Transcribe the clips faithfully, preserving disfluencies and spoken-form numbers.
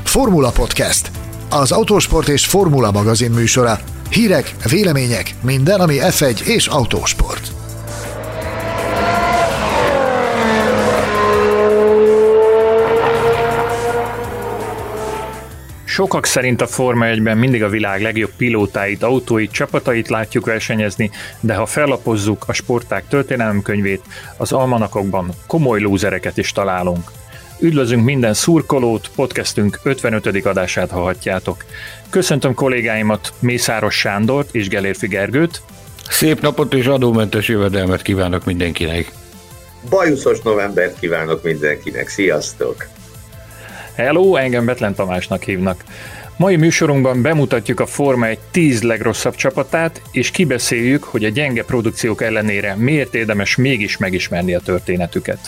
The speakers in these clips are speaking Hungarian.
Formula Podcast, az autósport és formula magazin műsora. Hírek, vélemények, minden, ami ef egy és autósport. Sokak szerint a Forma egyben mindig a világ legjobb pilótáit, autóit, csapatait látjuk versenyezni, de ha fellapozzuk a sportág történelemkönyvét, az almanakokban komoly lúzereket is találunk. Üdvözlünk minden szurkolót, podcastünk ötvenötödik adását hallhatjátok. Köszöntöm kollégáimat, Mészáros Sándort és Gellérfi Gergőt. Szép napot és adómentes jövedelmet kívánok mindenkinek. Bajuszos novembert kívánok mindenkinek, sziasztok! Hello, engem Betlen Tamásnak hívnak. Mai műsorunkban bemutatjuk a Forma egy tíz legrosszabb csapatát, és kibeszéljük, hogy a gyenge produkciók ellenére miért érdemes mégis megismerni a történetüket.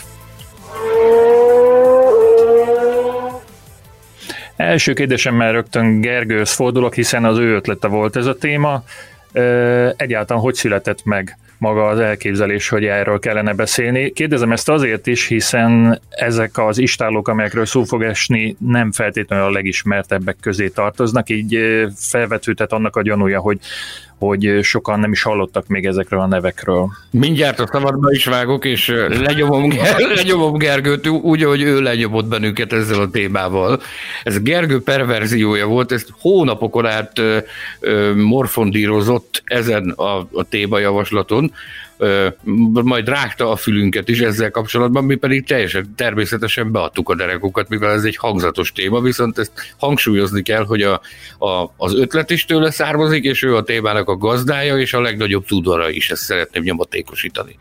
Első kérdésemmel rögtön Gergőhöz fordulok, hiszen az ő ötlete volt ez a téma. Egyáltalán hogy született meg maga az elképzelés, hogy erről kellene beszélni? Kérdezem ezt azért is, hiszen ezek az istállók, amelyekről szó fog esni, nem feltétlenül a legismertebbek közé tartoznak, így felvetődhet annak a gyanúja, hogy, hogy sokan nem is hallottak még ezekről a nevekről. Mindjárt a szabadba is vágok, és lenyomom, lenyomom Gergőt úgy, ahogy ő lenyomott bennünket ezzel a témával. Ez Gergő perverziója volt, ezt hónapokon át ö, ö, morfondírozott ezen a, a témajavaslaton, ö, majd rágta a fülünket is ezzel kapcsolatban, mi pedig teljesen természetesen beadtuk a derekokat, mivel ez egy hangzatos téma, viszont ezt hangsúlyozni kell, hogy a, a, az ötlet is tőle származik, és ő a témának a gazdája, és a legnagyobb tudóra is, ezt szeretném nyomatékosítani.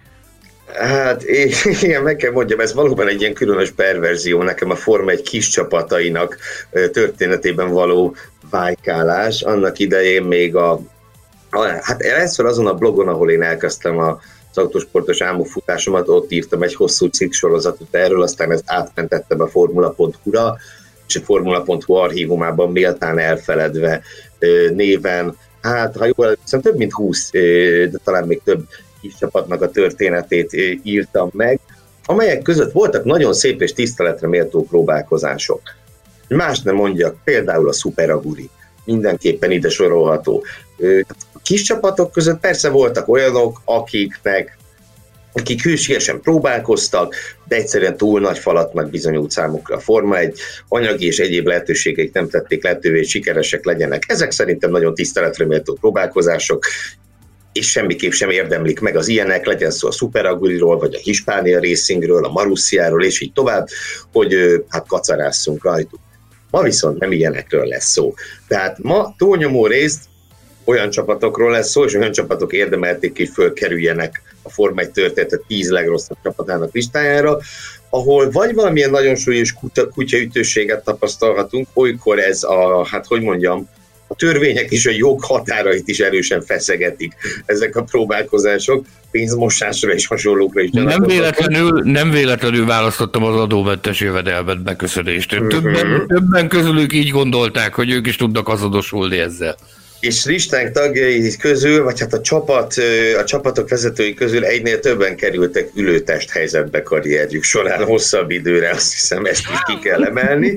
Hát igen, meg kell mondjam, ez valóban egy ilyen különös perverzió, nekem a Forma egy kis csapatainak történetében való vájkálás, annak idején még a, a hát először azon a blogon, ahol én elkezdtem a az autósportos álmokfutásomat, ott írtam egy hosszú cikksorozatot erről, aztán ezt átmentettem a formula pont hu-ra, és a formula pont hu archívumában méltán elfeledve néven, hát ha jól emlékszem, több mint húsz, de talán még több kis csapatnak a történetét írtam meg, amelyek között voltak nagyon szép és tiszteletre méltó próbálkozások. Más nem mondjak, például a Super Aguri, mindenképpen ide sorolható. A kis csapatok között persze voltak olyanok, akiknek, akik hősiesen próbálkoztak, de egyszerűen túl nagy falatnak bizonyult számukra a Forma egy, anyagi és egyéb lehetőségeik nem tették lehetővé, hogy sikeresek legyenek. Ezek szerintem nagyon tiszteletre méltó próbálkozások, és semmiképp sem érdemlik meg az ilyenek, legyen szó a Super Aguriról, vagy a Hispania Racingről, a Marussiáról, és így tovább, hogy hát kacarásszunk rajtuk. Ma viszont nem ilyenekről lesz szó. Tehát ma túlnyomó részt olyan csapatokról lesz szó, és olyan csapatok érdemelték, hogy fölkerüljenek a Forma egy történet tíz legrosszabb csapatának listájára, ahol vagy valamilyen nagyon súlyos kutya, kutyaütőséget tapasztalhatunk, olykor ez a, hát hogy mondjam, a törvények és a jog határait is erősen feszegetik ezek a próbálkozások, pénzmosásra és hasonlókra is. Nem véletlenül, nem véletlenül választottam az adómentes jövedelmet beköszönést. Többen, többen közülük így gondolták, hogy ők is tudnak azonosulni ezzel. És listánk tagjai közül, vagy hát a csapat, a csapatok vezetői közül egynél többen kerültek ülőtest helyzetbe karrierjük során hosszabb időre, azt hiszem ezt is ki kell emelni.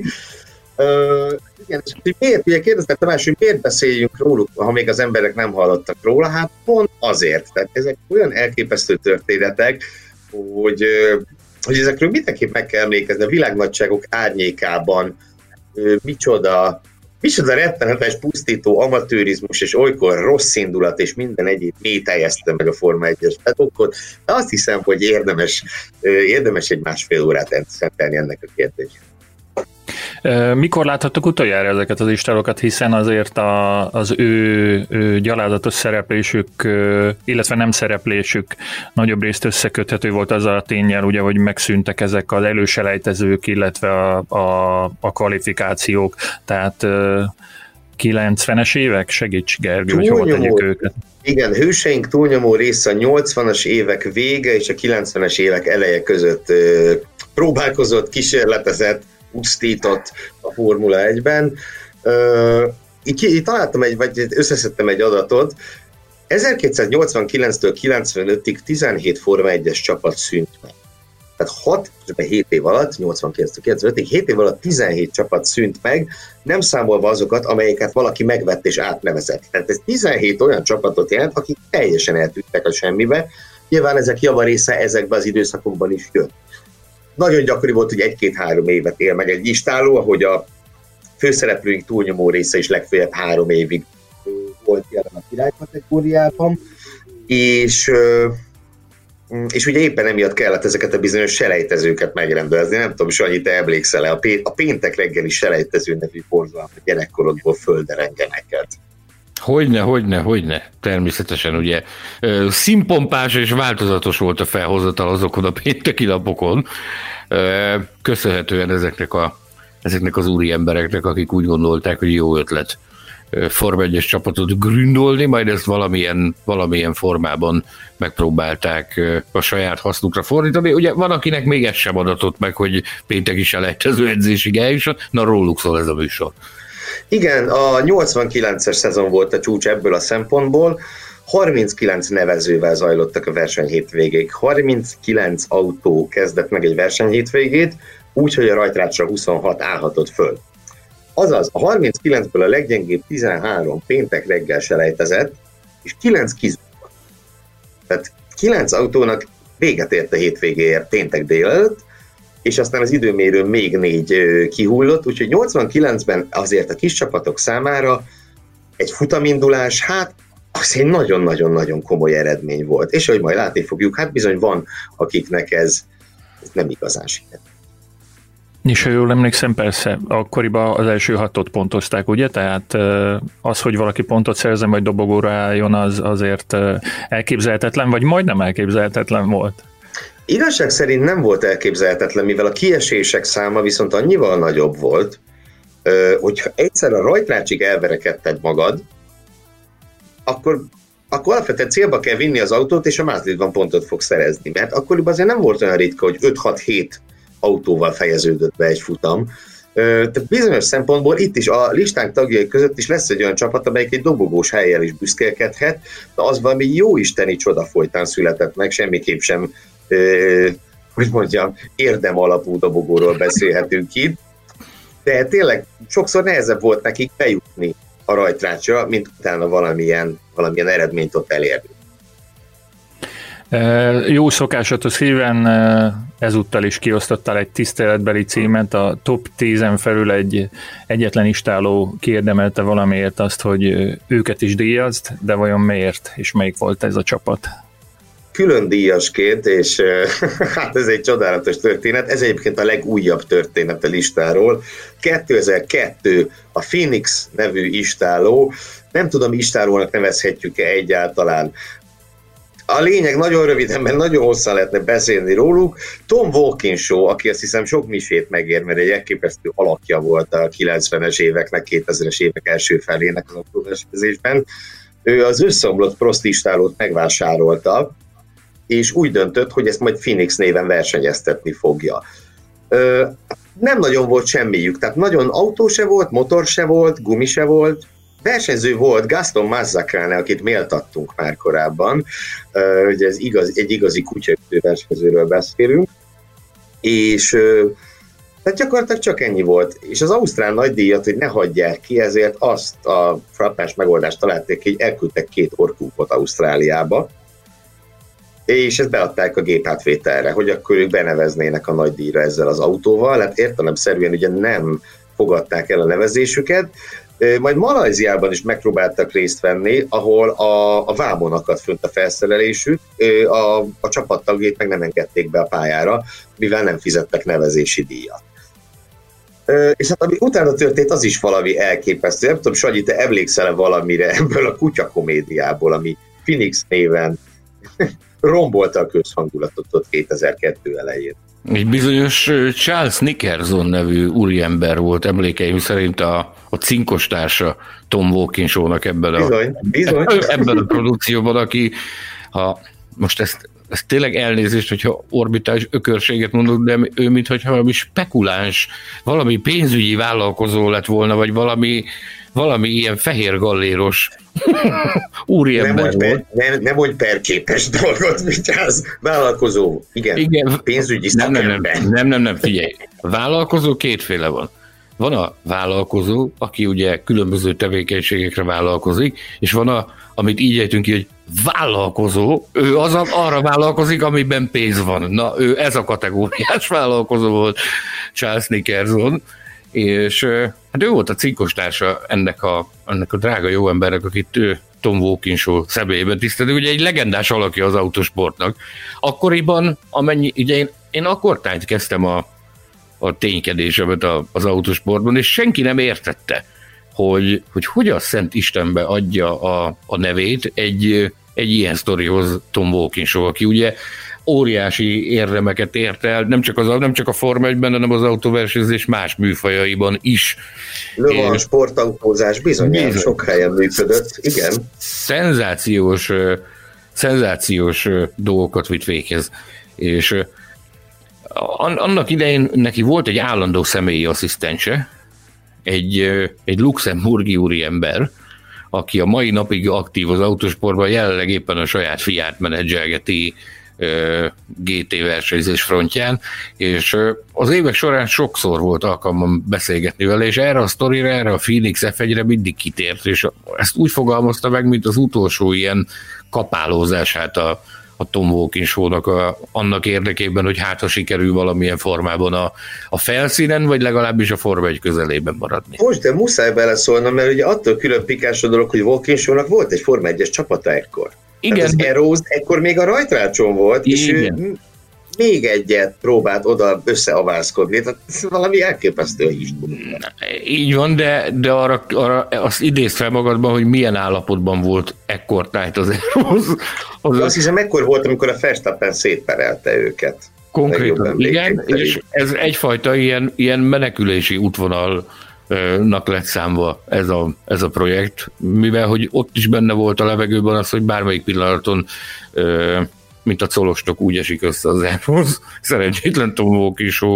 Uh, igen, és hogy miért, ugye kérdeztem Tamás, hogy miért beszéljünk róluk, ha még az emberek nem hallottak róla, hát pont azért, tehát ezek olyan elképesztő történetek, hogy, hogy ezekről mindenképp meg kell emlékezni, a világnagyságok árnyékában uh, micsoda, micsoda rettenetes, pusztító amatőrizmus, és olykor rossz indulat, és minden egyéb mélyteljeszte meg a Forma egyes petokot, de azt hiszem, hogy érdemes, érdemes egy másfél órát szentelni ennek a kérdésnek. Mikor láthattuk utoljára ezeket az istálokat, hiszen azért a, az ő, ő gyalázatos szereplésük, illetve nem szereplésük nagyobb részt összeköthető volt azzal a ténnyel, ugye, hogy megszűntek ezek az előselejtezők, illetve a, a, a kvalifikációk, tehát kilencvenes évek, segíts Gergő, hogy hova tegyük őket. Igen, hőseink túlnyomó része a nyolcvanas évek vége és a kilencvenes évek eleje között próbálkozott, kísérletezett, pusztított a Formula egyben. Uh, így, így találtam egy, vagy összeszedtem egy adatot. ezerkétszáznyolcvankilenctől kilencvenötig tizenhét Forma egyes csapat szűnt meg. Tehát hat, hét év alatt, nyolcvankilenctől kilencvenötig, hét év alatt tizenhét csapat szűnt meg, nem számolva azokat, amelyeket valaki megvett és átnevezett. Tehát ez tizenhét olyan csapatot jelent, akik teljesen eltűntek a semmibe. Nyilván ezek javarésze ezekben az időszakokban is jött. Nagyon gyakori volt, hogy egy-két-három évet él meg egy istáló, ahogy a főszereplőink túlnyomó része is legfeljebb három évig volt jelen a királykategóriában, és, és ugye éppen emiatt kellett ezeket a bizonyos selejtezőket megrendezni. Nem tudom, Sanyi, te emlékszel-e, a, pé- a péntek reggeli selejtező nevű borzalmat a gyerekkorodból földerenge neked. Hogyne, hogyne, hogyne. Természetesen ugye színpompás és változatos volt a felhozatal azokon a pénteki napokon, köszönhetően ezeknek, a, ezeknek az úri embereknek, akik úgy gondolták, hogy jó ötlet Forma egyes csapatot gründolni, majd ezt valamilyen, valamilyen formában megpróbálták a saját hasznukra fordítani. Ugye van, akinek még ez sem adatott meg, hogy pénteki selejtező edzésig eljusson, na róluk szól ez a műsor. Igen, a nyolcvankilences szezon volt a csúcs ebből a szempontból. harminckilenc nevezővel zajlottak a versenyhétvégék. harminckilenc autó kezdett meg egy versenyhétvégét, úgyhogy a rajtrácsra huszonhat állhatott föl. Azaz, a harminckilencből a leggyengébb tizenhárom péntek reggel selejtezett, és kilenc kizúgott. Tehát kilenc autónak véget ért a hétvégéért péntek délelőtt, és aztán az időmérő még négy kihullott, úgyhogy nyolcvankilencben azért a kis csapatok számára egy futamindulás, hát az egy nagyon-nagyon-nagyon komoly eredmény volt. És ahogy majd látni fogjuk, hát bizony van, akiknek ez, ez nem igazán sikerült. És ha jól emlékszem, persze, akkoriban az első hatot pontozták, ugye? Tehát az, hogy valaki pontot szerzem, vagy dobogóra álljon, az azért elképzelhetetlen, vagy majdnem elképzelhetetlen volt. Igazság szerint nem volt elképzelhetetlen, mivel a kiesések száma viszont annyival nagyobb volt, hogyha egyszer a rajtrácsig elverekedted magad, akkor, akkor alapvetően célba kell vinni az autót, és a Madridban pontot fog szerezni. Mert akkoriban azért nem volt olyan ritka, hogy öt-hat-hét autóval fejeződött be egy futam. Tehát bizonyos szempontból itt is a listánk tagjai között is lesz egy olyan csapat, amelyik egy dobogós hellyel is büszkélkedhet, de az valami jóisteni csoda folytán született meg, semmiképp sem hogy mondjam, érdem alapú dobogóról beszélhetünk itt, de tényleg sokszor nehezebb volt nekik bejutni a rajtrácsra, mint utána valamilyen, valamilyen eredményt ott elérni. Jó szokásathoz híven ezúttal is kiosztottál egy tiszteletbeli címet, a top tízen felül egy egyetlen istáló kiérdemelte valamiért azt, hogy őket is díjazd, de vajon miért, és melyik volt ez a csapat? Külön díjasként, és hát ez egy csodálatos történet, ez egyébként a legújabb történet a listáról. kétezer-kettő a Phoenix nevű istáló, nem tudom, istálónak nevezhetjük-e egyáltalán. A lényeg nagyon röviden, mert nagyon hosszan lehetne beszélni róluk. Tom Walkinshaw, aki azt hiszem sok misét megér, mert egy elképesztő alakja volt a kilencvenes éveknek, kétezres évek első felének az autóversenyzésben. Ő az összeomlott Prost istálót megvásárolta, és úgy döntött, hogy ezt majd Phoenix néven versenyeztetni fogja. Ö, nem nagyon volt semmiük, tehát nagyon autó se volt, motor se volt, gumi se volt, versenyző volt Gaston Mazzacane, akit méltattunk már korábban, ö, ugye ez igaz, egy igazi kutyaütő versenyzőről beszélünk, és ö, tehát gyakorlatilag csak ennyi volt, és az ausztrál nagydíjat, hogy ne hagyják ki, ezért azt a frappás megoldást találták, hogy elküldtek két orkúpot Ausztráliába, és ezt beadták a gépátvételre, hogy akkor ők beneveznének a nagydíjra ezzel az autóval, hát értelemszerűen ugye nem fogadták el a nevezésüket, majd Malajziában is megpróbáltak részt venni, ahol a, a vámon akadt fönt a felszerelésük, a, a csapattagjét meg nem engedték be a pályára, mivel nem fizettek nevezési díjat. És hát ami utána történt, az is valami elképesztő. Nem tudom, Sanyi, te emlékszel-e valamire ebből a kutyakomédiából, ami Phoenix néven rombolta a közhangulatot ott kétezer-kettő elején. Egy bizonyos Charles Nickerson nevű úriember volt emlékeim szerint a, a cinkos társa Tom Walkinshaw-nak ebben a, bizony, bizony. ebben a produkcióban, aki ha most ezt ez tényleg elnézést, hogyha orbitális ökörséget mondok, de ő mintha valami spekuláns, valami pénzügyi vállalkozó lett volna, vagy valami, valami ilyen fehér galléros úriember nem volt. Per, nem, nem mondj perképes dolgot, vigyázz, vállalkozó, igen, igen. pénzügyi nem, szakember. Nem, nem, nem, nem, nem, figyelj, vállalkozó kétféle van. Van a vállalkozó, aki ugye különböző tevékenységekre vállalkozik, és van a, amit így ejtünk ki, hogy vállalkozó, ő az a, arra vállalkozik, amiben pénz van. Na, ő ez a kategóriás vállalkozó volt, Charles Nickerson, és hát ő volt a cinkostársa ennek a, ennek a drága jó embernek, akit ő, Tom Walkinshaw személyében tisztelt, ugye egy legendás alakja az autosportnak. Akkoriban, amennyi, ugye én, én akkortájt kezdtem a a ténykedésemet az autosportban, és senki nem értette, hogy hogy, hogy a Szent Istenbe adja a, a nevét egy, egy ilyen sztorihoz Tom Walkinshaw, aki ugye óriási érdemeket ért el, nem csak, az, nem csak a Forma egyben, hanem az autóversenyzés más műfajaiban is. Le Mans sportautózás bizony, sok helyen működött, igen. Szenzációs, szenzációs dolgokat vitt véghez, és annak idején neki volt egy állandó személyi asszisztense, egy, egy luxemburgi úriember, aki a mai napig aktív az autósportban, jelenleg éppen a saját fiát menedzselgeti gé té versenyzés frontján, és az évek során sokszor volt alkalmam beszélgetni vele, és erre a sztorira, erre a Phoenix ef egyre mindig kitért, és ezt úgy fogalmazta meg, mint az utolsó ilyen kapálózását a a Tom Walkinshaw-nak a, annak érdekében, hogy hát ha sikerül valamilyen formában a, a felszínen, vagy legalábbis a Forma egy közelében maradni. Most, de muszáj beleszólnom, mert ugye attól külön pikás a dolog, hogy Walkinshaw-nak volt egy Forma egyes csapata ekkor. Igen. Tehát az Eros ekkor még a rajtrácson volt, és igen. ő még egyet próbált oda összeavázkodni, tehát valami elképesztő is. Így van, de, de arra, arra azt idézd fel magadban, hogy milyen állapotban volt ekkor tájt az Eros. Az azt hiszem, ekkor volt, amikor a Verstappen szétperelte őket. Konkrétan, igen, és ez egyfajta ilyen, ilyen menekülési útvonalnak lett számva ez a, ez a projekt, mivel hogy ott is benne volt a levegőben az, hogy bármelyik pillanaton mint a colostok úgy esik össze az Eros, szerencsétlen Tom Walkinshaw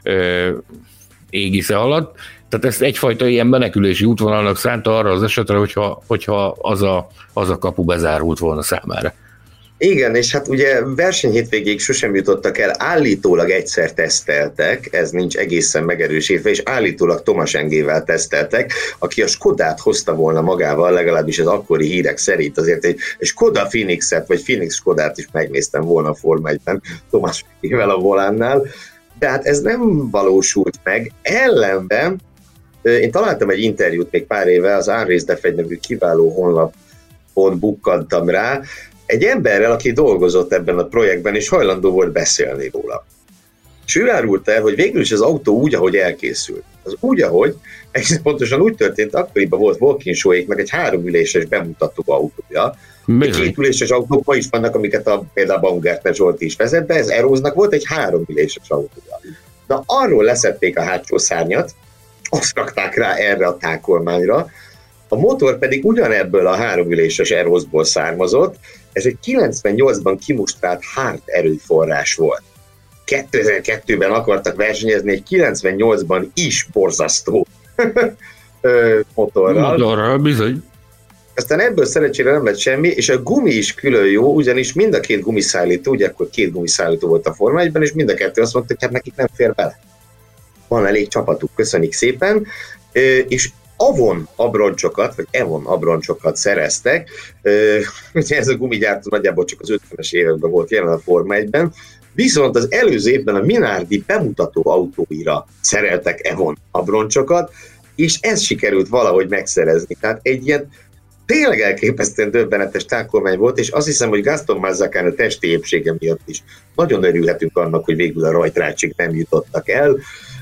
égisze alatt. Tehát ezt egyfajta ilyen menekülési útvonalnak szánta arra az esetre, hogyha, hogyha az, a, az a kapu bezárult volna számára. Igen, és hát ugye versenyhétvégéig sosem jutottak el, állítólag egyszer teszteltek, ez nincs egészen megerősítve, és állítólag Tomas Engével teszteltek, aki a Skodát hozta volna magával, legalábbis az akkori hírek szerint, azért egy Skoda Phoenixet, vagy Phoenix Skodát is megnéztem volna a Forma egyben Tomas Engével a volánnál, de hát ez nem valósult meg. Ellenben én találtam egy interjút még pár éve, az Unraced ef egy nevű kiváló honlapon bukkantam rá, egy emberrel, aki dolgozott ebben a projektben, és hajlandó volt beszélni róla. És ő árulta el, hogy végül is az autó úgy, ahogy elkészült. Az úgy, ahogy, egész pontosan úgy történt, akkoriban volt Walkinshaw-éknak egy háromüléses bemutató autója. Kétüléses autók ma is vannak, amiket a, például Baumgartner Zsolti is vezet be, ez Erosnak volt egy háromüléses autója. Na, arról leszették a hátsó szárnyat, azt rakták rá erre a tákolmányra, a motor pedig ugyanebből a háromüléses Erosból származott, ez egy kilencvennyolcban kimustrált Hart erőforrás volt. kétezer-kettőben akartak versenyezni egy kilencvennyolcban is borzasztó motorral. Motorral, bizony. Aztán ebből szerencsére nem lett semmi, és a gumi is külön jó, ugyanis mind a két gumiszállító, ugye akkor két gumiszállító volt a Forma egyben, és mind a kettő azt mondta, hogy hát nekik nem fér bele. Van elég csapatuk, köszönjük szépen, és Avon abroncsokat, vagy Evon abroncsokat szereztek, ugye ez a gumigyártó nagyjából csak az ötvenes években volt jelen a Forma egyben, viszont az előző évben a Minardi bemutató autóira szereltek Evon abroncsokat, és ez sikerült valahogy megszerezni. Tehát egy ilyen tényleg elképesztően döbbenetes tákolmány volt, és azt hiszem, hogy Gaston Mazzacán a testi épsége miatt is nagyon örülhetünk annak, hogy végül a rajtrácsig nem jutottak el.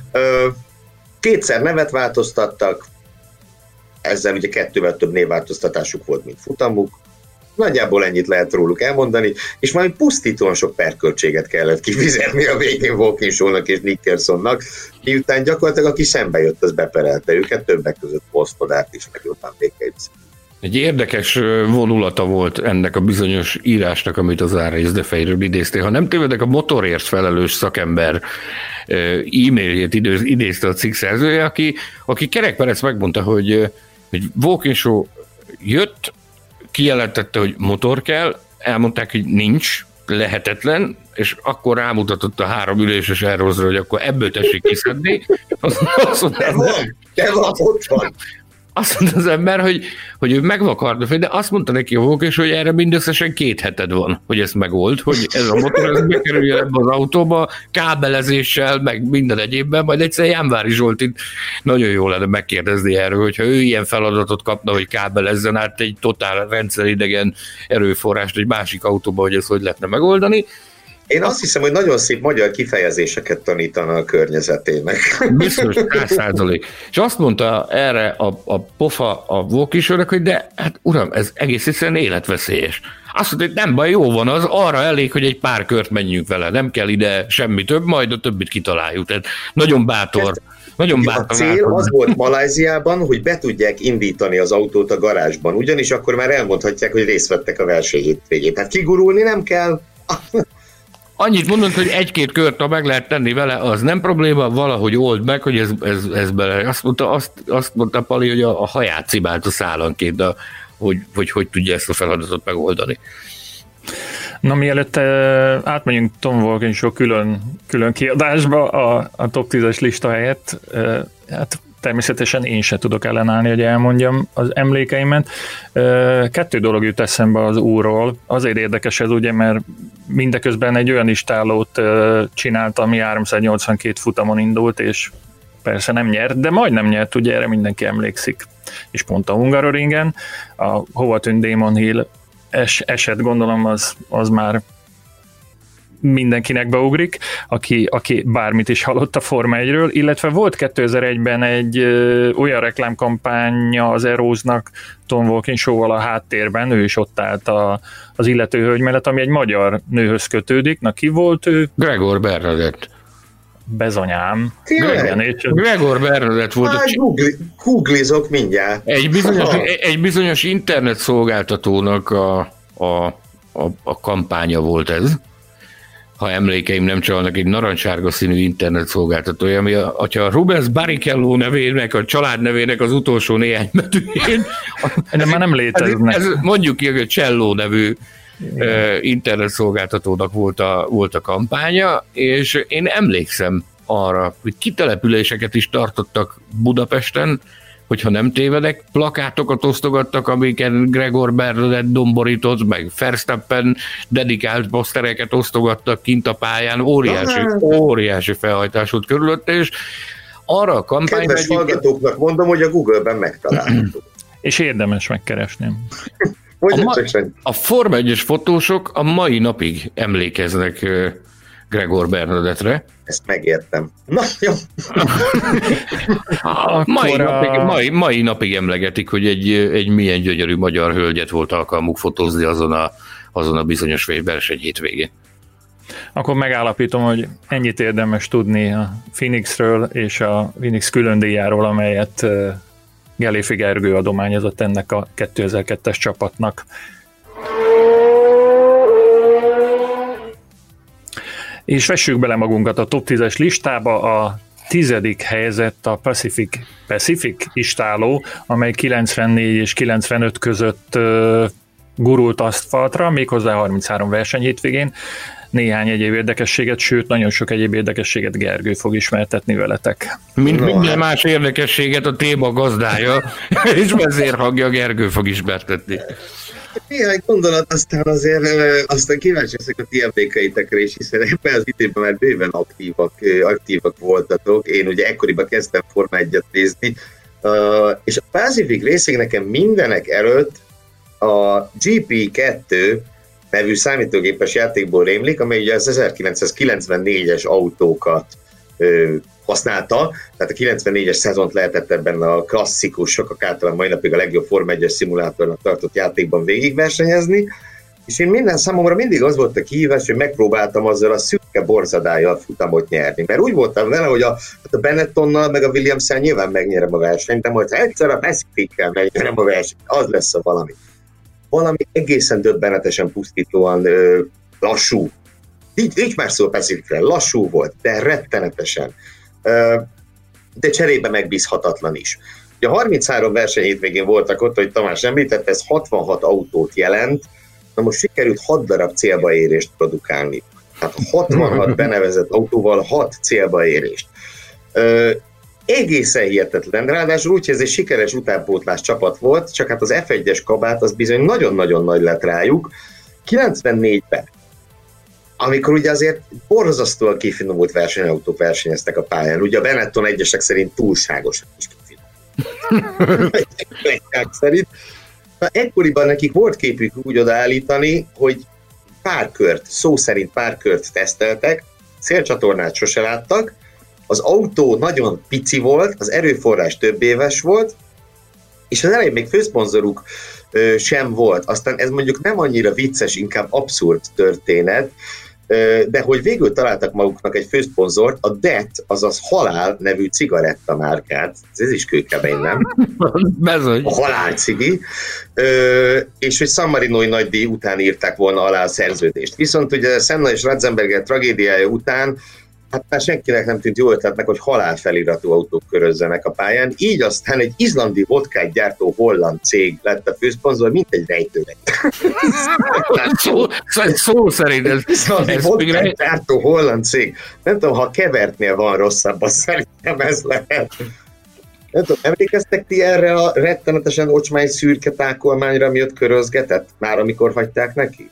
Kétszer nevet változtattak, ezzel ugye kettővel több névváltoztatásuk volt, mint futamuk. Nagyjából ennyit lehet róluk elmondani, és majd pusztítóan sok perköltséget kellett kifizetni a végén Walkinshawnak és Nickersonnak, miután gyakorlatilag aki szembe jött, az beperelte őket, többek között Posztodárt is, meg Jotán Békeibsz. Egy érdekes vonulata volt ennek a bizonyos írásnak, amit az Árrész Defeiről idéztél. Ha nem tévedek, a motorért felelős szakember e-mailjét idézte a cikk szerzője, aki, aki kerekperec megmondta, hogy, hogy Walkinshaw jött, kijelentette, hogy motor kell, elmondták, hogy nincs, lehetetlen, és akkor rámutatott a három üléses Airosra, hogy akkor ebből tessék kiszedni. Azt, azt mondta, de van, de van, ott van. Azt mondta az ember, hogy, hogy ő megvakarta, de azt mondta neki a Walkinshaw, hogy erre mindösszesen két heted van, hogy ezt megold, hogy ez a motor ez bekerüljön ebbe az autóba, kábelezéssel, meg minden egyébben, majd egyszer Jánvári Zsoltit nagyon jól lenne megkérdezni erről, hogyha ő ilyen feladatot kapna, hogy kábelezzen át egy totál rendszeridegen erőforrást egy másik autóba, hogy ezt hogy lehetne megoldani. Én azt hiszem, hogy nagyon szép magyar kifejezéseket tanítana a környezetének. Biztos, száz százalék. És azt mondta erre a, a pofa a Walkinshawnak, hogy de hát uram, ez egész egyszerűen életveszélyes. Azt mondta, hogy nem baj, jó van az, arra elég, hogy egy pár kört menjünk vele, nem kell ide semmi több, majd a többit kitaláljuk. Tehát nagyon bátor. Nagyon bátor. A cél az volt Malajziában, hogy be tudják indítani az autót a garázsban, ugyanis akkor már elmondhatják, hogy részt vettek a verseny hétvégén. Tehát kigurulni nem kell. Annyit mondod, hogy egy-két kört, ha meg lehet tenni vele, az nem probléma, valahogy old meg, hogy ez, ez, ez bele. Azt mondta, azt, azt mondta Pali, hogy a, a haját cibált a szállanként, de hogy, hogy hogy tudja ezt a feladatot megoldani. Na, mielőtt átmegyünk Tom Walkinshaw külön, külön kiadásba a, a top tízes lista helyett, hát természetesen én se tudok ellenállni, hogy elmondjam az emlékeimet. Kettő dolog jut eszembe az úrról. Azért érdekes ez, ugye, mert mindeközben egy olyan istálót csinált, ami háromszáznyolcvankét futamon indult, és persze nem nyert, de majdnem nyert, ugye erre mindenki emlékszik. És pont a Hungaroringen, a Hova tűnt Damon Hill es, eset, gondolom, az, az már mindenkinek beugrik, aki, aki bármit is hallott a Forma egyről, illetve volt kétezer-egyben egy ö, olyan reklámkampánya az Aerosnak Tom Walkinshaw-val a háttérben, ő is ott állt a, az illető hölgy mellett, ami egy magyar nőhöz kötődik. Na, ki volt ő? Gregor Bernadette. Bezanyám. Gregor Bernadette volt. Hát, googlizok mindjárt. Egy bizonyos, egy bizonyos internet szolgáltatónak a, a, a, a kampánya volt ez. Ha emlékeim nem csalnak, egy narancssárga színű internet szolgáltatója, ami a, a Rubens Barrichello nevének, a család nevének az utolsó néhány betűjén. De már nem léteznek. Ez, ez mondjuk ki, hogy a Cello nevű uh, internet szolgáltatónak volt a, volt a kampánya, és én emlékszem arra, hogy kitelepüléseket is tartottak Budapesten, hogyha nem tévedek, plakátokat osztogattak, amiket Gregor Bernadette domborított, meg Verstappen dedikált posztereket osztogattak kint a pályán, óriási, óriási felhajtás volt körülötte, és arra a kampányban... Kedves hallgatóknak mondom, hogy a Google-ben megtalálhatók. És érdemes megkeresni. A, ma, a Forma egyes fotósok a mai napig emlékeznek Gregor Bernadette-re. Ezt megértem. Na, jó. mai, napig, mai, mai napig emlegetik, hogy egy, egy milyen gyönyörű magyar hölgyet volt alkalmuk fotózni azon a, azon a bizonyos verseny hétvégén. Akkor megállapítom, hogy ennyit érdemes tudni a Phoenixről és a Phoenix külön díjáról, amelyet Gellérfi Gergő adományozott ennek a kétezer-kettes csapatnak. És vessük bele magunkat a top tízes listába, a tizedik helyezett a Pacific, Pacific istáló, amely kilencvennégy és kilencvenöt között uh, gurult aszfaltra, méghozzá harminchárom verseny hétvégén. Néhány egyéb érdekességet, sőt, nagyon sok egyéb érdekességet Gergő fog ismertetni veletek. Mint minden más érdekességet a téma gazdája, és vezérhangja Gergő fog ismertetni. Néhány gondolat, aztán azért aztán kíváncsi leszek a ti emlékeitekre is, hiszen ebben az időben már bőven aktívak, aktívak voltatok. Én ugye ekkoriban kezdtem Forma egyet nézni, és a Pacific Racing nekem mindenek előtt a gé pé kettő nevű számítógépes játékból rémlik, amely ugye az ezerkilencszázkilencvennégyes autókat használta, tehát a kilencvennégyes szezont lehetett ebben a klasszikus, sokak általán mai napig a legjobb Forma egyes szimulátornak tartott játékban végigversenyezni, És én minden számomra mindig az volt a kihívás, hogy megpróbáltam azzal a szürke borzadályjal futamot nyerni. Mert úgy voltam vele, hogy a, hát a Benettonnal meg a Williams-el nyilván megnyerem a versenyt, de majd egyszer a Pacific-kel megnyerem a versenyt, az lesz a valami. Valami egészen döbbenetesen pusztítóan ö, lassú. Így, így már szó a Pacific-re, lassú volt, de rettenetesen. Ö, de cserébe megbízhatatlan is. Ugye a harminchárom verseny hétvégén voltak ott, hogy Tamás említett, ez hatvanhat autót jelent, na most sikerült hat darab célba érést produkálni. Tehát hatvanhat benevezett autóval hat célba érést. Ö, egészen hihetetlen, ráadásul úgy, hogy ez egy sikeres utánpótlás csapat volt, csak hát az ef egyes kabát az bizony nagyon-nagyon nagy lett rájuk. kilencvennégyben, amikor ugye azért borzasztóan kifinomult versenyautók versenyeztek a pályán, ugye a Benetton egyesek szerint túlságosan is kifinomult. szerint. Na, ekkoriban nekik volt képük úgy odaállítani, hogy pár kört, szó szerint pár kört teszteltek, szélcsatornát sose láttak, az autó nagyon pici volt, az erőforrás több éves volt, és az elején még főszponzoruk ö, sem volt. Aztán ez mondjuk nem annyira vicces, inkább abszurd történet, ö, de hogy végül találtak maguknak egy főszponzort, a dé é té, azaz Halál nevű cigarettamárkát, ez is kőkemény, nem? A halálcigi, ö, és hogy San Marinói nagydíj után írták volna alá a szerződést. Viszont ugye Senna és Ratzenberger tragédiája után hát már senkinek nem tűnt jó ötletnek, hogy halálfeliratú autók körözzenek a pályán, így aztán egy izlandi vodkát gyártó holland cég lett a főszponzor, mint egy rejtőnek. szó, szó szerint ez... Izlandi ez vodkát gyártó holland cég. Nem tudom, ha Kevertnél van rosszabb, az szerintem ez lehet. Nem tudom, emlékeztek ti erre a rettenetesen ocsmány szürke tákolmányra, ami ott körözgetett, már amikor hagyták neki?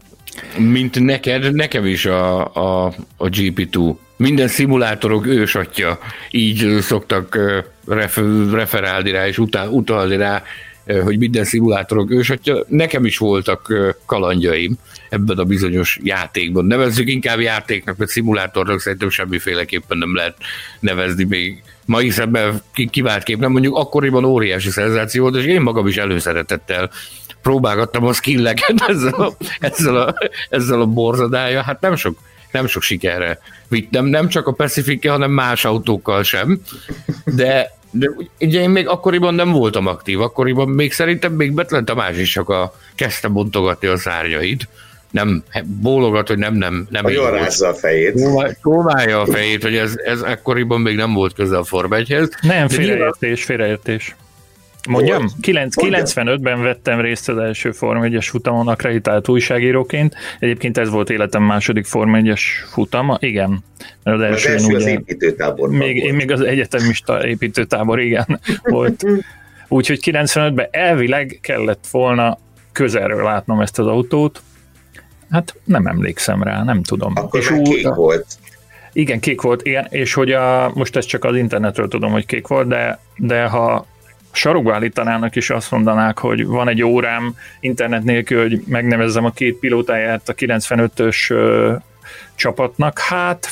Mint neked, nekem is a, a, a gé pé kettő. Minden szimulátorok ősatja, így szoktak refer, referálni rá és utál, utalni rá, hogy minden szimulátorok ősatja. Nekem is voltak kalandjaim ebben a bizonyos játékban. Nevezzük inkább játéknak, mert szimulátornak szerintem semmiféleképpen nem lehet nevezni még. Ma hiszem, kivált kép, nem mondjuk akkoriban óriási szenzáció volt, és én magam is előszeretettel próbálgattam a skilleket ezzel a, ezzel a, ezzel a borzadája, hát nem sok, nem sok sikerre vittem, nem csak a Pacific-kel, hanem más autókkal sem, de, de ugye én még akkoriban nem voltam aktív, akkoriban még szerintem még Betlen Tamás is csak a, kezdte bontogatni a szárnyait, nem bólogat, hogy nem, nem, nem. Nagyon rázza a fejét. Próbálja a fejét, hogy ez, ez akkoriban még nem volt közel a Forma egyhez. Nem, félreértés, félreértés. Mondjam? kilencvenötben vettem részt az első Forma egyes futamon akkreditált újságíróként. Egyébként ez volt életem második Forma egyes futama. Igen. Az első, az, első ugye, az építőtáborban még, én még az egyetemista építőtábor, igen, volt. Úgyhogy kilencvenötben elvileg kellett volna közelről látnom ezt az autót. Hát nem emlékszem rá, nem tudom. Akkor és már úgy, kék volt. Igen, kék volt, igen, és hogy a, most ez csak az internetről tudom, hogy kék volt, de, de ha sarokba állítanának is azt mondanák, hogy van egy órám internet nélkül, hogy megnevezzem a két pilótáját a kilencvenötös ö, csapatnak, hát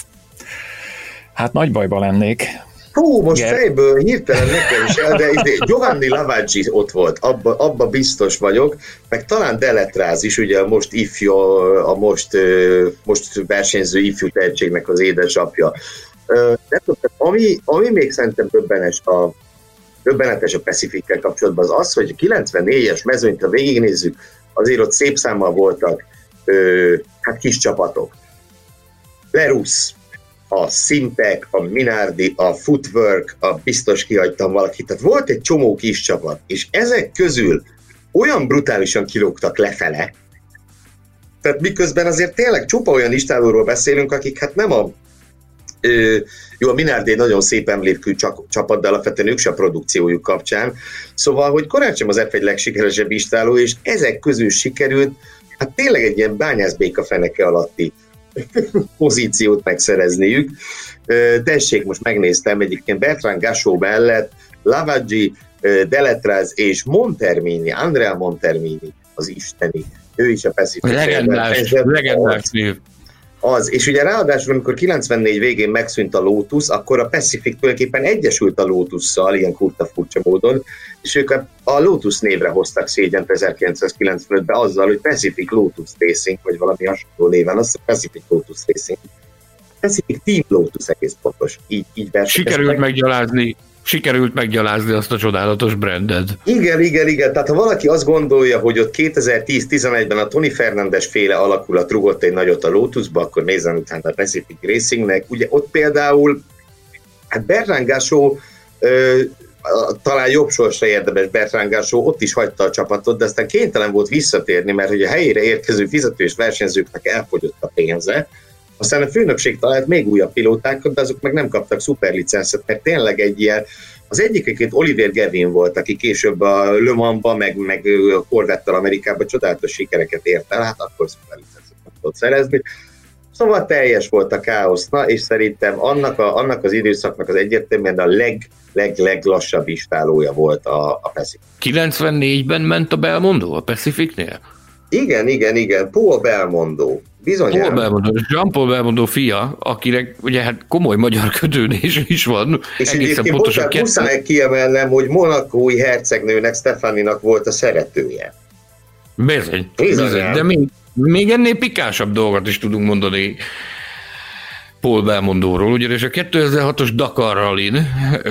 hát nagy bajba lennék. Hú, most Ger- fejből hirtelen nekem is el, de ide, Giovanni Lavaggi ott volt, abba, abba biztos vagyok, meg talán Deletráz is, ugye a most ifjú, a most, most versenyző ifjú tehetségnek az édesapja. Nem tudom, ami, ami még szerintem többenes a, többenetes a Pacific-kel kapcsolatban az az, hogy kilencvennégyes mezőnyt, ha végignézzük, azért ott szép számmal voltak hát kis csapatok. Lerus, a Syntec, a Minardi, a Footwork, a biztos kihagytam valakit. Tehát volt egy csomó kis csapat, és ezek közül olyan brutálisan kilógtak lefele, tehát miközben azért tényleg csupa olyan istálóról beszélünk, akik hát nem a ö, jó, a Minardi egy nagyon szép emlékkű csapat, de alapvetően ők se a produkciójuk kapcsán. Szóval, hogy korán sem az ef egy legsikeresebb istáló, és ezek közül sikerült, hát tényleg egy ilyen bányászbéka feneke alatti pozíciót megszerezniük. Tessék, most megnéztem, egyébként Bertrand Gachot mellett Lavaggi, Deletraz és Montermini, Andrea Montermini, az isteni, ő is a Pacific. Legendás, legendás név. Az, és ugye ráadásul, amikor kilencvennégy végén megszűnt a Lotus, akkor a Pacific tulajdonképpen egyesült a Lotusszal, ilyen kurta furcsa módon, és ők a, a Lotus névre hoztak szégyent ezerkilencszázkilencvenötben azzal, hogy Pacific Lotus Racing, vagy valami hasonló néven, az Pacific Lotus Racing. Pacific Team Lotus egész pontos. Így, így Sikerült meggyalázni. Sikerült meggyalázni azt a csodálatos brandet. Igen, igen, igen. Tehát ha valaki azt gondolja, hogy ott kétezer-tíz-tizenegyben a Tony Fernandes féle alakulat rugott egy nagyot a Lotusba, akkor nézzen utána a Pacific Racingnek. Ugye ott például hát Bertrand Gachot, ö, talán jobb sorsra érdemes Bertrand Gachot, ott is hagyta a csapatot, de aztán kénytelen volt visszatérni, mert hogy a helyére érkező fizetős versenyzőknek elfogyott a pénze. Aztán a főnökség talált még újabb pilótákat, de azok meg nem kaptak szuperlicenszet, mert tényleg egy ilyen, az egyik Oliver Gavin volt, aki később a Le Mans-ba, meg, meg a Corvette-tel Amerikában csodálatos sikereket ért el, hát akkor szuperlicenszet nem tudott szerezni. Szóval teljes volt a káosz, na, és szerintem annak, a, annak az időszaknak az egyértelműen a leg, leg, leglassabb istálója volt a, a Pacific. kilencvennégyben ment a Belmondo a Pacificnél? Igen, igen, igen, Paul Belmondo. Bizonyám. Paul Belmondo, Jean-Paul Belmondo fia, akinek ugye hát komoly magyar kötődés is van. És egyébként pontosan kettő... muszáj kiemelnem, hogy monakói hercegnőnek, Stefaninak volt a szeretője. Bizony, bizony. De még, még ennél pikásabb dolgot is tudunk mondani Paul Belmondóról, ugyanis a kétezer-hatos Dakar Rallyn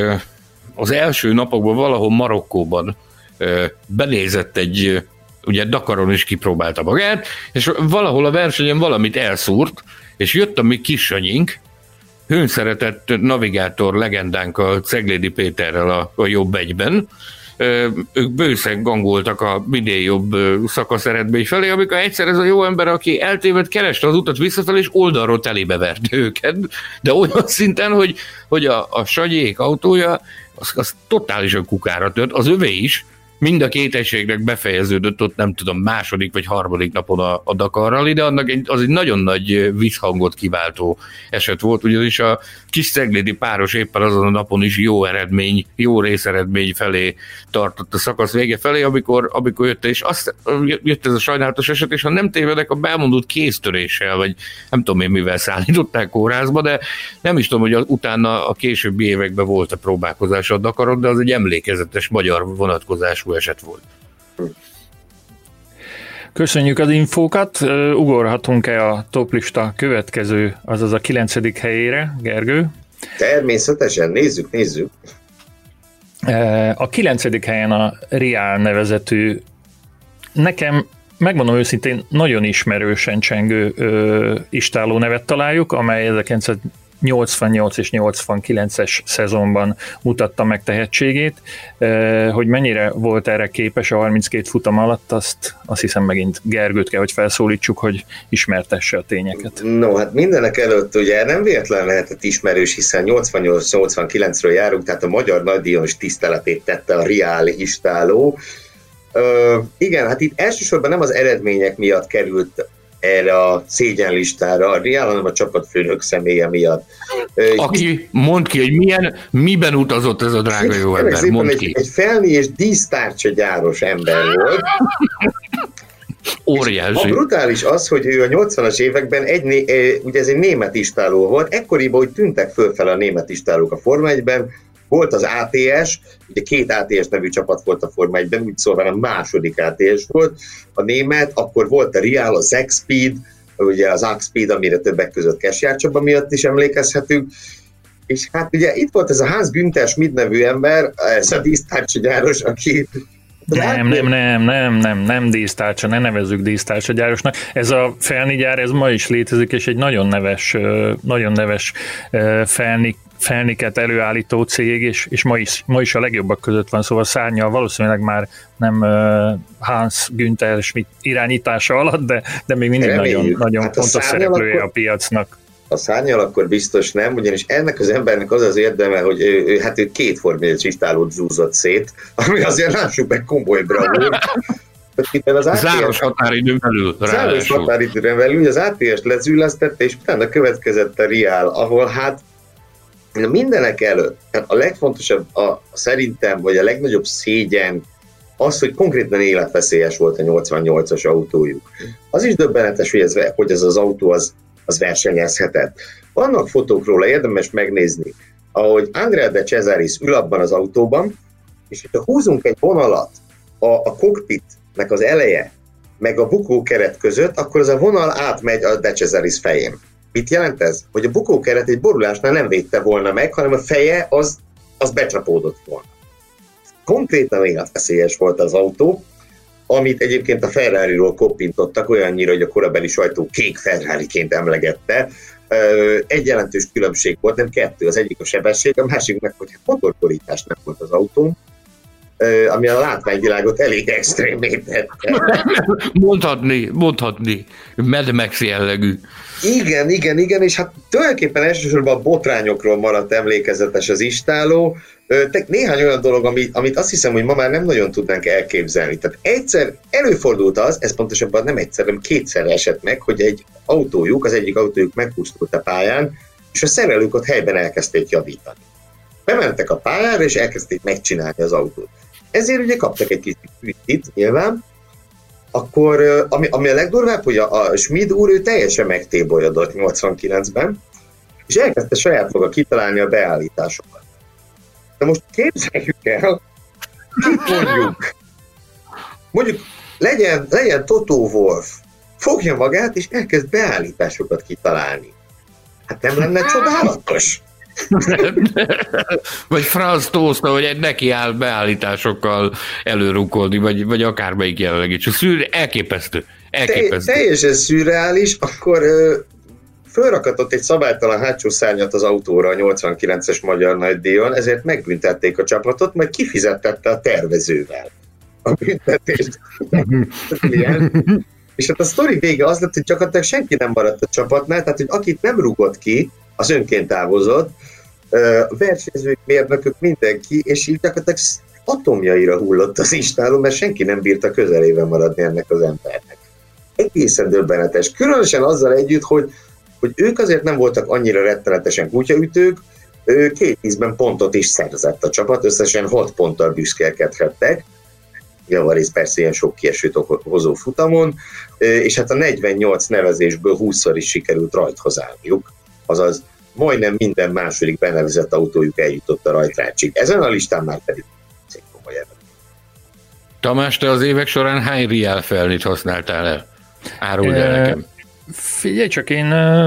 az első napokban valahol Marokkóban benézett egy, ugye Dakaron is kipróbálta magát, és valahol a versenyen valamit elszúrt, és jött a mi kis Sanyink, hőnszeretett navigátor legendánkkal, Ceglédi Péterrel a, a jobb egyben, ők bőszen gangoltak a minél jobb szakasz eredmény felé, amikor egyszer ez a jó ember, aki eltévedt, kereste az utat visszafelé, és oldalról telébe verte őket, de olyan szinten, hogy, hogy a, a Sanyék autója az, az totálisan kukára tört, az övé is, mind a két egységnek befejeződött ott, nem tudom, második vagy harmadik napon a, a Dakar Rally, de annak egy, az egy nagyon nagy visszhangot kiváltó eset volt, ugyanis a kis ceglédi páros éppen azon a napon is jó eredmény, jó részeredmény felé tartott a szakasz vége felé, amikor, amikor jött, és azt jött ez a sajnálatos eset, és ha nem tévedek, a Belmondót kéztöréssel, vagy nem tudom én mivel szállították kórházba, de nem is tudom, hogy utána a későbbi években volt a próbálkozás a Dakaron, de az egy emlékezetes magyar vonatkozású eset volt. Köszönjük az infókat. Ugorhatunk-e a toplista következő, azaz a kilencedik helyére, Gergő? Természetesen, nézzük, nézzük. A kilencedik helyen a Rial nevezetű, nekem, megmondom őszintén, nagyon ismerősen csengő ö, istáló nevet találjuk, amely ezerkilencszáznyolcvannyolc és nyolcvankilences szezonban mutatta meg tehetségét. Hogy mennyire volt erre képes a harminckét futam alatt, azt, azt hiszem megint Gergőt kell, hogy felszólítsuk, hogy ismertesse a tényeket. No, hát mindenek előtt ugye nem véletlen lehetett ismerős, hiszen nyolcvannyolc-nyolcvankilencről járunk, tehát a magyar nagydíjon is tiszteletét tette a Rial istáló. Uh, igen, hát itt elsősorban nem az eredmények miatt került erre a szégyenlistára, a Rial, hanem a csapatfőnök személye miatt. Aki, mondd ki, hogy milyen, miben utazott ez a drága jó ember, mondd egy, ki. Egy felni és dísztárcsa gyáros ember volt. Óriási. A brutális az, hogy ő a nyolcvanas években, egy, ugye ez egy német istáló volt, ekkoriban, hogy tűntek fölfel a német istálók a Forma egyben, volt az á té es, ugye két á té es nevű csapat volt a Forma egyben, úgy szóval a második á té es volt a német, akkor volt a Rial, az X-Speed, ugye az X-Speed, amire többek között Kesjár Csaba miatt is emlékezhetünk, és hát ugye itt volt ez a Hans Günther Schmid nevű ember, ez a dísztárcsagyáros, aki... Nem, nem, nem, nem, nem, nem dísztárcsa, ne nevezzük dísztárcsagyárosnak. Ez a felni gyár, ez ma is létezik, és egy nagyon neves, nagyon neves felni felniket előállító cég, és, és ma, is, ma is a legjobbak között van, szóval szárnyal valószínűleg már nem uh, Hans Günther Schmid irányítása alatt, de, de még mindig Reméljük. nagyon, nagyon hát fontos szereplője akkor, a piacnak. A szárnyal akkor biztos nem, ugyanis ennek az embernek az az érdeme, hogy ő, ő, hát ő két formális istálót zúzott szét, ami azért lássuk meg komoly bravúr. Záros határidőn belül. Záros határidőn belül, az á té es lezűlesztette, és utána következett a Rial, ahol hát mindenek előtt, tehát a legfontosabb a, szerintem, vagy a legnagyobb szégyen az, hogy konkrétan életveszélyes volt a nyolcvannyolcas autójuk. Az is döbbenetes, hogy ez, hogy ez az autó az az versenyezhetett. Vannak fotók róla, érdemes megnézni, ahogy Andrea De Cesaris ül abban az autóban, és hogyha húzunk egy vonalat a, a cockpitnek az eleje, meg a bukókeret között, akkor az a vonal átmegy a De Cesaris fején. Mit jelent ez? Hogy a bukókeret egy borulásnál nem védte volna meg, hanem a feje az, az becsapódott volna. Konkrétan életveszélyes volt az autó, amit egyébként a Ferrariról koppintottak olyannyira, hogy a korabeli sajtó kék Ferrariként emlegette. Egy jelentős különbség volt, nem kettő, az egyik a sebesség, a másik meg, hogy motorborítás nem volt az autón, ami a látványvilágot elég extrémé tette. Mondhatni, mondhatni, Mad Max jellegű. Igen, igen, igen, és hát tulajdonképpen elsősorban a botrányokról maradt emlékezetes az istáló. Néhány olyan dolog, amit, amit azt hiszem, hogy ma már nem nagyon tudnánk elképzelni. Tehát egyszer előfordult az, ez pontosabban nem egyszer, hanem kétszer esett meg, hogy egy autójuk, az egyik autójuk megpusztult a pályán, és a szerelők ott helyben elkezdték javítani. Bementek a pályára, és elkezdték megcsinálni az autót. Ezért ugye kaptak egy kis ütit, nyilván. Akkor, ami, ami a legdurvább, hogy a, a Schmid úr, ő teljesen megtébolyodott nyolcvankilencben, és elkezdte saját maga kitalálni a beállításokat. De most képzeljük el, mondjuk, mondjuk legyen, legyen Toto Wolff, fogja magát, és elkezd beállításokat kitalálni. Hát nem lenne csodálatos? Vagy Franz Toast, hogy egy neki áll beállításokkal előrukolni, vagy, vagy akármelyik jelenlegi. Csak szűr, elképesztő. elképesztő. Te, teljesen szürreális, akkor ö, fölrakatott egy szabálytalan hátsó szárnyat az autóra a nyolcvankilences Magyar Nagydíjon, ezért megbüntették a csapatot, majd kifizettette a tervezővel a büntetést. És hát a sztori vége az lett, hogy gyakorlatilag senki nem maradt a csapatnál, tehát hogy akit nem rúgott ki, az önként távozott, a versenyzők, mérnökök, mindenki, és így gyakorlatilag atomjaira hullott az istáló, mert senki nem bírta közelében maradni ennek az embernek. Egészen döbbenetes. Különösen azzal együtt, hogy, hogy ők azért nem voltak annyira rettenetesen kutyaütők, két ízben pontot is szerzett a csapat, összesen hat ponttal büszkélkedhettek, javarészt persze ilyen sok kiesőt hozó futamon, és hát a negyvennyolc nevezésből húszszor is sikerült rajthoz állniuk, azaz majdnem minden második benevezett autójuk eljutott a rajtrácsig. Ezen a listán már pedig szép komoly eredmény. Tamás, te az évek során hány Rial felnit használtál el? Áruld el nekem. Figyelj csak, én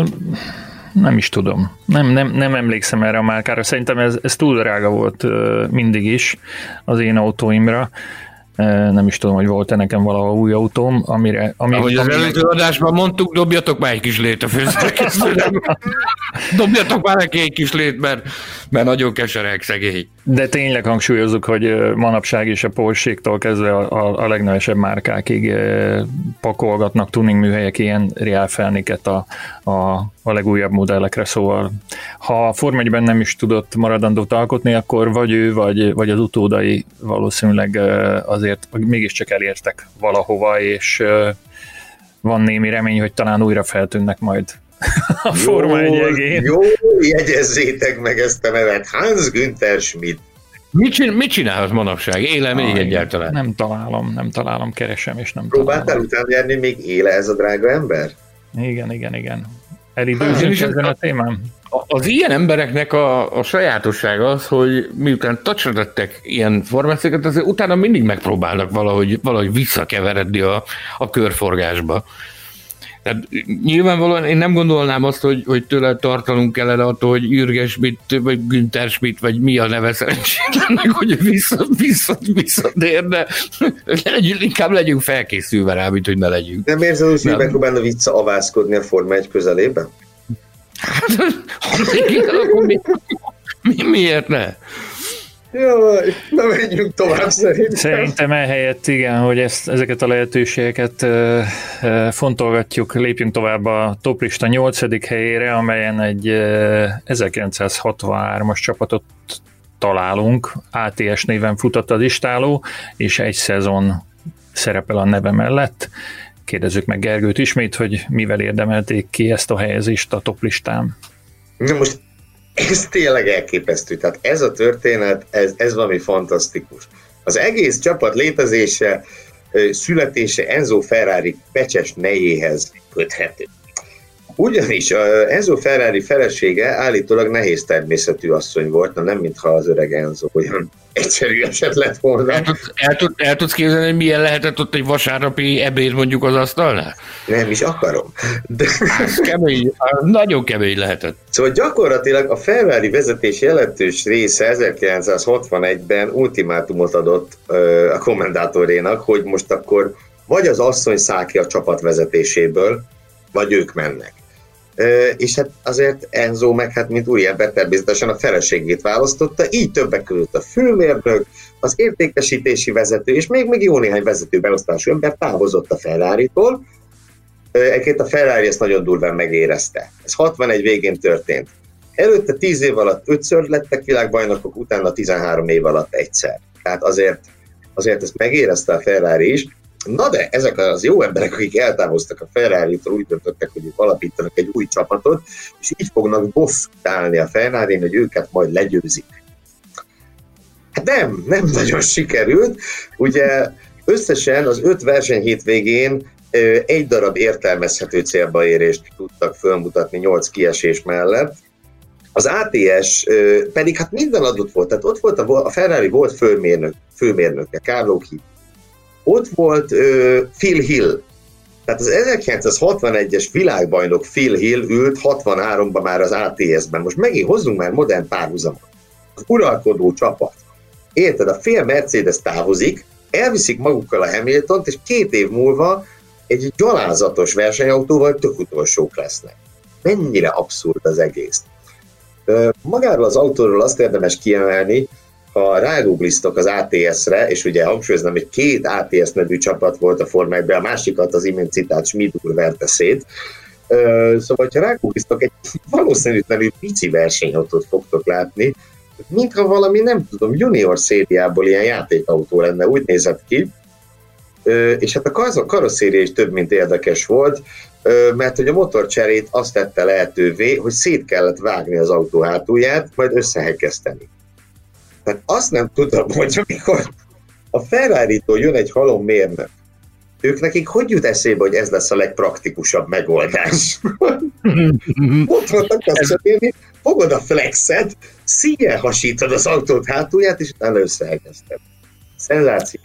nem is tudom. Nem, nem, nem emlékszem erre a márkára. Szerintem ez, ez túl drága volt mindig is az én autóimra. Nem is tudom, hogy volt-e nekem valahol új autóm, amire... Ami, Ahogy az ami előző meg... adásban mondtuk, dobjatok már egy kis lét a főszerkesztőnek. Dobjatok már neki egy kis lét, mert, mert nagyon kesereg szegény. De tényleg hangsúlyozzuk, hogy manapság is a Porsche-tól kezdve a, a, a legnevesebb márkákig pakolgatnak tuning műhelyek ilyen Rial felniket a, a, a legújabb modellekre, szóval ha a Forma egyben nem is tudott maradandót alkotni, akkor vagy ő, vagy, vagy az utódai valószínűleg azért mégiscsak elértek valahova, és van némi remény, hogy talán újra feltűnnek majd a Forma egy egén. Jó, jegyezzétek meg ezt a nevet, Hans Günther Schmid. Mit, csin- mit csinálhat manapság? Éle még egyáltalán? Nem találom, nem találom, keresem, és nem Próbáltál találom. utána járni, még éle ez a drága ember? Igen, igen, igen. Elidőzünk ezen a témán? Az ilyen embereknek a, a sajátossága az, hogy miután tacsratettek ilyen formációkat, azért utána mindig megpróbálnak valahogy, valahogy visszakeveredni a, a körforgásba. Tehát nyilvánvalóan én nem gondolnám azt, hogy, hogy tőle tartanunk kellene attól, hogy Jürgen Schmidt, vagy Günther Schmidt, vagy mi a neve szerencsétlennek, hogy vissza, vissza, visszatér, de inkább legyünk felkészülve rá, mint hogy ne legyünk. Nem érzed úgy, hogy megpróbálna visszaavászkodni a Forma egy közelében? mi, mi, miért ne? Jaj, na menjünk tovább szerintem. Szerintem ehelyett igen, hogy ezt, ezeket a lehetőségeket uh, uh, fontolgatjuk, lépjünk tovább a toplista nyolcadik helyére, amelyen egy uh, ezerkilencszázhatvanhármas csapatot találunk, á té es néven futott az istáló, és egy szezon szerepel a neve mellett. Kérdezzük meg Gergőt ismét, hogy mivel érdemelték ki ezt a helyezést a toplistán. Na most ez tényleg elképesztő. Tehát ez a történet, ez, ez valami fantasztikus. Az egész csapat létezése, születése Enzo Ferrari becses nejéhez köthető. Ugyanis Enzo Ferrari felesége állítólag nehéz természetű asszony volt, na nem mintha az öreg Enzo olyan egyszerű eset lett volna. El, tud, el, tud, el tudsz képzelni, hogy milyen lehetett ott egy vasárnapi ebéd mondjuk az asztalnál? Nem is akarom. De... Ez kemény, nagyon kemény lehetett. Szóval gyakorlatilag a Ferrari vezetés jelentős része ezerkilencszázhatvanegyben ultimátumot adott ö, a kommendátorénak, hogy most akkor vagy az asszony száll ki a csapat vezetéséből, vagy ők mennek. Ö, és hát azért Enzo meg, hát mint új ember természetesen a feleségét választotta, így többek között a főmérnök, az értékesítési vezető, és még, még jó néhány vezető beosztású ember távozott a Ferraritól. Egyébként a Ferrari ezt nagyon durván megérezte. Ez hatvanegy végén történt. Előtte tíz év alatt ötször lettek világbajnokok, utána tizenhárom év alatt egyszer. Tehát azért, azért ezt megérezte a Ferrari is. Na de ezek az jó emberek, akik eltávoztak a Ferraritól, úgy döntöttek, hogy ők alapítanak egy új csapatot, és így fognak bosszút állni a Ferrarin, hogy őket majd legyőzik. Hát nem, nem nagyon sikerült. Ugye összesen az öt verseny hétvégén egy darab értelmezhető célba érést tudtak fölmutatni nyolc kiesés mellett. Az á té es pedig hát minden adott volt, tehát ott volt a, a Ferrari volt főmérnök, főmérnöke, Carlo Ki. Ott volt uh, Phil Hill, tehát az ezerkilencszázhatvanegyes világbajnok Phil Hill ült hatvanháromban már az á té es-ben. Most megint hozzunk már modern párhuzamot. Az uralkodó csapat. Érted, a fél Mercedes távozik, elviszik magukkal a Hamiltont, és két év múlva egy gyalázatos versenyautóval tök utolsók lesznek. Mennyire abszurd az egész. Magáról az autóról azt érdemes kiemelni, ha rágoogliztok az á té es-re, és ugye hangsúlyoznám, hogy két á té es nevű csapat volt a Forma egyben, a másikat az imént citált Schmid úr verte szét. Szóval, ha rágoogliztok, egy valószínűtlenül pici versenyautót fogtok látni, mintha valami, nem tudom, junior szériából ilyen játékautó lenne, úgy nézett ki. És hát a karosszéria is több, mint érdekes volt, mert hogy a motorcserét azt tette lehetővé, hogy szét kellett vágni az autó hátulját, majd összehegeszteni. Tehát azt nem tudom, hogy amikor a Ferrari-tól jön egy halom mérnök, ők nekik hogy jut eszébe, hogy ez lesz a legpraktikusabb megoldás? Ott voltak azt érni, fogod a flexet, szíjjel hasítod az autót hátulját, és utána összehegeszted. Szenzáció.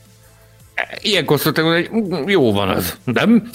Ilyenkor szóltak, hogy jó van az, nem?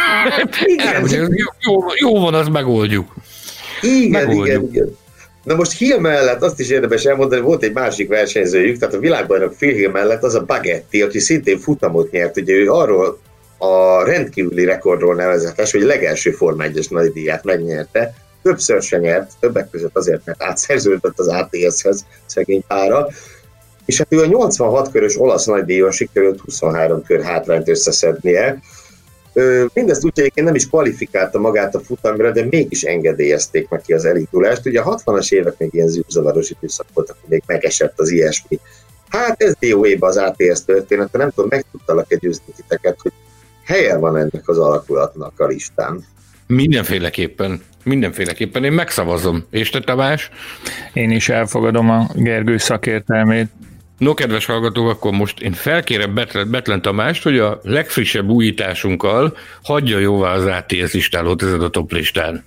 Igen. jó, jó van, az megoldjuk. Igen, megoldjuk. igen, igen. Na most Hill mellett azt is érdemes elmondani, volt egy másik versenyzőjük, tehát a világbajnok Phil Hill mellett az a Baghetti, aki szintén futamot nyert, ugye ő arról a rendkívüli rekordról nevezetes, hogy legelső Forma egyes nagydíját megnyerte, többször se nyert, többek között azért, mert átszerződött az á té es-hez szegény pára, és hát ő a nyolcvanhat körös olasz nagydíjon sikerült huszonhárom kör hátrányt összeszednie. Mindezt úgy, hogy nem is kvalifikálta magát a futamra, de mégis engedélyezték neki az elitulást. Ugye a hatvanas évek még ilyen zűrzavaros időszak voltak, hogy még megesett az ilyesmi. Hát ez dé o é-ben az á té es története, nem tudom, meg tudtalak-e győzni titeket, hogy helye van ennek az alakulatnak a listán. Mindenféleképpen, mindenféleképpen. Én megszavazom. És te, Tamás? Én is elfogadom a Gergő szakértelmét. No, kedves hallgatók, akkor most én felkérem Betlen, Betlen Tamást, hogy a legfrissebb újításunkkal hagyja jóvá az á té es listálót ezen a top listán.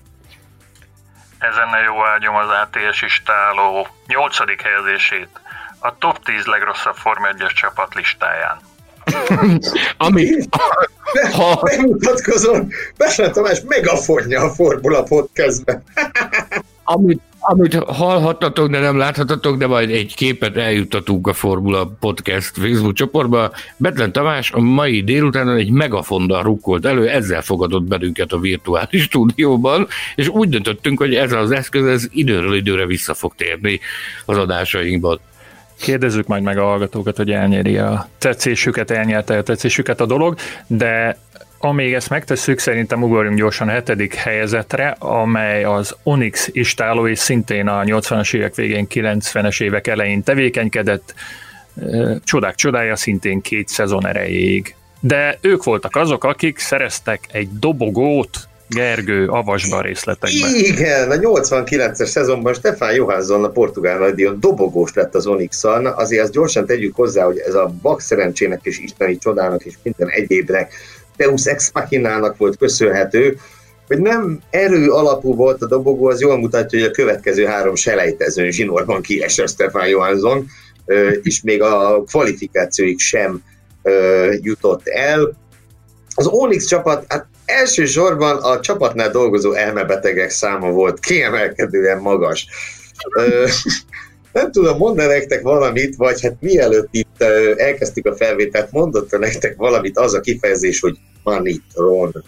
Ezennel jóvágyom az á té es listáló nyolcadik helyezését a top tíz legrosszabb Forma egyes csapat listáján. Ami... Ha... Bemutatkozom, Betlen Tamás megafonja a Formula Podcastben. Amit, amit hallhattatok, de nem láthatatok, de majd egy képet eljuttatunk a Formula Podcast Facebook csoportba. Betlen Tamás a mai délutánon egy megafonnal rukkolt elő, ezzel fogadott bennünket a virtuális stúdióban, és úgy döntöttünk, hogy ez az eszköz ez időről időre vissza fog térni az adásainkban. Kérdezzük majd meg a hallgatókat, hogy elnyeri a tetszésüket, elnyerte a tetszésüket a dolog, de amíg ezt megtesszük, szerintem ugorjunk gyorsan a hetedik helyezetre, amely az Onyx istáló, és szintén a nyolcvanas évek végén, kilencvenes évek elején tevékenykedett. Csodák csodája, szintén két szezon erejéig. De ők voltak azok, akik szereztek egy dobogót. Gergő, avasd be a részletekbe. Igen, a nyolcvankilences szezonban Stefan Johansson, a portugál nagydíjon dobogós lett az Onyxon. Azért azt gyorsan tegyük hozzá, hogy ez a vak szerencsének és isteni csodának és minden egyébnek Deus Ex Machinának volt köszönhető. hogy nem erő alapú volt a dobogó, az jól mutatja, hogy a következő három selejtezőn zsinórban kiesett Stefan Johansson, és még a kvalifikációig sem jutott el. Az Onyx csapat, hát elsősorban a csapatnál dolgozó elmebetegek száma volt kiemelkedően magas. Nem tudom, mondani nektek valamit, vagy hát mielőtt itt elkezdtük a felvételt, mondott nektek valamit az a kifejezés, hogy Manitron.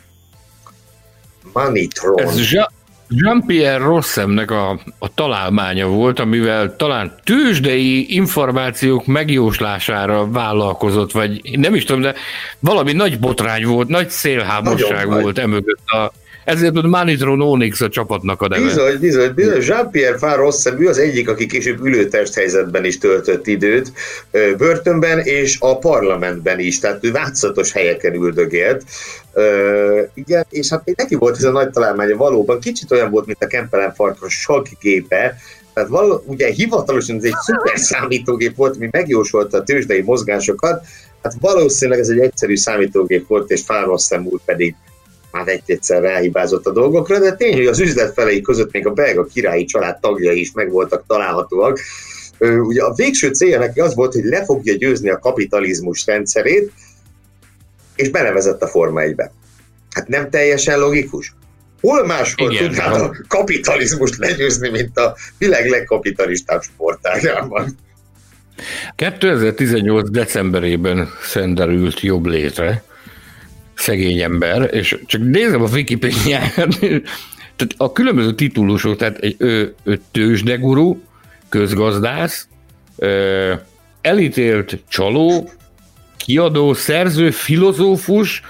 Manitron. Ez Jean-Pierre Rossemnek a, a találmánya volt, amivel talán tőzsdei információk megjóslására vállalkozott, vagy nem is tudom, de valami nagy botrány volt, nagy szélhámosság Nagyon volt emögött. A, ezért a Manitron Onyx a csapatnak a neve. Bizony, bizony, bizony. Jean-Pierre Rossem, ő az egyik, aki később ülőtest helyzetben is töltött időt börtönben, és a parlamentben is, tehát ő látszatos helyeken üldögélt. Uh, igen, és hát még neki volt ez a nagy találmánya valóban, kicsit olyan volt, mint a Kempelen farkas sakkgépe, tehát való, ugye hivatalosan ez egy szuper számítógép volt, ami megjósolta a tőzsdei mozgásokat, hát valószínűleg ez egy egyszerű számítógép volt, és Rossem úr pedig már egy-egyszer ráhibázott a dolgokra, de tény, hogy az üzletfelei között még a belga királyi család tagjai is meg voltak találhatóak. Uh, ugye a végső célja neki az volt, hogy le fogja győzni a kapitalizmus rendszerét, és belevezett a Forma egybe. Hát nem teljesen logikus. Hol máshol tudnád a kapitalizmust legyőzni, mint a világ legkapitalistább sportágában? kétezer-tizennyolc decemberében szenderült jobb létre, szegény ember, és csak nézem a Wikipédiáját, tehát a különböző titulusok, tehát egy ő, ő tőzsdeguru, közgazdász, elítélt csaló, kiadó, szerző, filozófus,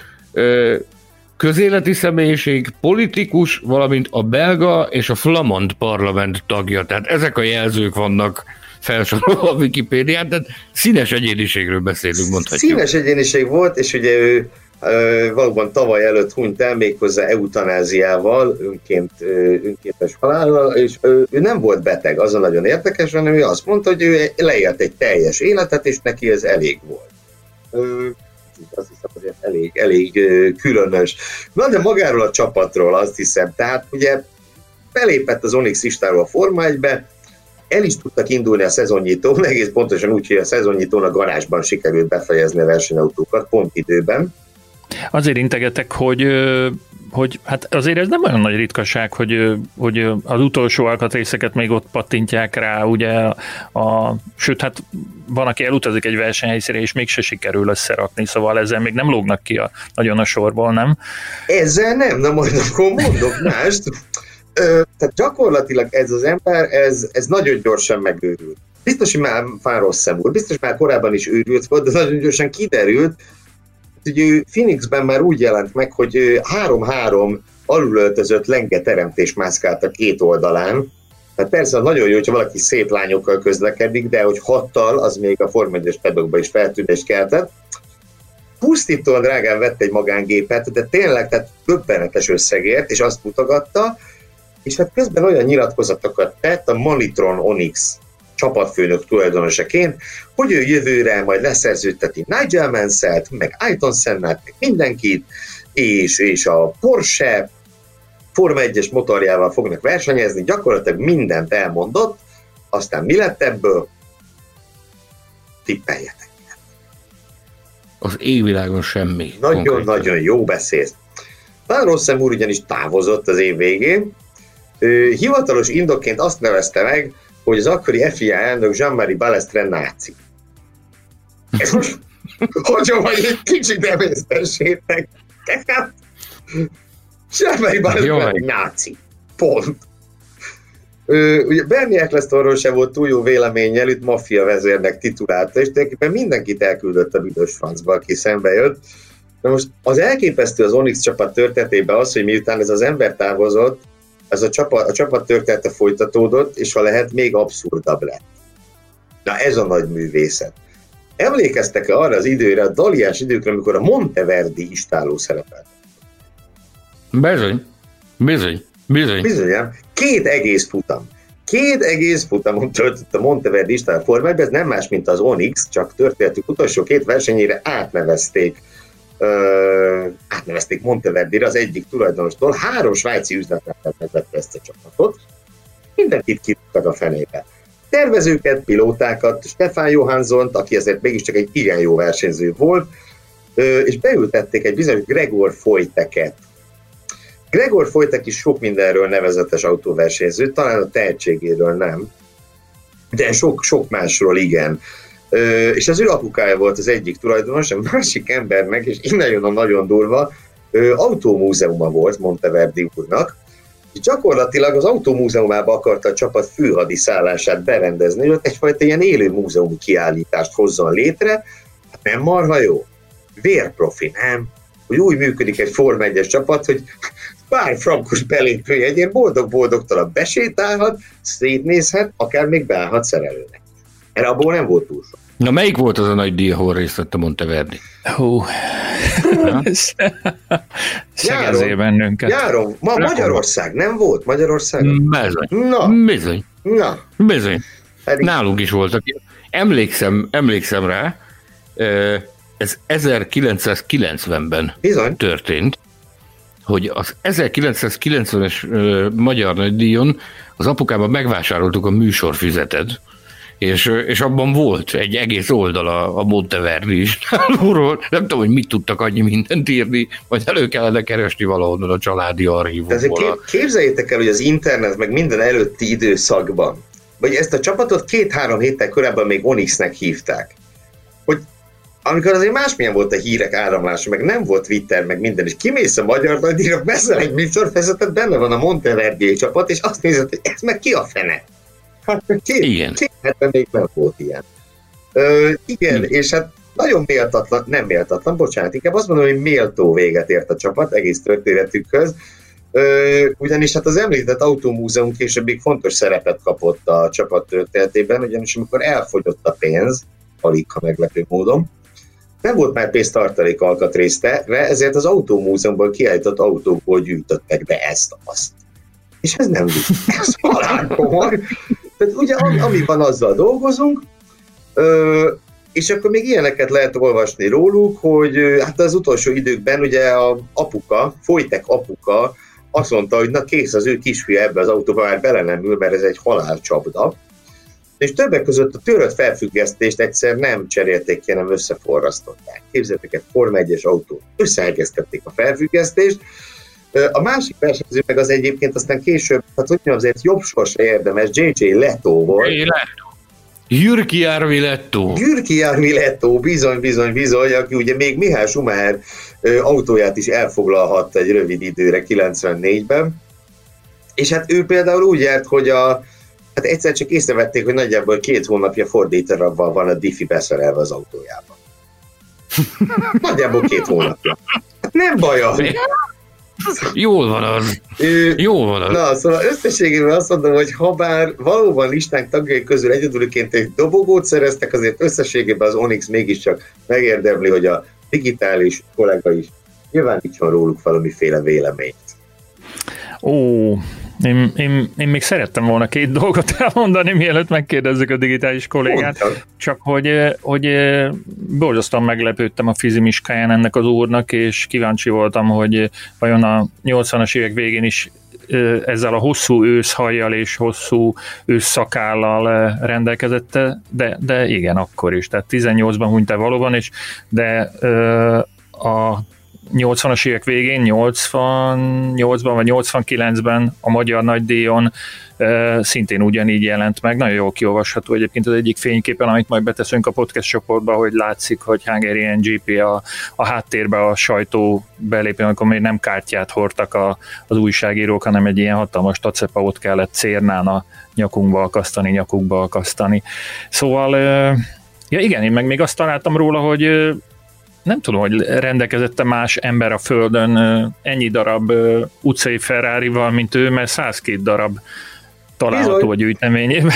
közéleti személyiség, politikus, valamint a belga és a flamand parlament tagja. Tehát ezek a jelzők vannak felsorolva a Wikipédián, tehát színes egyéniségről beszélünk, mondhatjuk. Színes egyéniség volt, és ugye ő valóban tavaly előtt hunyt el, méghozzá eutanáziával, önként, önkéntes halállal, és ő, ő nem volt beteg, az a nagyon érdekes, hanem ő azt mondta, hogy ő leélt egy teljes életet, és neki ez elég volt. Azt hiszem, azért elég, elég különös. Na, de magáról a csapatról azt hiszem, tehát ugye belépett az Onyx listáról a Forma egybe, el is tudtak indulni a szezonnyitón, egész pontosan úgy, hogy a szezonnyitón a garázsban sikerült befejezni a versenyautókat pont időben. Azért integetek, hogy, hogy hát azért ez nem olyan nagy ritkaság, hogy, hogy az utolsó alkatrészeket még ott pattintják rá, ugye, a, sőt, hát van, aki elutazik egy versenyhelyszínre, és mégse sikerül összerakni, szóval ezzel még nem lógnak ki a, nagyon a sorból, nem? Ezzel nem, na majd akkor mondok mást. Ö, tehát gyakorlatilag ez az ember, ez, ez nagyon gyorsan megőrült. Biztos, hogy már Van Rossem úr, biztos, már korábban is őrült volt, de nagyon gyorsan kiderült, hogy ő Phoenixben már úgy jelent meg, hogy három-három alulöltözött lengeteremtés mászkált a két oldalán. Tehát persze nagyon jó, hogyha valaki szép lányokkal közlekedik, de hogy hattal, az még a Forma egyes pedokban is feltűnést keltett. Pusztítóan drágán vett egy magángépet, de tényleg tehát döbbenetes összegért, és azt mutogatta, és hát közben olyan nyilatkozatokat tett a Manitron Onyx csapatfőnök tulajdonosaként, hogy ő jövőre majd leszerződteti Nigel Mansell-t, meg Ayrton Sennát, meg mindenkit, és, és a Porsche Forma egyes motorjával fognak versenyezni, gyakorlatilag mindent elmondott, aztán mi lett ebből? Tippeljetek. Az égvilágon semmi. Nagyon-nagyon jó beszélt. Van Rossem úr ugyanis távozott az év végén. Ő, hivatalos indokként azt nevezte meg, hogy az akkori ef i á elnök Jean-Marie Balestre náci. Ez most, hogyha majd egy kicsit emésztessétek. Jean-Marie Balestre náci. Pont. Ö, ugye Bernie Ecclestonról sem volt túl jó véleménnyel, itt maffia vezérnek titulálta, és tulajdonképpen mindenkit elküldött a büdös francba, aki szembe jött. Na most az elképesztő az Onyx csapat történetében az, hogy miután ez az ember távozott, ez a csapat, a csapat története folytatódott, és ha lehet, még abszurdabb lett. Na ez a nagy művészet. Emlékeztek-e arra az időre, a daliás időkre, amikor a Monteverdi istáló szerepelt? Bizony. Bizony. Bizony. Bizony. Két egész futam. Két egész futamon töltött a Monteverdi istáló Forma egybe, ez nem más, mint az Onyx, csak történetük utolsó két versenyére átnevezték átnevezték Monteverdire az egyik tulajdonostól, három svájci üzletember megvette ezt a csapatot, mindenkit kirúgtak a fenébe. Tervezőket, pilótákat, Stefan Johanssont, aki azért mégiscsak egy igen jó versenyző volt, és beültették egy bizonyos Gregor Foyteket. Gregor Foytek is sok mindenről nevezetes autóversenyző, talán a tehetségéről nem, de sok, sok másról igen. És az ő apukája volt az egyik tulajdonos, a másik embernek, és innen jön a nagyon durva, autómúzeuma volt Monteverdi úrnak, és gyakorlatilag az autómúzeumába akarta a csapat főhadiszállását berendezni, hogy ott egyfajta ilyen élő múzeumi kiállítást hozzon létre. Hát nem marha jó? Vérprofi, nem? Hogy úgy működik egy Forma egyes csapat, hogy pár frankos belépőjegyén boldog-boldogtalan besétálhat, szétnézhet, akár még beállhat szerelőnek. Erre abból nem volt túl sok. Na, melyik volt az a nagy díj, ahol részt vett a Monteverdi? Hú. Szegezé bennünket. Járom. Ma Magyarország nem volt? Magyarország? Bizony. Na. Bizony. Na. Bizony. Pedig... Nálunk is voltak. Emlékszem, emlékszem rá, ez ezerkilencszázkilencvenben Bizony. történt, hogy az ezerkilencszázkilencvenes Magyar Nagydíjon az apukában megvásároltuk a műsorfüzetet, és, és abban volt egy egész oldala a Monteverdi is. Nem tudom, hogy mit tudtak annyi mindent írni, majd elő kellene keresni valahonnan a családi archívumból. Képzeljétek el, hogy az internet meg minden előtti időszakban, vagy ezt a csapatot két-három héttel korábban még Onyxnek hívták. Hogy amikor azért másmilyen volt a hírek áramlása, meg nem volt Twitter, meg minden, és kimész a Magyar Nagydíjra, veszel egy műsorvezetet, benne van a Monteverdi csapat, és azt nézed, hogy ez meg ki a fene? Hát két, igen. két hetben még nem volt ilyen. Ö, igen, igen, és hát nagyon méltatlan, nem méltatlan, bocsánat, inkább azt mondom, hogy méltó véget ért a csapat egész történetükhöz, ö, ugyanis hát az említett autómúzeum későbbig fontos szerepet kapott a csapat történetében, ugyanis amikor elfogyott a pénz, alig ha meglepő módon, nem volt már pénz tartalék alkatrészre, ezért az autómúzeumból kiállított autókból gyűjtöttek be ezt-azt. És ez nem vicc, ez halálkomoly. Tehát ugye, ami van, azzal dolgozunk, és akkor még ilyeneket lehet olvasni róluk, hogy hát az utolsó időkben ugye a apuka, Foytek apuka azt mondta, hogy na kész, az ő kisfia ebbe az autóba már bele nem ül, mert ez egy halálcsapda. És többek között a törött felfüggesztést egyszer nem cserélték ki, hanem összeforrasztották. Képzeljétek, egy Forma egyes autó, összeegeztették a felfüggesztést. A másik versenyző meg az egyébként aztán később, hát úgy azért jobb sorsra érdemes, jé jé Leto volt. Jürki Járvi Leto. Jürki Járvi Leto, bizony, bizony, bizony, aki ugye még Mihály Schumacher autóját is elfoglalhatta egy rövid időre kilencvennégyben. És hát ő például úgy járt, hogy a, hát egyszer csak észrevették, hogy nagyjából két hónapja fordítóravval van a diffi beszerelve az autójában. Nagyjából két hónapja. Hát nem baj az. Jól van az. Ő, Jól van az. Na, szóval összességében azt mondom, hogy ha bár valóban listánk tagjai közül egyedüliként egy dobogót szereztek, azért összességében az Onyx mégiscsak megérdemli, hogy a digitális kollega is nyilvánítson róluk valamiféle véleményt. Ó, én, én, én még szerettem volna két dolgot elmondani, mielőtt megkérdezzük a digitális kollégát. Mondtam. Csak hogy, hogy borzasztóan meglepődtem a fizimiskáján ennek az úrnak, és kíváncsi voltam, hogy vajon a nyolcvanas évek végén is ezzel a hosszú őszhajjal és hosszú ősszakállal rendelkezett, de, de igen, akkor is. Tehát tizennyolcban hunyt el valóban, és de a nyolcvanas évek végén, nyolcvannyolcban vagy nyolcvankilencben a Magyar Nagydíjon e, szintén ugyanígy jelent meg. Nagyon jól kiolvasható egyébként az egyik fényképen, amit majd beteszünk a podcast csoportba, hogy látszik, hogy Hungarian gé pé a, a háttérbe a sajtó belépő, amikor még nem kártyát hordtak a, az újságírók, hanem egy ilyen hatalmas tacepaut kellett cérnán a nyakunkba akasztani, nyakukba akasztani. Szóval, e, ja igen, én meg még azt találtam róla, hogy nem tudom, hogy rendelkezette más ember a Földön ennyi darab utcai Ferrarival, mint ő, mert százkettő darab található a gyűjteményében.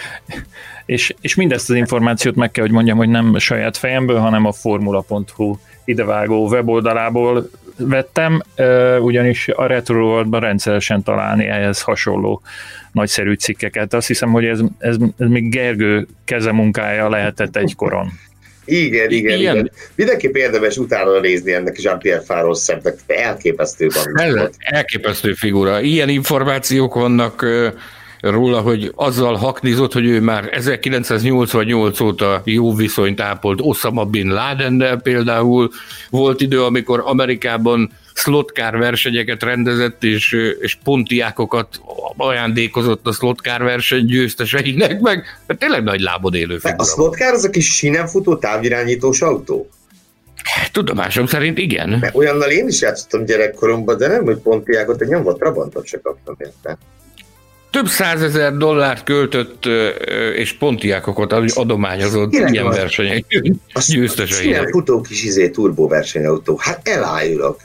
és, és mindezt az információt meg kell, hogy mondjam, hogy nem saját fejemből, hanem a formula pont hu idevágó weboldalából vettem, ugyanis a Retro Worldban rendszeresen találni ehhez hasonló nagyszerű cikkeket. Azt hiszem, hogy ez, ez, ez még Gergő kezemunkája lehetett egykoron. Igen, igen, igen, igen. Mindenképp érdemes utána nézni ennek Jean-Pierre Farrosnak, elképesztő van. Elképesztő figura. Ilyen információk vannak róla, hogy azzal haknizott, hogy ő már ezerkilencszáznyolcvannyolc óta jó viszonyt ápolt Osama Bin Ladennel például. Volt idő, amikor Amerikában szlotkár versenyeket rendezett, és, és pontiákokat ajándékozott a szlotkár verseny győzteseinek, meg tényleg nagy lábon élő figura. A szlotkár az a kis sínen futó távirányítós autó? Tudomásom szerint igen. Mert olyannal én is játszottam gyerekkoromban, de nem, hogy pontiákot, egy nyomvat Trabantot se kaptam érte. Több százezer dollárt költött és pontiákokat adományozott ilyen versenyek győzteseinek. Sínen futó kis izé turbó versenyautó. Hát elájulok.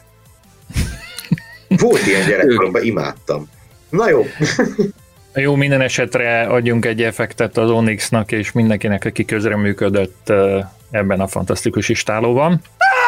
Volt ilyen gyerekkoromban, imádtam. Na jó. Jó, minden esetre adjunk egy effektet az Onyxnak és mindenkinek, aki közreműködött ebben a fantasztikus istálóban.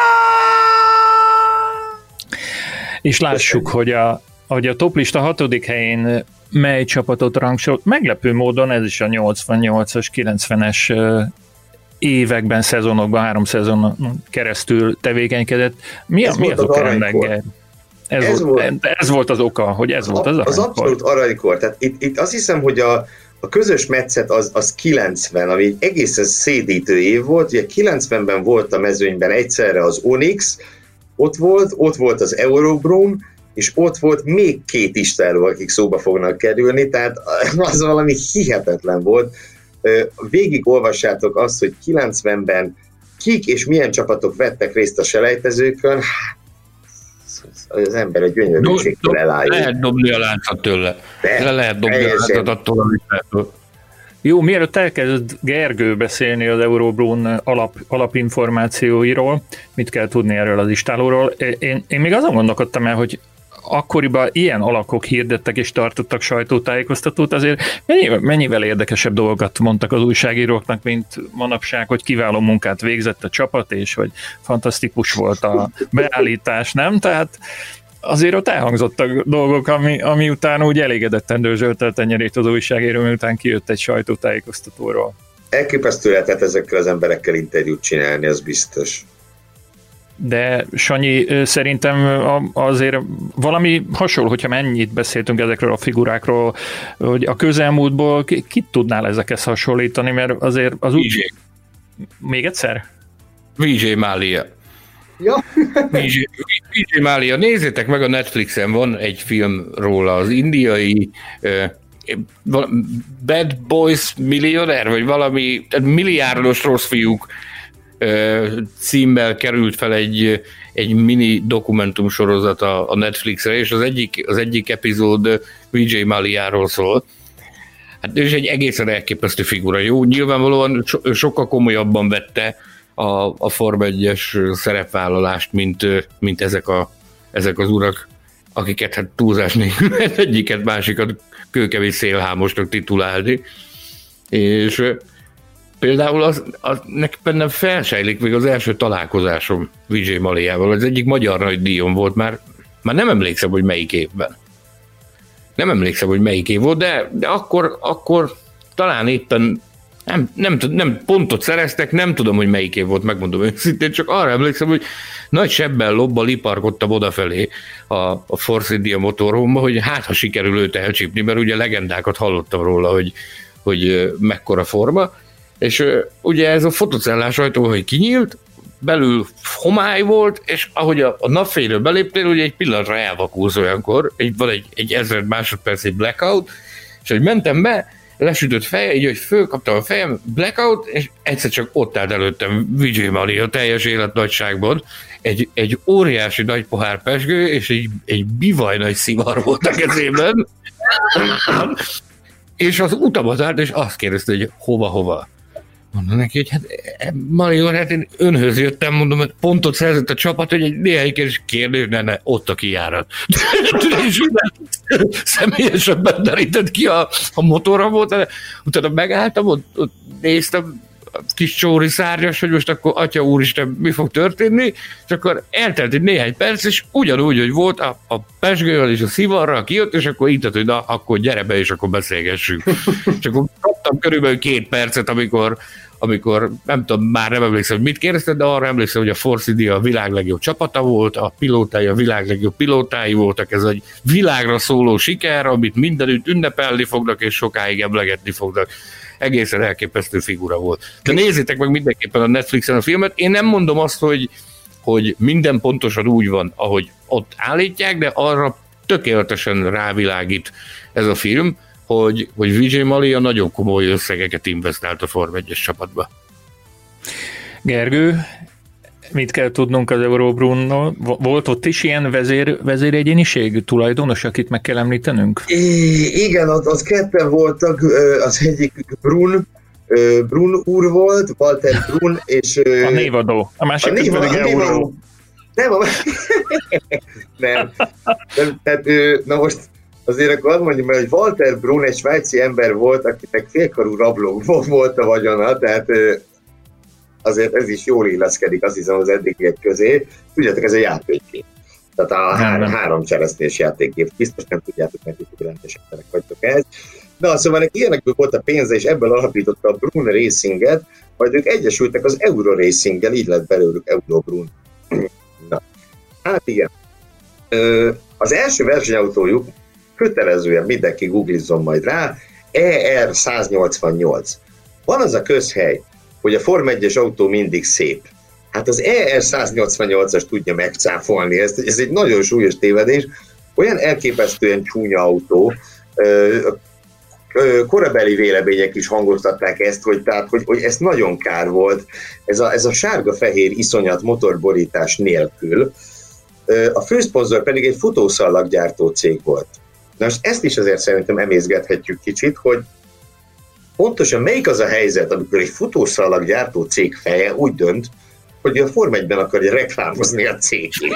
És lássuk, hogy a, hogy a toplista hatodik helyén mely csapatot rangsort. Meglepő módon ez is a nyolcvannyolcas, kilencvenes években, szezonokban, három szezonon keresztül tevékenykedett. Mi, a, mi az oka ennek? Ez, ez, volt, volt, ez volt az oka, hogy ez volt az Az abszolút aranykor. Tehát itt, itt azt hiszem, hogy a, a közös metszet az, az kilencven, ami egy egészen szédítő év volt. Ugye kilencvenben volt a mezőnyben egyszerre az Onyx, ott volt, ott volt az Eurobrum, és ott volt még két istáló, akik szóba fognak kerülni, tehát az valami hihetetlen volt. Végig olvassátok azt, hogy kilencvenben kik és milyen csapatok vettek részt a selejtezőkön, az ember egy gyönyörűségtől elállja. Lehet dobni a láncot tőle. De, Le lehet dobni a láncot attól, amit lehet. Jó, mielőtt elkezd Gergő beszélni az Eurobrun alap, alapinformációiról, mit kell tudni erről az istálóról, én, én még azon gondolkodtam el, hogy akkoriban ilyen alakok hirdettek és tartottak sajtótájékoztatót, azért mennyivel, mennyivel érdekesebb dolgokat mondtak az újságíróknak, mint manapság, hogy kiváló munkát végzett a csapat, és hogy fantasztikus volt a beállítás, nem? Tehát azért ott elhangzottak dolgok, ami, ami után úgy elégedetten dőzsölte a tenyerét az újságíró, miután kijött egy sajtótájékoztatóról. Elképesztő lehetett ezekkel az emberekkel interjút csinálni, az biztos. De Sanyi, szerintem azért valami hasonló, hogyha mennyit beszéltünk ezekről a figurákról, hogy a közelmúltból kit tudnál ezekhez hasonlítani, mert azért az úgy... Még egyszer? Vijay Mallya. Ja. Vijay Mallya. Nézzétek meg, a Netflixen van egy film róla, az indiai uh, Bad Boys Millionaire, vagy valami, tehát milliárdos rossz fiúk címmel került fel egy, egy mini dokumentum sorozat a, a Netflixre, és az egyik, az egyik epizód Vijay Mallyáról szól. Hát ő is egy egészen elképesztő figura. Jó, nyilvánvalóan so, sokkal komolyabban vette a, a Forma egyes szerepvállalást, mint, mint ezek, a, ezek az urak, akiket hát túlzás nélkül egyiket, másikat kőkevés szélhámosnak titulálni. És például az, az nekem bennem felsejlik még az első találkozásom Vijay Mallyával. Ez egyik magyar nagydíjon volt, már, már nem emlékszem, hogy melyik évben. Nem emlékszem, hogy melyik év volt, de, de akkor, akkor talán éppen nem, nem, nem pontot szereztek, nem tudom, hogy melyik év volt, megmondom őszintén, csak arra emlékszem, hogy nagy sebben lobba liparkodtam odafelé a, a Force India motorhomba, hogy hát, ha sikerül őt elcsípni, mert ugye legendákat hallottam róla, hogy, hogy mekkora forma. És ugye ez a fotocellás ajtó, hogy kinyílt, belül homály volt, és ahogy a, a napfényről beléptél, ugye egy pillanatra elvakulsz olyankor, egy, van egy, egy ezred másodperc, egy blackout, és hogy mentem be, lesütött feje, így, hogy fölkaptam a fejem, blackout, és egyszer csak ott állt előttem Vijay Mallya teljes életnagyságban, egy, egy óriási nagy pohár pezsgő, és egy, egy bivaj nagy szivar volt a kezében, és az utamat állt, és azt kérdezte, hogy hova-hova. Mondom neki, hogy hát Mallya, hát én önhöz jöttem, mondom, hogy pontot szerzett a csapat, hogy egy néhány kérdés, ne, ne, ott a kijárat. És személyesen benderített ki a, a motorra volt, utána megálltam, ott, ott néztem, a kis csóri szárnyas, hogy most akkor atya úristen, mi fog történni, és akkor eltelt egy néhány perc, és ugyanúgy, hogy volt a, a pezsgővel és a szivarral kijött, és akkor így, hogy na, akkor gyere be, és akkor beszélgessünk. És akkor hallgattam körülbelül két percet, amikor, amikor nem tudom, már nem emlékszem, hogy mit kérdezted, de arra emlékszem, hogy a Force India a világ legjobb csapata volt, a pilótái a világ legjobb pilótái voltak, ez egy világra szóló siker, amit mindenütt ünnepelni fognak, és sokáig emlegetni fognak. Egészen elképesztő figura volt. De nézzétek meg mindenképpen a Netflixen a filmet. Én nem mondom azt, hogy, hogy minden pontosan úgy van, ahogy ott állítják, de arra tökéletesen rávilágít ez a film, hogy, hogy Vijay Mallya nagyon komoly összegeket investált a Forma egyes csapatba. Gergő, mit kell tudnunk az Eurobrunról? Volt ott is ilyen vezér, vezéregyéniség, tulajdonos, akit meg kell említenünk? I- igen, az, az ketten voltak, az egyik Brun, Brun úr volt, Walter Brun, és... A névadó, a másik a néva, pedig a Euró. Nem, a... nem, nem, tehát, na most azért akkor azt mondjam, hogy Walter Brun egy svájci ember volt, akinek félkarú rabló volt a vagyona, tehát azért ez is jól illeszkedik, azt hiszem, az eddigiek közé. Tudjátok, ez a játékgép. Tehát a három, három cseresztés játékgép. Biztos nem tudjátok, mert itt rendes emberek vagytok ez. Na, szóval neki ilyenekből volt a pénze, és ebből alapította a Brun Racinget, majd ők egyesültek az Euro Racinggel, így lett belőlük Euro Brun. Na, hát igen. Az első versenyautójuk, kötelezően mindenki googlizzon majd rá, E R száznyolcvannyolc. Van az a közhely, hogy a Forma egyes autó mindig szép. Hát az E R száznyolcvannyolcas tudja megcáfolni ezt, ez egy nagyon súlyos tévedés, olyan elképesztően csúnya autó, korabeli vélemények is hangoztatták ezt, hogy, tehát, hogy, hogy ez nagyon kár volt, ez a, ez a sárga-fehér iszonyat motorborítás nélkül. A főszponzor pedig egy futószallaggyártó cég volt. Na most ezt is azért szerintem emészgethetjük kicsit, hogy pontosan melyik az a helyzet, amikor egy futószallaggyártó cég feje úgy dönt, hogy a Forma egyben akarja reklámozni a cégét.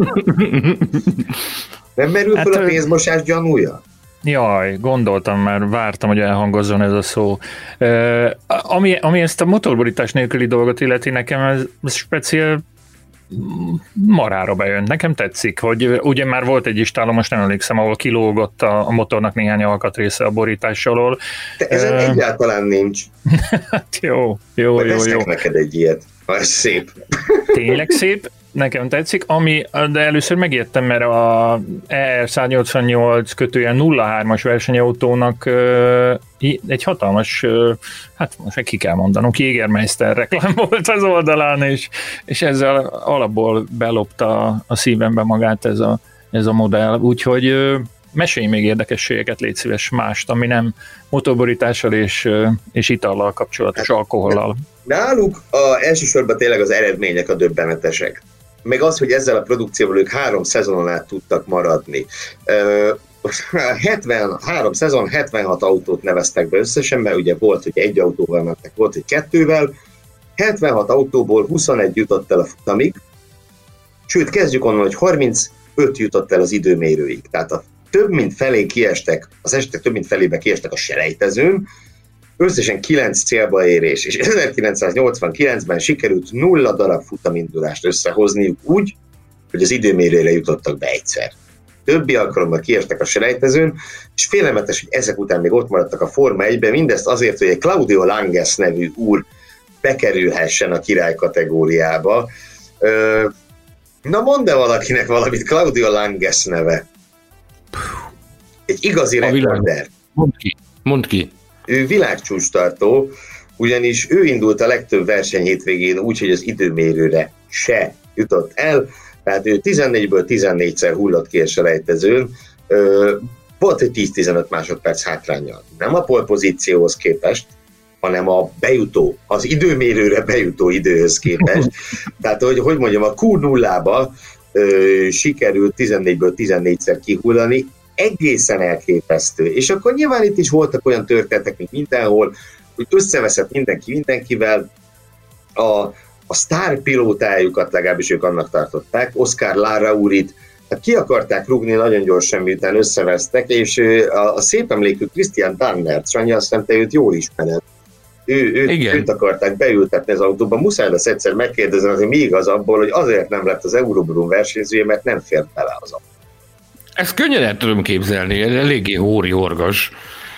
Nem merül fel hát, a pénzmosás gyanúja? Jaj, gondoltam már, vártam, hogy elhangozzon ez a szó. Uh, ami, ami ezt a motorborítás nélküli dolgot illeti, nekem ez, ez speciál marára bejön. Nekem tetszik, hogy ugye már volt egy istálom, most nem emlékszem, ahol kilógott a, a motornak néhány alkatrésze a borítás alól. De ezen uh, egyáltalán nincs. Hát jó, jó, Majd jó, jó. neked egy ilyet. Ez szép. Tényleg szép, nekem tetszik, ami, de először megijedtem, mert a E R száznyolcvannyolc kötően nulla hármas versenyautónak egy hatalmas, hát most ki kell mondanunk, Jägermeister reklám volt az oldalán, és, és ezzel alapból belopta a szívembe magát ez a, ez a modell, úgyhogy mesélj még érdekességeket, légy szíves, mást, ami nem motorborítással és, és itallal kapcsolatos, alkohollal. Náluk a, elsősorban tényleg az eredmények a döbbenetesek. Meg az, hogy ezzel a produkcióval ők három szezonon át tudtak maradni. hetvenhárom szezon, hetvenhat autót neveztek be összesen, mert ugye volt, hogy egy autóval mentek, volt, hogy kettővel. hetvenhat autóból huszonegy jutott el a futamig, sőt, kezdjük onnan, hogy harmincöt jutott el az időmérőig. Tehát a több mint felé kiestek, az esetek több mint felébe kiestek a selejtezőn, összesen kilenc célba érés, és ezerkilencszáznyolcvankilencben sikerült nulla darab futamindulást összehozniuk úgy, hogy az időmérőre jutottak be egyszer. Többi alkalommal kiestek a selejtezőn, és félelmetes, hogy ezek után még ott maradtak a Forma egyben, mindezt azért, hogy egy Claudio Langes nevű úr bekerülhessen a király kategóriába. Na mondd -e valakinek valamit, Claudio Langes neve. Egy igazi rekorder. Mondd ki, mondd ki. Ő világcsúcstartó, ugyanis ő indult a legtöbb verseny hétvégén úgy, hogy az időmérőre se jutott el, tehát ő tizennégyből tizennégyszer hullott ki a selejtezőn, volt egy tíz-tizenöt másodperc hátránnyal. Nem a polpozícióhoz képest, hanem a bejutó, az időmérőre bejutó időhöz képest. Tehát, hogy, hogy mondjam, a Q nullába sikerült tizennégyből tizennégyszer kihullani, egészen elképesztő. És akkor nyilván itt is voltak olyan történetek, mint mindenhol, hogy összeveszett mindenki mindenkivel, a, a sztárpilótájukat legalábbis ők annak tartották, Oscar Larraurit, hát ki akarták rúgni nagyon gyorsan, miután összevesztek, és a, a szép emlékű Christian Dannert, Sanyi, azt hiszem, te őt jól ismered. Ő, őt, őt akarták beültetni az autóba, muszáj lesz egyszer megkérdezni, hogy mi igaz abból, hogy azért nem lett az Eurobrun versenyzője, mert nem fért bele az autó. Ezt könnyen el tudom képzelni, eléggé hóri orgas.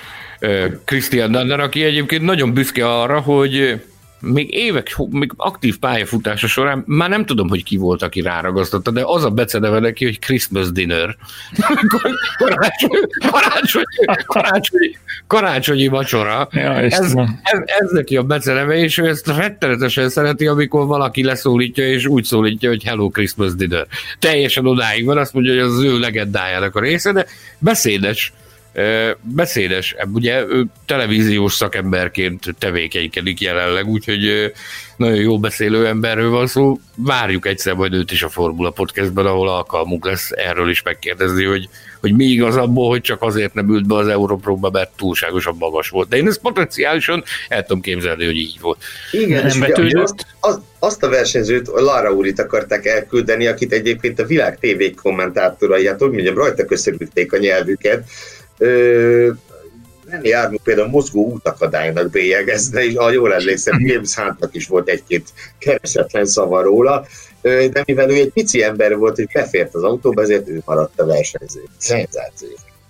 Christian Danner, aki egyébként nagyon büszke arra, hogy még évek, még aktív pályafutása során már nem tudom, hogy ki volt, aki ráragasztotta, de az a beceneve neki, hogy Christmas dinner. karácsonyi, karácsonyi, karácsonyi, karácsonyi vacsora. Ja, ez, ez, ez neki a beceneve, és ő ezt rettenetesen szereti, amikor valaki leszólítja, és úgy szólítja, hogy hello Christmas dinner. Teljesen odáig van, azt mondja, hogy az ő legendájának a része, de beszédes. Beszédes, ugye ő televíziós szakemberként tevékenykedik jelenleg, úgyhogy nagyon jó beszélő emberről van szó. Várjuk egyszer majd őt is a Formula Podcastben, ahol alkalmunk lesz erről is megkérdezni, hogy, hogy mi igaz abból, hogy csak azért nem ült be az Europróba, mert túlságosan magas volt. De én ezt potenciálisan el tudom képzelni, hogy így volt. Igen, nem betűnött. Azt, az, azt a versenyzőt, Lara Urit akarták elküldeni, akit egyébként a világ té vé kommentátorai, hát úgy mondjam, rajta köszörülték a nyelvüket. Ö, nem járunk például mozgó útakadálynak bélyegezne, és ha jól emlékszem, James Huntnak is volt egy-két keresetlen szava róla, ö, de mivel ő egy pici ember volt, hogy befért az autóba, ezért ő maradt a versenyző. Szenzáció.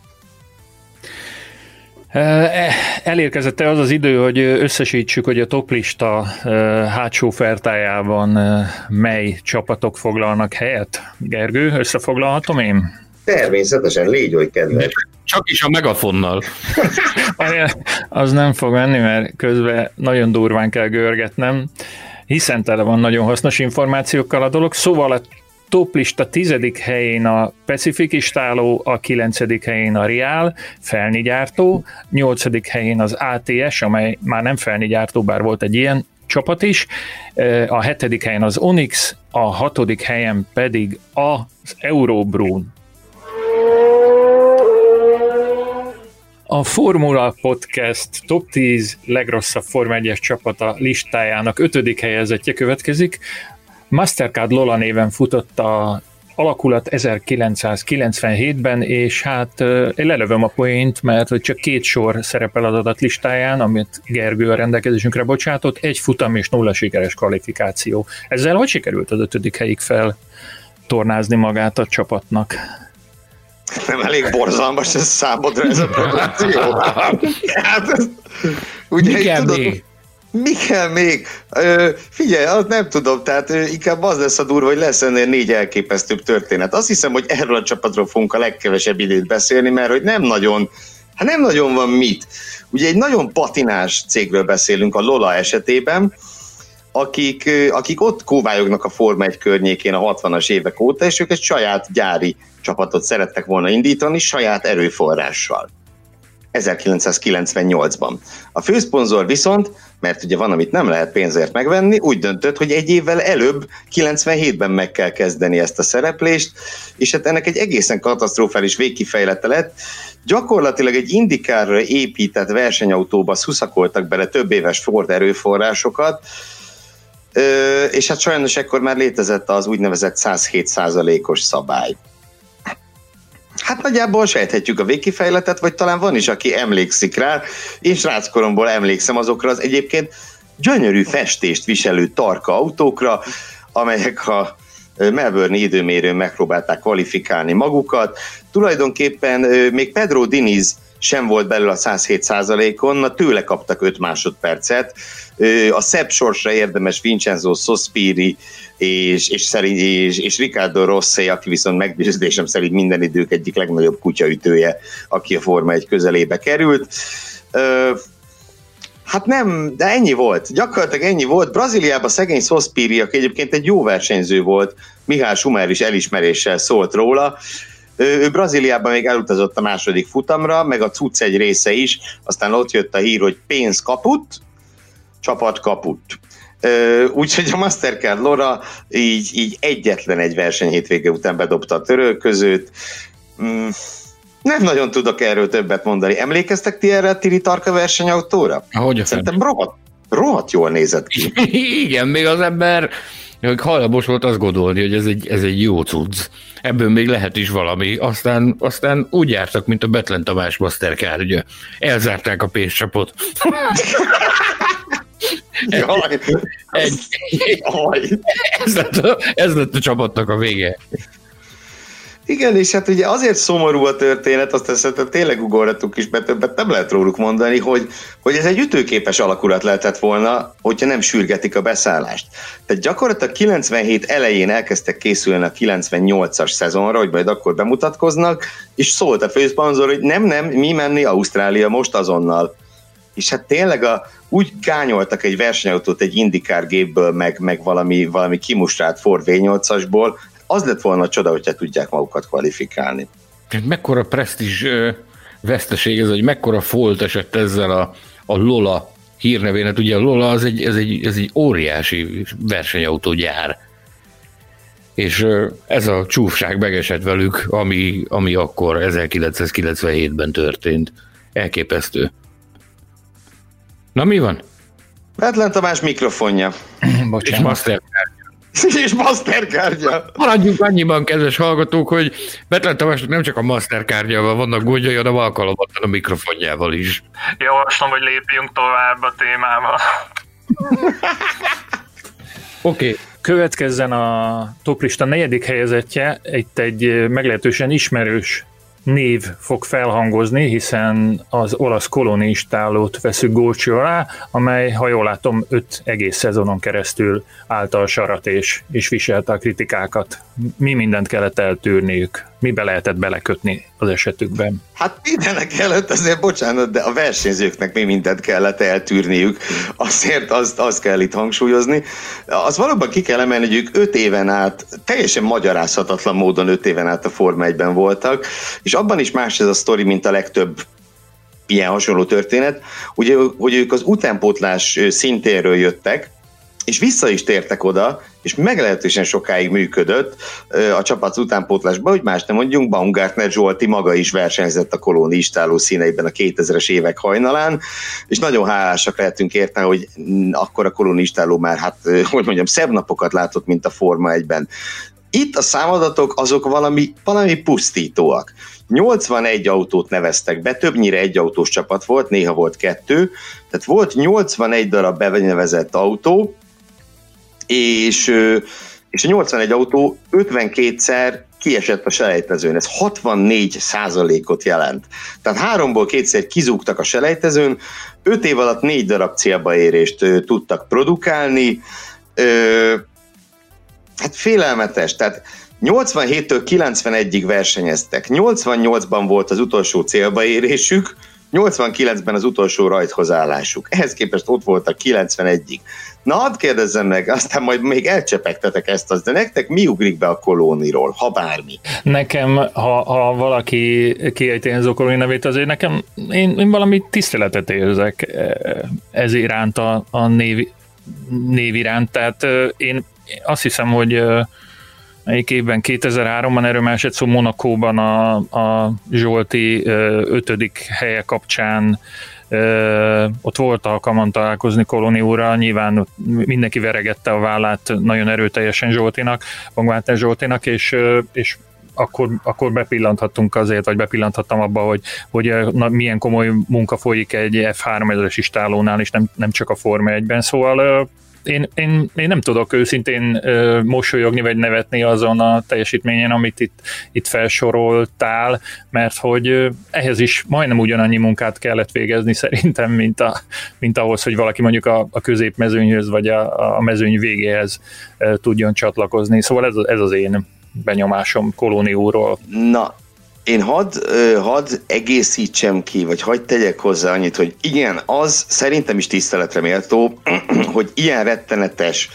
Elérkezett az az idő, hogy összesítsük, hogy a toplista hátsó fertájában mely csapatok foglalnak helyet? Gergő, összefoglalhatom én? Természetesen, légy oly kedves. Csak is a megafonnal. Az nem fog menni, mert közben nagyon durván kell görgetnem, hiszen tele van nagyon hasznos információkkal a dolog. Szóval a toplista tizedik helyén a Pacific istáló, a kilencedik helyén a Rial, felni gyártó, nyolcadik helyén az á té es, amely már nem felni gyártó, bár volt egy ilyen csapat is, a hetedik helyen az Onyx, a hatodik helyen pedig az Eurobrun. A Formula Podcast top tíz legrosszabb Forma egyes csapata listájának ötödik helyezettje következik. Mastercard Lola néven futott a alakulat ezerkilencszázkilencvenhétben, és hát én lelövöm a poént, mert hogy csak két sor szerepel az adat listáján, amit Gergő a rendelkezésünkre bocsátott, egy futam és nulla sikeres kvalifikáció. Ezzel hogy sikerült az ötödik helyig feltornázni magát a csapatnak? Nem elég borzalmas ez számodra ez a produkció? Hát, ez, ugye, mi kell tudod, még? Mi kell még? Ö, figyelj, azt nem tudom, tehát ö, inkább az lesz a durva, hogy lesz ennél négy elképesztőbb történet. Azt hiszem, hogy erről a csapatról fogunk a legkevesebb időt beszélni, mert hogy nem nagyon, hát nem nagyon van mit. Ugye egy nagyon patinás cégről beszélünk a Lola esetében, akik, akik ott kóvályognak a Forma egy környékén a hatvanas évek óta, és ők egy saját gyári csapatot szerettek volna indítani, saját erőforrással. ezerkilencszázkilencvennyolcban. A főszponzor viszont, mert ugye van, amit nem lehet pénzért megvenni, úgy döntött, hogy egy évvel előbb, kilencvenhétben meg kell kezdeni ezt a szereplést, és hát ennek egy egészen katasztrofális végkifejlete lett. Gyakorlatilag egy IndyCarra épített versenyautóba szuszakoltak bele több éves Ford erőforrásokat, és hát sajnos ekkor már létezett az úgynevezett száz hét százalékos szabály. Hát nagyjából sejthetjük a végkifejletet, vagy talán van is, aki emlékszik rá. Én sráckoromból emlékszem azokra az egyébként gyönyörű festést viselő tarka autókra, amelyek a Melbourne-i időmérőn megpróbálták kvalifikálni magukat. Tulajdonképpen még Pedro Diniz sem volt belül a száz hét százalékon, na tőle kaptak öt másodpercet. A szebb sorsra érdemes Vincenzo Sospiri és, és, szerint, és, és Riccardo Rossi, aki viszont meggyőződésem szerint minden idők egyik legnagyobb kutyaütője, aki a Forma egy közelébe került. Hát nem, de ennyi volt. Gyakorlatilag ennyi volt. Brazíliában szegény Sospiri, aki egyébként egy jó versenyző volt, Mihály Schumacher is elismeréssel szólt róla. Ő Brazíliában még elutazott a második futamra, meg a cucc egy része is, aztán ott jött a hír, hogy pénz kaput, csapat kaput. Úgyhogy a Mastercard Lora így, így egyetlen egy verseny hétvége után bedobta a törölközőt. Nem nagyon tudok erről többet mondani. Emlékeztek ti erre a Tiri Tarka versenyautóra? Ahogy Szerintem rohadt, rohadt jól nézett ki. Igen, még az ember hajlamos volt azt gondolni, hogy ez egy, ez egy jó cucc. Ebből még lehet is valami. Aztán, aztán úgy jártak, mint a Betlen Tamás Mastercard, ugye. Elzárták a pénzcsapot. Jaj, egy, jaj. Ez, lett a, ez lett a csapatnak a vége. Igen, és hát ugye azért szomorú a történet, azt szerintem tényleg ugorhatunk is, mert többet nem lehet róluk mondani, hogy, hogy ez egy ütőképes alakulat lehetett volna, hogyha nem sürgetik a beszállást. Tehát gyakorlatilag kilencvenhét elején elkezdtek készülni a kilencvennyolcas szezonra, hogy majd akkor bemutatkoznak, és szólt a főszponzor, hogy nem, nem, mi menni Ausztrália most azonnal. És hát tényleg a, úgy gányoltak egy versenyautót egy IndyCar gépből, meg, meg valami, valami kimustrált Ford vé nyolcasból, az lett volna a csoda, hogyha tudják magukat kvalifikálni. Mekkora presztízs veszteség ez, hogy mekkora folt esett ezzel a, a Lola hírnevén. Hát ugye a Lola az egy, ez egy, ez egy óriási versenyautógyár. És ez a csúfság megesett velük, ami, ami akkor ezerkilencszázkilencvenhétben történt. Elképesztő. Na mi van? Betlen Tamás mikrofonja. És Mastercard. És Mastercardja. Maradjunk annyiban, kedves hallgatók, hogy Betlen Tamásnak nem csak a Mastercardjával vannak gondjai, hanem alkalmatlan a mikrofonjával is. Javaslom, hogy lépjünk tovább a témába. Oké. Okay. Következzen a toplista negyedik helyezettje, itt egy meglehetősen ismerős név fog felhangozni, hiszen az olasz kolonistálót veszük górcső alá, amely, ha jól látom, öt egész szezonon keresztül állta a sarat és, és viselte a kritikákat. Mi mindent kellett eltűrniük? Mibe lehetett belekötni az esetükben? Hát mindenek előtt azért, bocsánat, de a versenyzőknek mi mindent kellett eltűrniük. Azért azt, azt kell itt hangsúlyozni. Az valóban ki kell emelni, hogy ők öt éven át, teljesen magyarázhatatlan módon öt éven át a Forma egyben voltak, és abban is más ez a sztori, mint a legtöbb ilyen hasonló történet, ugye, hogy ők az utánpótlás szintéről jöttek, és vissza is tértek oda, és meglehetősen sokáig működött a csapat utánpótlásban, hogy más nem mondjunk, Baumgartner Zsolti maga is versenyzett a Kolóni istáló színeiben a kétezres évek hajnalán, és nagyon hálásak lehetünk érte, hogy akkor a Kolóni istáló már, hát, hogy mondjam, szebb napokat látott, mint a Forma egyben. Itt a számadatok azok valami, valami pusztítóak. nyolcvanegy autót neveztek be, többnyire egy autós csapat volt, néha volt kettő, tehát volt nyolcvanegy darab benevezett autó, és, és a nyolcvanegy autó ötvenkétszer kiesett a selejtezőn. Ez hatvannégy százalékot jelent. Tehát háromból kétszer kizúgtak a selejtezőn, öt év alatt négy darab célbaérést tudtak produkálni. Hát félelmetes. Tehát nyolcvanhéttől kilencvenegyig versenyeztek. nyolcvannyolcban volt az utolsó célbaérésük, nyolcvankilencben az utolsó rajthozállásuk. Ehhez képest ott voltak kilencvenegyig. Na, hadd kérdezzem meg, aztán majd még elcsepegtetek ezt az, de nektek mi ugrik be a Kolóniról, ha bármi? Nekem, ha, ha valaki kiejti Enzo Kolóni nevét, azért nekem, én, én valami tiszteletet érzek ez iránt, a, a név, név iránt, tehát én azt hiszem, hogy melyik évben, kétezer-háromban erről már esett szó, Monakóban a, a Zsolti ötödik helye kapcsán ö, ott volt alkalman találkozni Kolóni úrral, nyilván mindenki veregette a vállát nagyon erőteljesen Zsoltinak, Baumgartner Zsoltinak, és, és akkor, akkor bepillanthattunk azért, vagy bepillanthattam abba, hogy, hogy na, milyen komoly munka folyik egy ef háromezres istálónál, és nem, nem csak a Forma egyben, szóval Én, én, én nem tudok őszintén ö, mosolyogni vagy nevetni azon a teljesítményen, amit itt, itt felsoroltál, mert hogy ö, ehhez is majdnem ugyanannyi munkát kellett végezni szerintem, mint, a, mint ahhoz, hogy valaki mondjuk a, a középmezőnyhöz vagy a, a mezőny végéhez ö, tudjon csatlakozni. Szóval ez, ez az én benyomásom Kolóni úrról. Na, én hadd had egészítsem ki, vagy hadd tegyek hozzá annyit, hogy igen, az szerintem is tiszteletre méltó, hogy ilyen rettenetes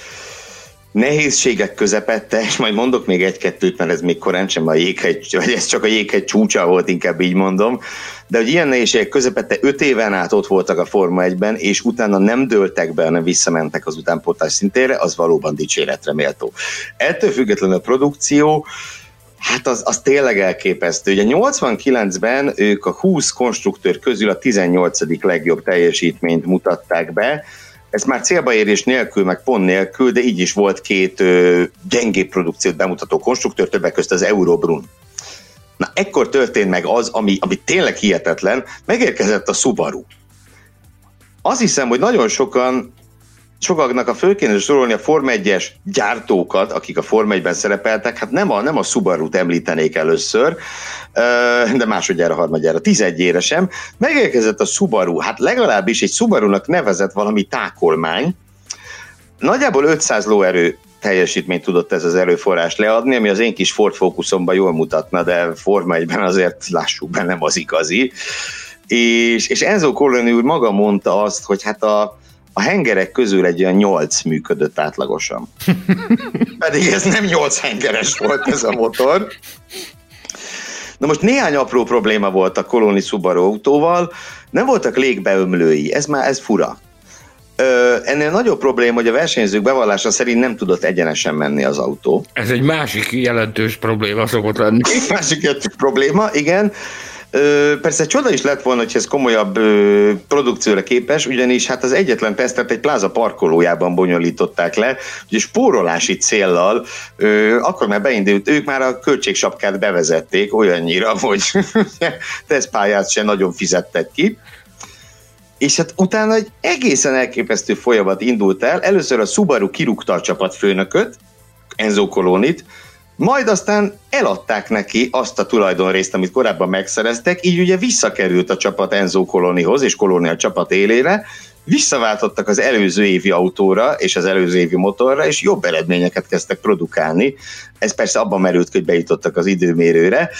nehézségek közepette, és majd mondok még egy-kettőt, mert ez még korán sem a jéghegy, vagy ez csak a jéghegy csúcsa volt, inkább így mondom, de hogy ilyen nehézségek közepette öt éven át ott voltak a Forma egyben, és utána nem dőltek be, hanem visszamentek az utánpótlás szintére, az valóban dicséretre méltó. Ettől függetlenül a produkció, hát az, az tényleg elképesztő. Ugye nyolcvankilencben ők a húsz konstruktőr közül a tizennyolcadik legjobb teljesítményt mutatták be. Ez már célbaérés nélkül, meg pont nélkül, de így is volt két ö, gyengébb produkciót bemutató konstruktőr, többek közt az Eurobrun. Na, ekkor történt meg az, ami, ami tényleg hihetetlen, megérkezett a Subaru. Azt hiszem, hogy nagyon sokan sokaknak a föl kéne sorolni a Forma egyes gyártókat, akik a Forma egyben szerepeltek, hát nem a, nem a Subarut említenék először, de másodjára, harmadjára, tizenegyére sem. Megérkezett a Subaru, hát legalábbis egy Subarunak nevezett valami tákolmány, nagyjából ötszáz lóerő teljesítményt tudott ez az erőforrás leadni, ami az én kis Ford Focusomban jól mutatna, de Forma egyben azért lássuk be, nem az igazi. És, és Enzo Coloni úr maga mondta azt, hogy hát a, a hengerek közül egy olyan nyolc működött átlagosan. Pedig ez nem nyolc hengeres volt ez a motor. Na most néhány apró probléma volt a Coloni Subaru autóval, nem voltak légbeömlői, ez már ez fura. Ö, ennél nagyobb probléma, hogy a versenyzők bevallása szerint nem tudott egyenesen menni az autó. Ez egy másik jelentős probléma szokott lenni. Másik jelentős probléma, igen. Ö, persze csoda is lett volna, hogy ez komolyabb ö, produkcióra képes, ugyanis hát az egyetlen tesztet egy pláza parkolójában bonyolították le, ugye spórolási céllal, ö, akkor már beindult, ők már a költségsapkát bevezették olyannyira, hogy tesztpályát se nagyon fizettek ki. És hát utána egy egészen elképesztő folyamat indult el. Először a Subaru kirúgta a csapatfőnököt, Enzo Colonit, majd aztán eladták neki azt a tulajdonrészt, amit korábban megszereztek, így ugye visszakerült a csapat Enzo Colonihoz, és Coloni a csapat élére, visszaváltottak az előző évi autóra és az előző évi motorra, és jobb eredményeket kezdtek produkálni. Ez persze abban merült, hogy bejutottak az időmérőre,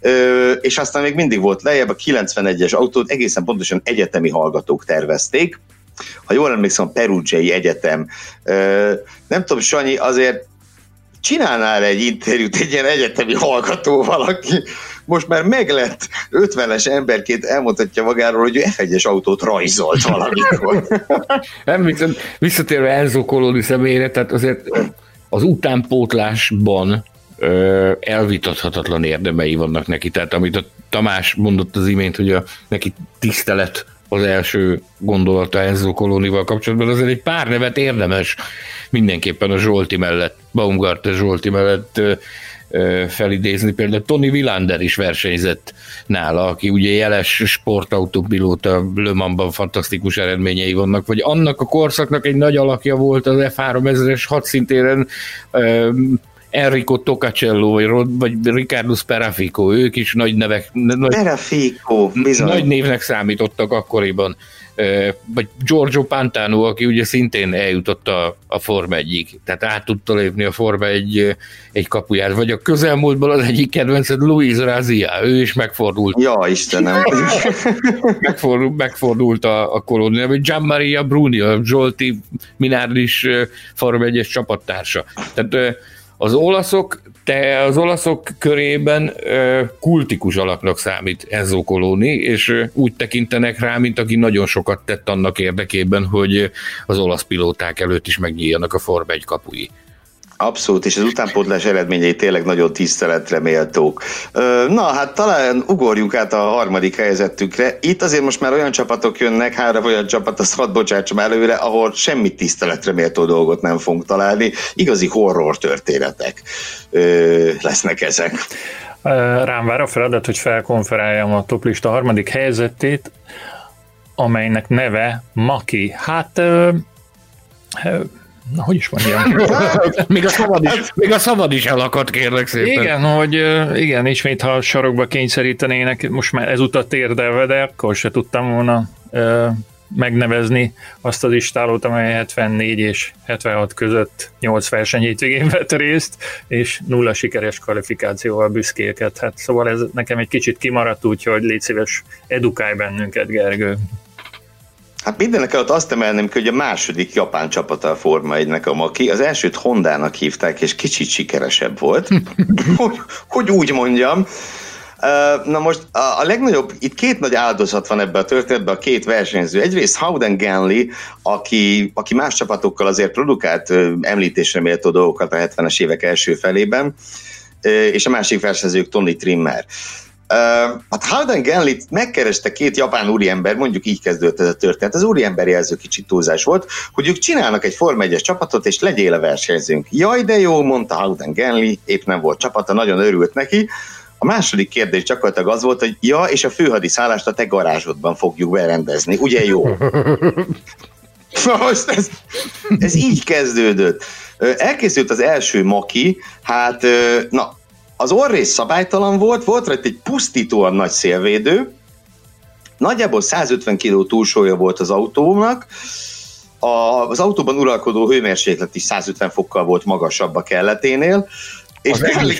Ö, és aztán még mindig volt lejjebb, a kilencvenegyes autót egészen pontosan egyetemi hallgatók tervezték. Ha jól emlékszem, a Perugiai Egyetem. Ö, nem tudom, Sanyi, azért csinálnál egy interjút egy ilyen egyetemi hallgatóval, aki most már meglett ötvenes emberként elmondhatja magáról, hogy ő ef egyes autót rajzolt valamikor. Nem, viszont visszatérve Enzo Coloni személyére, tehát azért az utánpótlásban ö, elvitathatatlan érdemei vannak neki. Tehát amit a Tamás mondott az imént, hogy a, neki tisztelet az első gondolata Enzo Colonival kapcsolatban, azért egy pár nevet érdemes mindenképpen a Zsolti mellett, Baumgartner Zsolti mellett ö, ö, felidézni. Például Tony Villander is versenyzett nála, aki ugye jeles sportautópilóta, Le Mansban fantasztikus eredményei vannak, vagy annak a korszaknak egy nagy alakja volt az ef háromezres hadszintéren, ö, Enrico Tocacello, vagy, vagy Riccardo Speraffico, ők is nagy nevek, nagy, Speraffico, bizony. Nagy névnek számítottak akkoriban. Vagy Giorgio Pantano, aki ugye szintén eljutott a, a Forma egyig, tehát át tudta lépni a Forma egy, egy kapuját, vagy a közelmúltból az egyik kedvenced Luis Razia, ő is megfordult. Ja, Istenem. megfordult, megfordult a, a kolónia, vagy Gianmaria Bruni, a Zsolti Minardis Forma egyes csapattársa. Tehát az olaszok, te az olaszok körében kultikus alaknak számít Enzo Coloni, és úgy tekintenek rá, mint aki nagyon sokat tett annak érdekében, hogy az olasz pilóták előtt is megnyíljanak a Forma egy kapui. Abszolút, és az utánpótlás eredményei tényleg nagyon tiszteletre méltók. Na, hát talán ugorjunk át a harmadik helyzetükre. Itt azért most már olyan csapatok jönnek, három olyan csapat, azt hadd bocsátsam előre, ahol semmi tiszteletre méltó dolgot nem fogunk találni. Igazi horror történetek lesznek ezek. Rám vár a feladat, hogy felkonferáljam a toplista harmadik helyzetét, amelynek neve Maki. Hát... Ö, ö, Na, hogy is mondjam? még, a szavad is, még a szavad is elakadt, kérlek szépen. Igen, hogy igen, ismét ha sarokba kényszerítenének, most már ezúttal térdelve, de akkor se tudtam volna ö, megnevezni azt az istálót, amely hetvennégy és hetvenhat között nyolc verseny hétvégén vett részt, és nulla sikeres kvalifikációval büszkélkedhet. Szóval ez nekem egy kicsit kimaradt, úgyhogy légy szíves, edukálj bennünket, Gergő. Hát mindenek előtt azt emelném ki, hogy a második japán csapata a Forma egynek a Maki, az elsőt Hondának hívták, és kicsit sikeresebb volt, hogy, hogy úgy mondjam. Na most a legnagyobb, itt két nagy áldozat van ebben a történetben, a két versenyző. Egyrészt Howden Ganley, aki, aki más csapatokkal azért produkált említésre méltó dolgokat a hetvenes évek első felében, és a másik versenyzők Tony Trimmer. Uh, hát Howden Ganley-t megkereste két japán úriember, mondjuk így kezdődött ez a történet, az úriember jelző kicsit túlzás volt, hogy ők csinálnak egy Forma egyes csapatot, és legyél a versenyzőnk. Jaj, de jó, mondta Howden Ganley, épp nem volt csapata, nagyon örült neki. A második kérdés gyakorlatilag az volt, hogy ja, és a főhadiszállást a te garázsodban fogjuk berendezni, ugye jó? Most ez, ez így kezdődött. Elkészült az első maki, hát na, az orrész szabálytalan volt, volt rajta egy pusztítóan nagy szélvédő, nagyjából százötven kiló túlsúlya volt az autónak, a, az autóban uralkodó hőmérséklet is százötven fokkal volt magasabb a kelleténél, és Galli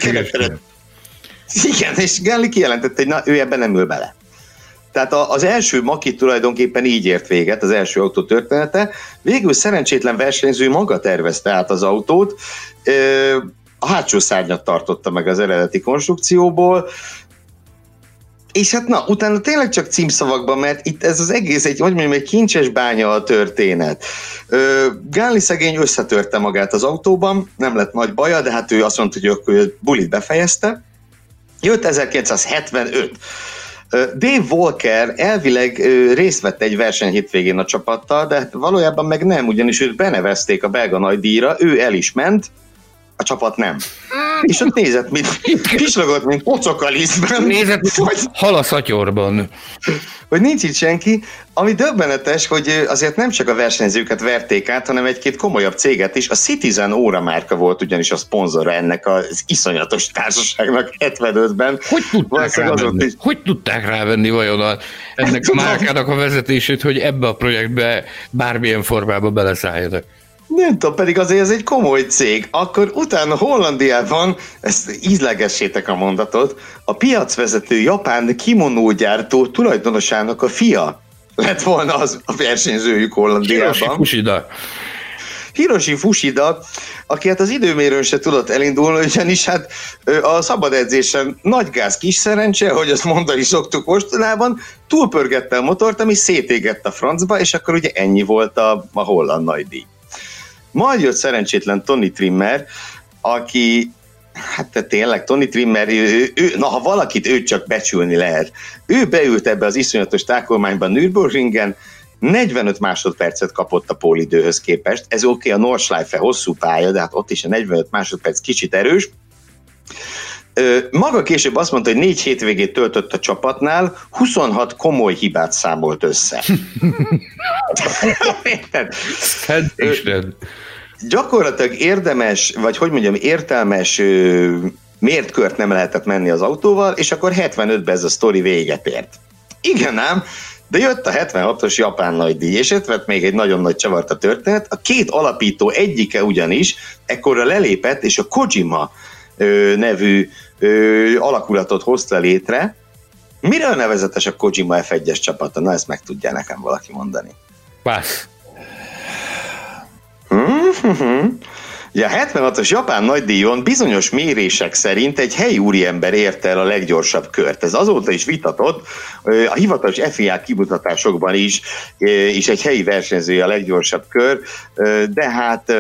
igen, és Galli kijelentette, hogy na, ő ebben nem ül bele. Tehát az első maki tulajdonképpen így ért véget, az első autó története. Végül szerencsétlen versenyző maga tervezte át az autót, a hátsó szárnyat tartotta meg az eredeti konstrukcióból, és hát na, utána tényleg csak címszavakban, mert itt ez az egész egy, hogy mondjam, egy kincses bánya a történet. Galli szegény összetörte magát az autóban, nem lett nagy baja, de hát ő azt mondta, hogy ő bulit befejezte. Jött ezerkilencszázhetvenöt. Dave Walker elvileg részt vett egy verseny hétvégén a csapattal, de valójában meg nem, ugyanis őt benevezték a belga nagydíjra, ő el is ment, a csapat nem. És ott nézett, mint pislogott, mint pocok a lisztben. Nézett, hogy hal a szatyorban. Hogy nincs itt senki, ami döbbenetes, hogy azért nem csak a versenyzőket verték át, hanem egy-két komolyabb céget is. A Citizen óramárka volt ugyanis a szponzora ennek az iszonyatos társaságnak hetvenötben. Hogy tudták rávenni? Is... Hogy tudták rávenni vajon a, ennek a márkának a vezetését, hogy ebbe a projektbe bármilyen formába beleszálljanak? Nem tudom, pedig azért ez egy komoly cég. Akkor utána Hollandiában, ezt ízlegessétek a mondatot, a piacvezető japán kimonógyártó tulajdonosának a fia lett volna az a versenyzőjük Hollandiában. Hiroshi Fushida. Hiroshi Fushida, aki hát az időmérőn se tudott elindulni, ugyanis hát a szabad edzésen nagy gáz kis szerencse, hogy azt mondani szoktuk mostanában, túlpörgette a motort, ami szétégett a francba, és akkor ugye ennyi volt a, a holland nagydíj. Majd jött szerencsétlen Tony Trimmer, aki, hát tényleg Tony Trimmer, ő, ő, na ha valakit őt csak becsülni lehet. Ő beült ebbe az iszonyatos tákolmányban Nürburgringen, negyvenöt másodpercet kapott a pólidőhöz képest. Ez oké, okay, a Nordschleife hosszú pálya, de hát ott is a negyvenöt másodperc kicsit erős. Ö, maga később azt mondta, hogy négy hétvégét töltött a csapatnál, huszonhat komoly hibát számolt össze. Szent Isten! Gyakorlatilag érdemes, vagy hogy mondjam, értelmes ö, mért kört nem lehetett menni az autóval, és akkor hetvenötben ez a sztori véget ért. Igen ám, de jött a hetvenhatos japán nagydíj, és ott vett még egy nagyon nagy csavart a történet. A két alapító egyike ugyanis ekkorra lelépett, és a Kojima ö, nevű ö, alakulatot hozta létre. Miről nevezetes a Kojima ef egyes csapata? Na, ezt meg tudja nekem valaki mondani. Passz. Mm-hmm. Ja, a hetvenhatos japán nagydíjon bizonyos mérések szerint egy helyi úriember érte el a leggyorsabb kört. Ez azóta is vitatott, a hivatalos ef i á kimutatásokban is, is egy helyi versenyzője a leggyorsabb kör, de hát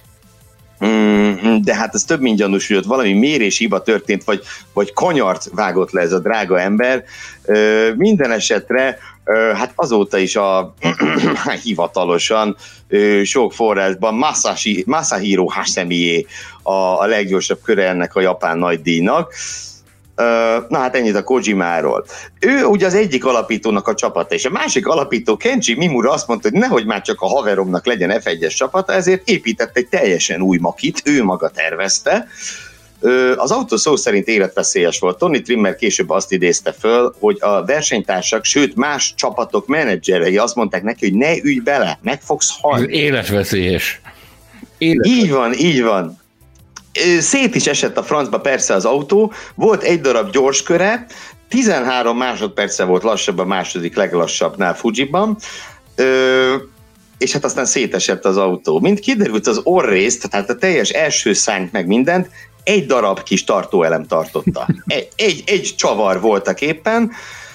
de hát ez több mint gyanús, hogy ott valami méréshiba történt, vagy, vagy kanyart vágott le ez a drága ember. Minden esetre hát azóta is a hivatalosan sok forrásban Masashi, Masahiro Hasemié a, a leggyorsabb köre ennek a japán nagydíjnak. Na hát ennyit a Kojimáról. Ő ugye az egyik alapítónak a csapata, és a másik alapító Kenji Mimura azt mondta, hogy nehogy már csak a haveromnak legyen ef egyes csapata, ezért épített egy teljesen új makit, ő maga tervezte. Az autó szó szerint életveszélyes volt. Tony Trimmer később azt idézte föl, hogy a versenytársak, sőt más csapatok menedzserei azt mondták neki, hogy ne ülj bele, meg fogsz halni. Életveszélyes. Életveszélyes. Így van, így van. Szét is esett a francba persze az autó, volt egy darab gyorsköre, tizenhárom másodperce volt lassabb a második leglassabbnál Fujiban, és hát aztán szétesett az autó. Mint kiderült, az orrészt, tehát a teljes első szárnyt meg mindent, egy darab kis tartóelem tartotta. Egy, egy, egy csavar voltak éppen,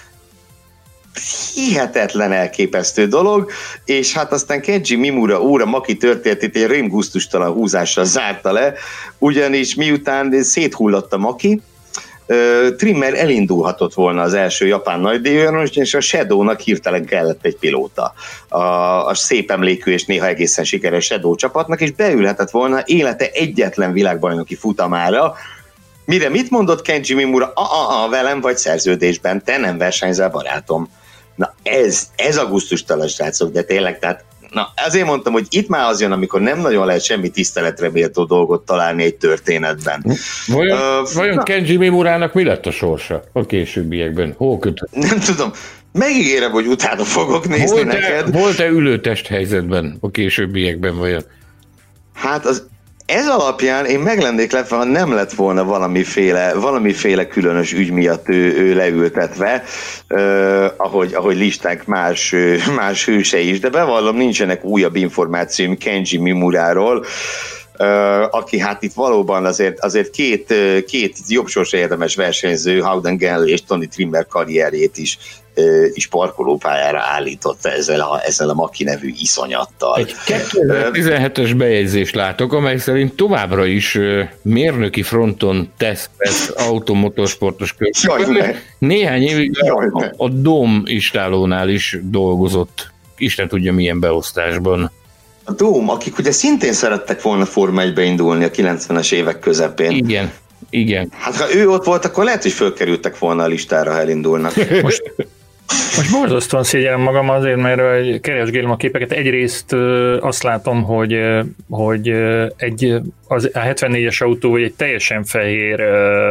hihetetlen elképesztő dolog, és hát aztán Kenji Mimura úr a maki történetét egy rémgusztustalan húzással zárta le, ugyanis miután széthullott a maki, Trimmer elindulhatott volna az első japán nagydíjon, és a Shadownak hirtelen kellett egy pilóta. A, a szép emlékű és néha egészen sikeres Shadow csapatnak, és beülhetett volna élete egyetlen világbajnoki futamára, mire mit mondott Kenji Mimura? A-a-a, velem vagy szerződésben, te nem versenyzel, barátom. Na ez, ez a gusztustalan, srácok, de tényleg, tehát Na, azért mondtam, hogy itt már az jön, amikor nem nagyon lehet semmi tiszteletre méltó dolgot találni egy történetben. Vajon, uh, vajon Kenji Mimurának mi lett a sorsa a későbbiekben? Hol kötött? Nem tudom. Megígérem, hogy utána fogok nézni volt-e, neked. Volt-e ülőtest helyzetben a későbbiekben vajon? Hát az ez alapján én meg lennék lepve, ha nem lett volna valamiféle, valamiféle különös ügy miatt ő, ő leültetve, uh, ahogy, ahogy listánk más, más hőse is, de bevallom, nincsenek újabb információim Kenji Mimuráról, uh, aki hát itt valóban azért, azért két, két jobbsorsa érdemes versenyző, Howden Ganley és Tony Trimmer karrierjét is is parkolópályára állította ezzel a, ezzel a Maki nevű iszonyattal. Egy kétezer-tizenhetes bejegyzést látok, amely szerint továbbra is mérnöki fronton tesz automotorsportos körülbelül. Néhány évig a, a Dom istálónál is dolgozott. Isten tudja milyen beosztásban. A Dom, akik ugye szintén szerettek volna Forma egybe indulni a kilencvenes évek közepén. Igen. Igen. Hát ha ő ott volt, akkor lehet, hogy fölkerültek volna a listára, ha elindulnak. Most, most borzasztóan szégyellem magam azért, mert keresgélem a képeket. Egyrészt azt látom, hogy, hogy egy, az, a hetvennégyes autó egy teljesen fehér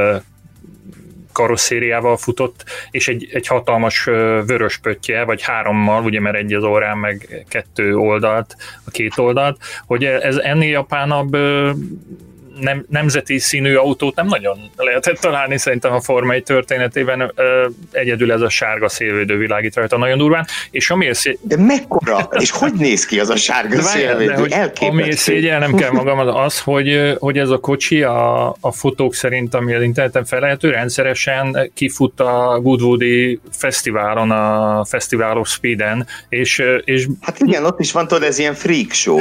karosszériával futott, és egy, egy hatalmas vörös pöttye, vagy hárommal, ugye, mert egy az órán, meg kettő oldalt, a két oldalt, hogy ez ennél japánabb Nem, nemzeti színű autót nem nagyon lehetett találni szerintem a Forma egy történetében, egyedül ez a sárga szélvédő világít rajta nagyon durván, és amiért szé... De mekkora? És hogy néz ki az a sárga szélvédő? Amiért szégyellnem kell magam az az, hogy, hogy ez a kocsi a, a fotók szerint, ami az interneten felelhető, rendszeresen kifut a Goodwoodi fesztiválon, a Festival of Speeden, és, és... Hát igen, ott is van, tudod, ez ilyen freak show.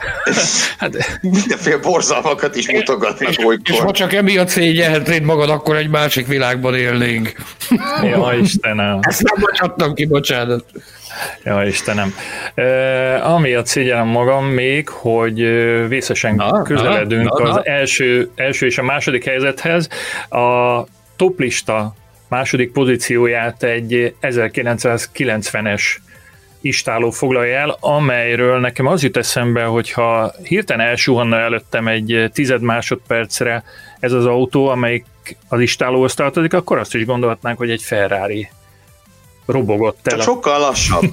Hát... Mindenféle borzalmakat is mutogatnak olykor. És ha csak emiatt szégyelhetnéd magad, akkor egy másik világban élnénk. Ja, Istenem. Ezt nem bocsáttam ki, bocsánat. Ja, Istenem. Uh, amiatt szégyellem magam még, hogy vészesen na, közeledünk na, na, na. az első, első és a második helyzethez. A toplista második pozícióját egy ezerkilencszázkilencvenes istáló foglalja el, amelyről nekem az jut eszembe, hogyha hirtelen elsuhanna előttem egy tized másodpercre ez az autó, amelyik az istálóhoz tartozik, akkor azt is gondolhatnánk, hogy egy Ferrari robogott el. Sokkal lassabb.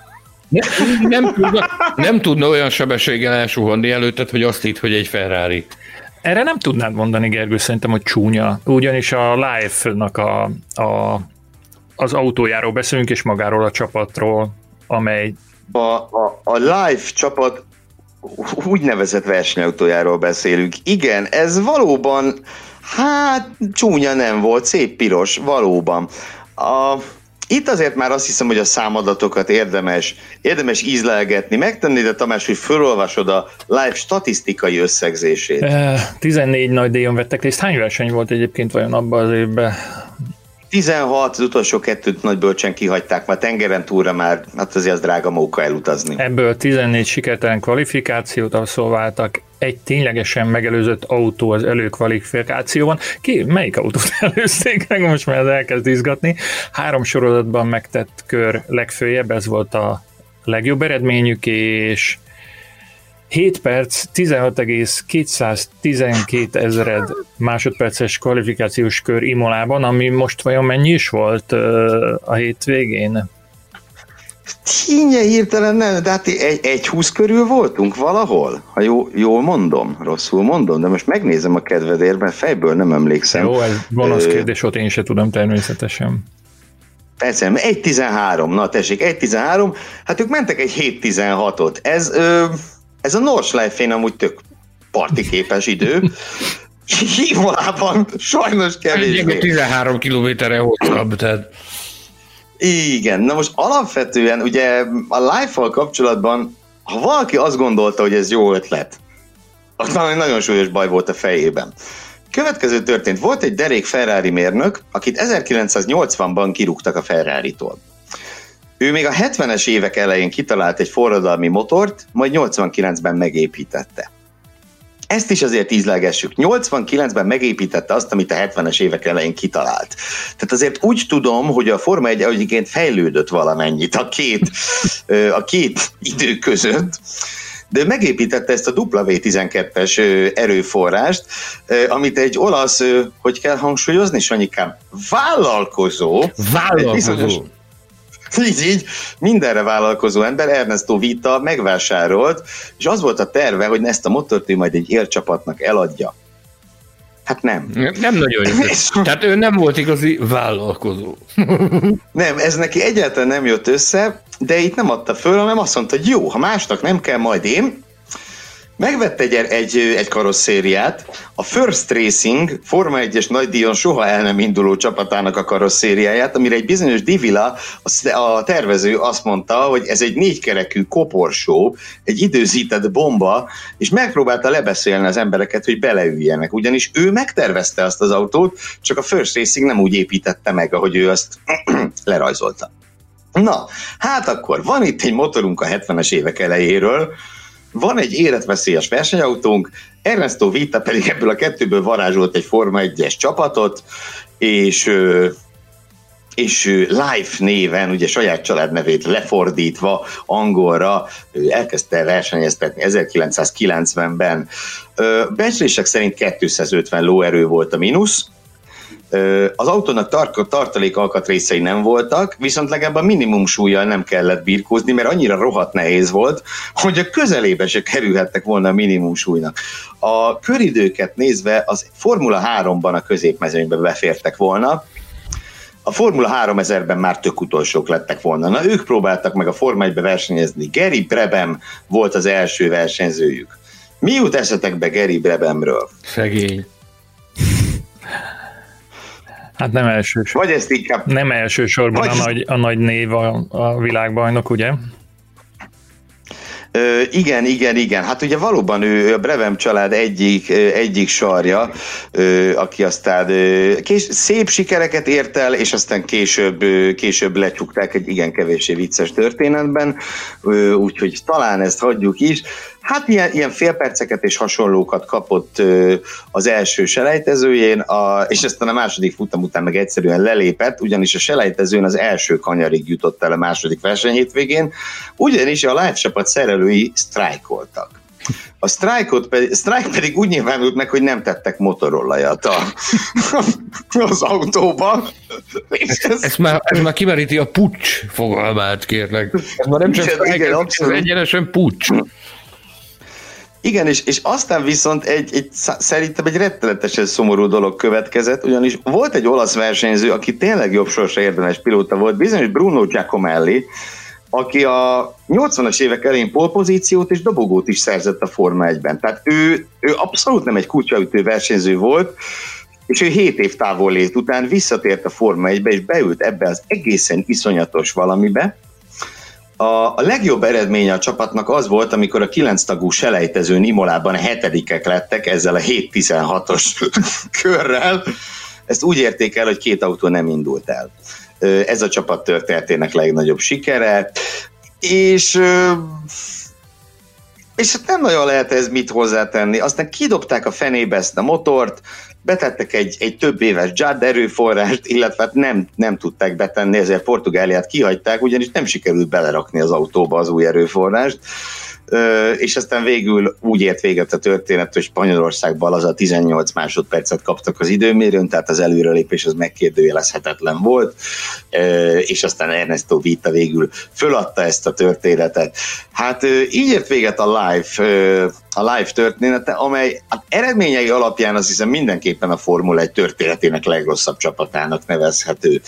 nem, nem, tudna, nem tudna olyan sebességgel elsuhanni előtted, hogy azt hitt, hogy egy Ferrari. Erre nem tudnád mondani, Gergő, szerintem, hogy csúnya. Ugyanis a Life-nak a, a, az autójáról beszélünk, és magáról a csapatról, amely... A, a, a Live csapat úgynevezett versenyautójáról beszélünk. Igen, ez valóban, hát csúnya nem volt, szép piros, valóban. A, itt azért már azt hiszem, hogy a számadatokat érdemes, érdemes ízlelgetni, megtenni, de Tamás, hogy felolvasod a Live statisztikai összegzését. tizennégy nagy díjon vettek részt. Hány verseny volt egyébként vajon abban az évben? tizenhat, az utolsó kettőt nagy bölcsen kihagyták, már tengeren túlra már, hát azért az drága móka elutazni. Ebből tizennégy sikertelen kvalifikációt abszolváltak, egy ténylegesen megelőzött autó az előkvalifikációban. Ki, melyik autót előzték meg? Most már ez elkezd izgatni. Három sorozatban megtett kör legfőjebb, ez volt a legjobb eredményük, és hét perc, tizenhat egész kétszáztizenkét ezred másodperces kvalifikációs kör Imolában, ami most vajon mennyi is volt uh, a hétvégén? Ténye hirtelen nem, de hát egy, egy húsz körül voltunk valahol, ha jó, jól mondom, rosszul mondom, de most megnézem a kedvedért, mert fejből nem emlékszem. Jó, ez gonosz kérdés volt, én se tudom természetesen. Persze, egy tizenhárom, na tessék, egy tizenhárom, hát ők mentek egy hét tizenhatot, ez... Ö, Ez a Nordschleife-én amúgy tök partiképes idő. Hívolában sajnos kevésbé. tizenhárom kilométerre hosszabb, tehát... Igen, na most alapvetően ugye a Life-val kapcsolatban, ha valaki azt gondolta, hogy ez jó ötlet, az már nagyon súlyos baj volt a fejében. Következő történt, volt egy derék Ferrari mérnök, akit ezerkilencszáznyolcvanban kirúgtak a Ferraritól. Ő még a hetvenes évek elején kitalált egy forradalmi motort, majd nyolcvankilencben megépítette. ezt is azért ízlelgessük. nyolcvankilencben megépítette azt, amit a hetvenes évek elején kitalált. Tehát azért úgy tudom, hogy a Forma egy egyébként fejlődött valamennyit a két, a két idő között, de megépítette ezt a dupla vé tizenkettes erőforrást, amit egy olasz, hogy kell hangsúlyozni, Sanyikám, vállalkozó, vállalkozó. Így, így, mindenre vállalkozó ember, Ernesto Vita megvásárolt, és az volt a terve, hogy ezt a motort ő majd egy élcsapatnak eladja. Hát nem. Nem nagyon jött. Tehát ő nem volt igazi vállalkozó. Nem, ez neki egyáltalán nem jött össze, de itt nem adta föl, hanem azt mondta, hogy jó, ha másnak nem kell, majd én. Megvette egy, egy, egy karosszériát, a First Racing Forma egyes nagydíjon soha el nem induló csapatának a karosszériáját, amire egy bizonyos Divila, a tervező azt mondta, hogy ez egy négykerekű koporsó, egy időzített bomba, és megpróbálta lebeszélni az embereket, hogy beleüljenek, ugyanis ő megtervezte azt az autót, csak a First Racing nem úgy építette meg, ahogy ő azt lerajzolta. Na, hát akkor van itt egy motorunk a hetvenes évek elejéről, van egy életveszélyes versenyautónk, Ernesto Vita pedig ebből a kettőből varázsolt egy Forma egyes csapatot, és, és Life néven, ugye saját családnevét lefordítva angolra elkezdte versenyeztetni ezerkilencszázkilencvenben. Becslések szerint kétszázötven lóerő volt a mínusz, az autónak tar- tartalék alkatrészei nem voltak, viszont legalább a minimum súllyal nem kellett birkózni, mert annyira rohadt nehéz volt, hogy a közelébe se kerülhettek volna a minimum súlynak. A köridőket nézve az Formula háromban a középmezőnybe befértek volna, a Formula háromezerben már tök utolsók lettek volna. Na, ők próbáltak meg a Forma egybe versenyezni. Gary Brabham volt az első versenyzőjük. Mi jut eszetekbe Gary Brabhamről? Szegény. Hát nem elsős. Vagy ezt inkább... Nem elsősorban a nagy, a nagy név a, a világbajnok, ugye? Ö, igen, igen, igen. Hát ugye valóban ő a Brabham család egyik, egyik sarja, ö, aki aztán ö, kés, szép sikereket ért el, és aztán később, ö, később lecsukták egy igen kevéssé vicces történetben, ö, úgyhogy talán ezt hagyjuk is. Hát ilyen, ilyen félperceket és hasonlókat kapott ö, az első selejtezőjén, a, és aztán a második futam után meg egyszerűen lelépett, ugyanis a selejtezőn az első kanyarig jutott el a második versenyhétvégén, ugyanis a Live csapat szerelői sztrájkoltak. A sztrájkot pedig, sztrájk pedig úgy nyilvánult meg, hogy nem tettek motorolajat a, az autóba. Ez, ez, már, ez már kimeríti a puccs fogalmát, kérlek. Ez már nem csak sztrájk, ez egyenesen puccs. Igen, és, és aztán viszont egy, egy, szerintem egy rettenetesen szomorú dolog következett, ugyanis volt egy olasz versenyző, aki tényleg jobb sorsa érdemes pilóta volt, bizonyos Bruno Giacomelli, aki a nyolcvanas évek elején polpozíciót és dobogót is szerzett a Forma egyben. Tehát ő, ő abszolút nem egy kutyaütő versenyző volt, és ő hét év távollét után visszatért a Forma egybe, és beült ebbe az egészen iszonyatos valamibe. A, a legjobb eredménye a csapatnak az volt, amikor a kilenc tagú selejtezőn Imolában a hetedikek lettek ezzel a hét tizenhatos körrel. Ezt úgy érték el, hogy két autó nem indult el. Ez a csapat történetének legnagyobb sikere, és, és hát nem nagyon lehet ez mit hozzátenni. Aztán kidobták a fenébe ezt a motort, betettek egy, egy több éves Judd erőforrást, illetve hát nem, nem tudták betenni, ezért Portugáliát kihagyták, ugyanis nem sikerült belerakni az autóba az új erőforrást, és aztán végül úgy ért véget a történet, hogy Spanyolországban az a tizennyolc másodpercet kaptak az időmérőn, tehát az előrelépés az megkérdőjelezhetetlen volt, és aztán Ernesto Vita végül föladta ezt a történetet. Hát így ért véget a live, a live története, amely hát eredményei alapján azt hiszem mindenképpen a Formula egy történetének legrosszabb csapatának nevezhető.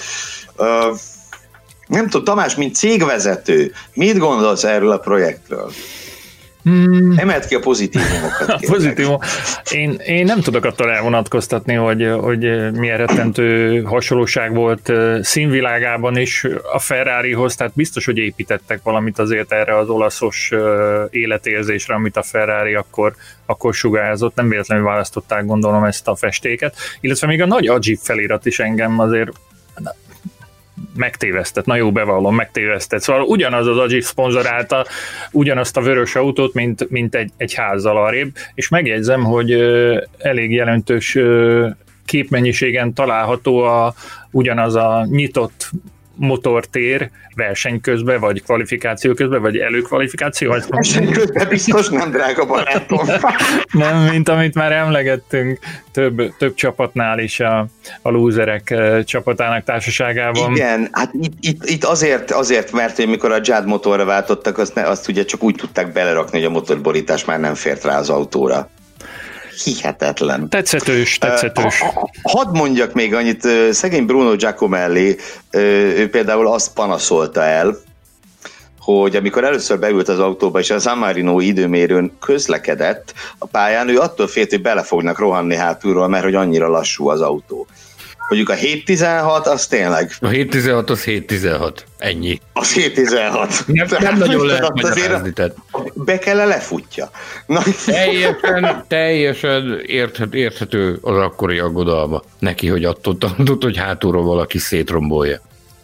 Nem tudom, Tamás, mint cégvezető, mit gondolsz erről a projektről? Hmm. Emeld ki a pozitívumokat. A pozitívum. Én, én nem tudok attól elvonatkoztatni, hogy, hogy milyen rettentő hasonlóság volt színvilágában is a Ferrarihoz, tehát biztos, hogy építettek valamit azért erre az olaszos életérzésre, amit a Ferrari akkor, akkor sugárzott. Nem véletlenül választották, gondolom, ezt a festéket. Illetve még a nagy Agip felirat is engem azért megtévesztett, na jó, bevallom, megtévesztett. Szóval ugyanaz az Agif szponzorálta ugyanazt a vörös autót, mint, mint egy, egy házzal arrébb, és megjegyzem, hogy ö, elég jelentős ö, képmennyiségen található a, ugyanaz a nyitott motortér verseny közben, vagy kvalifikáció közben, vagy előkvalifikáció? Verseny közben biztos nem, drága barátom. Nem, mint amit már emlegettünk több, több csapatnál is a, a lúzerek csapatának társaságában. Igen, hát itt, itt, itt azért, azért, mert hogy mikor a Judd motorra váltottak, azt, ne, azt ugye csak úgy tudták belerakni, hogy a motorborítás már nem fért rá az autóra. Hihetetlen. Tetszetős, tetszetős. Uh, hadd mondjak még annyit, uh, szegény Bruno Giacomelli, uh, ő például azt panaszolta el, hogy amikor először beült az autóba, és a San Marino időmérőn közlekedett a pályán, ő attól félt, hogy bele fognak rohanni hátulról, mert hogy annyira lassú az autó. Mondjuk a hét tizenhat, az tényleg... A hét tizenhat az hét tizenhat. Ennyi. Az hét tizenhat. Nem, nem nagyon lehet magyarázni. Be kell lefutja. Na. Teljesen, teljesen érthet, érthető az akkori aggodalma neki, hogy attól tanult, hogy hátulról valaki szétrombolja.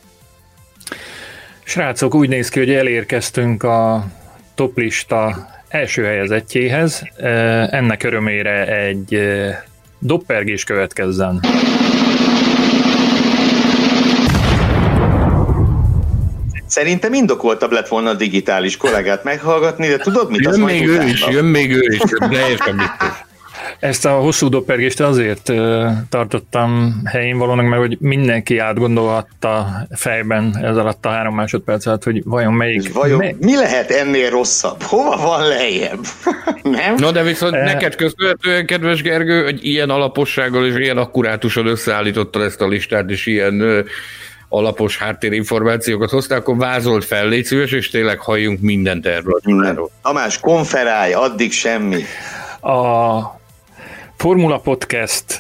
Srácok, úgy néz ki, hogy elérkeztünk a toplista első helyezettjéhez. Ennek örömére egy doppergés következzen. Szerintem indokoltabb lett volna a digitális kollégát meghallgatni, de tudod mit? Jön még ő is, jön még ő is, de értem biztos. Ezt a hosszú doppergést azért uh, tartottam helyén valónak, mert hogy mindenki átgondolhatta fejben ez alatt a három másodperc alatt, hogy vajon melyik... Vajon mely... mi lehet ennél rosszabb? Hova van lejjebb? Nem? No, de viszont e... neked köszönhetően, kedves Gergő, hogy ilyen alapossággal és ilyen akkurátusan összeállítottad ezt a listát, és ilyen uh, alapos háttérinformációkat hoztál, akkor vázolt fel, légy szíves, és tényleg halljunk mindent erről. Minden. Tamás, konferálj, addig semmi. A Formula Podcast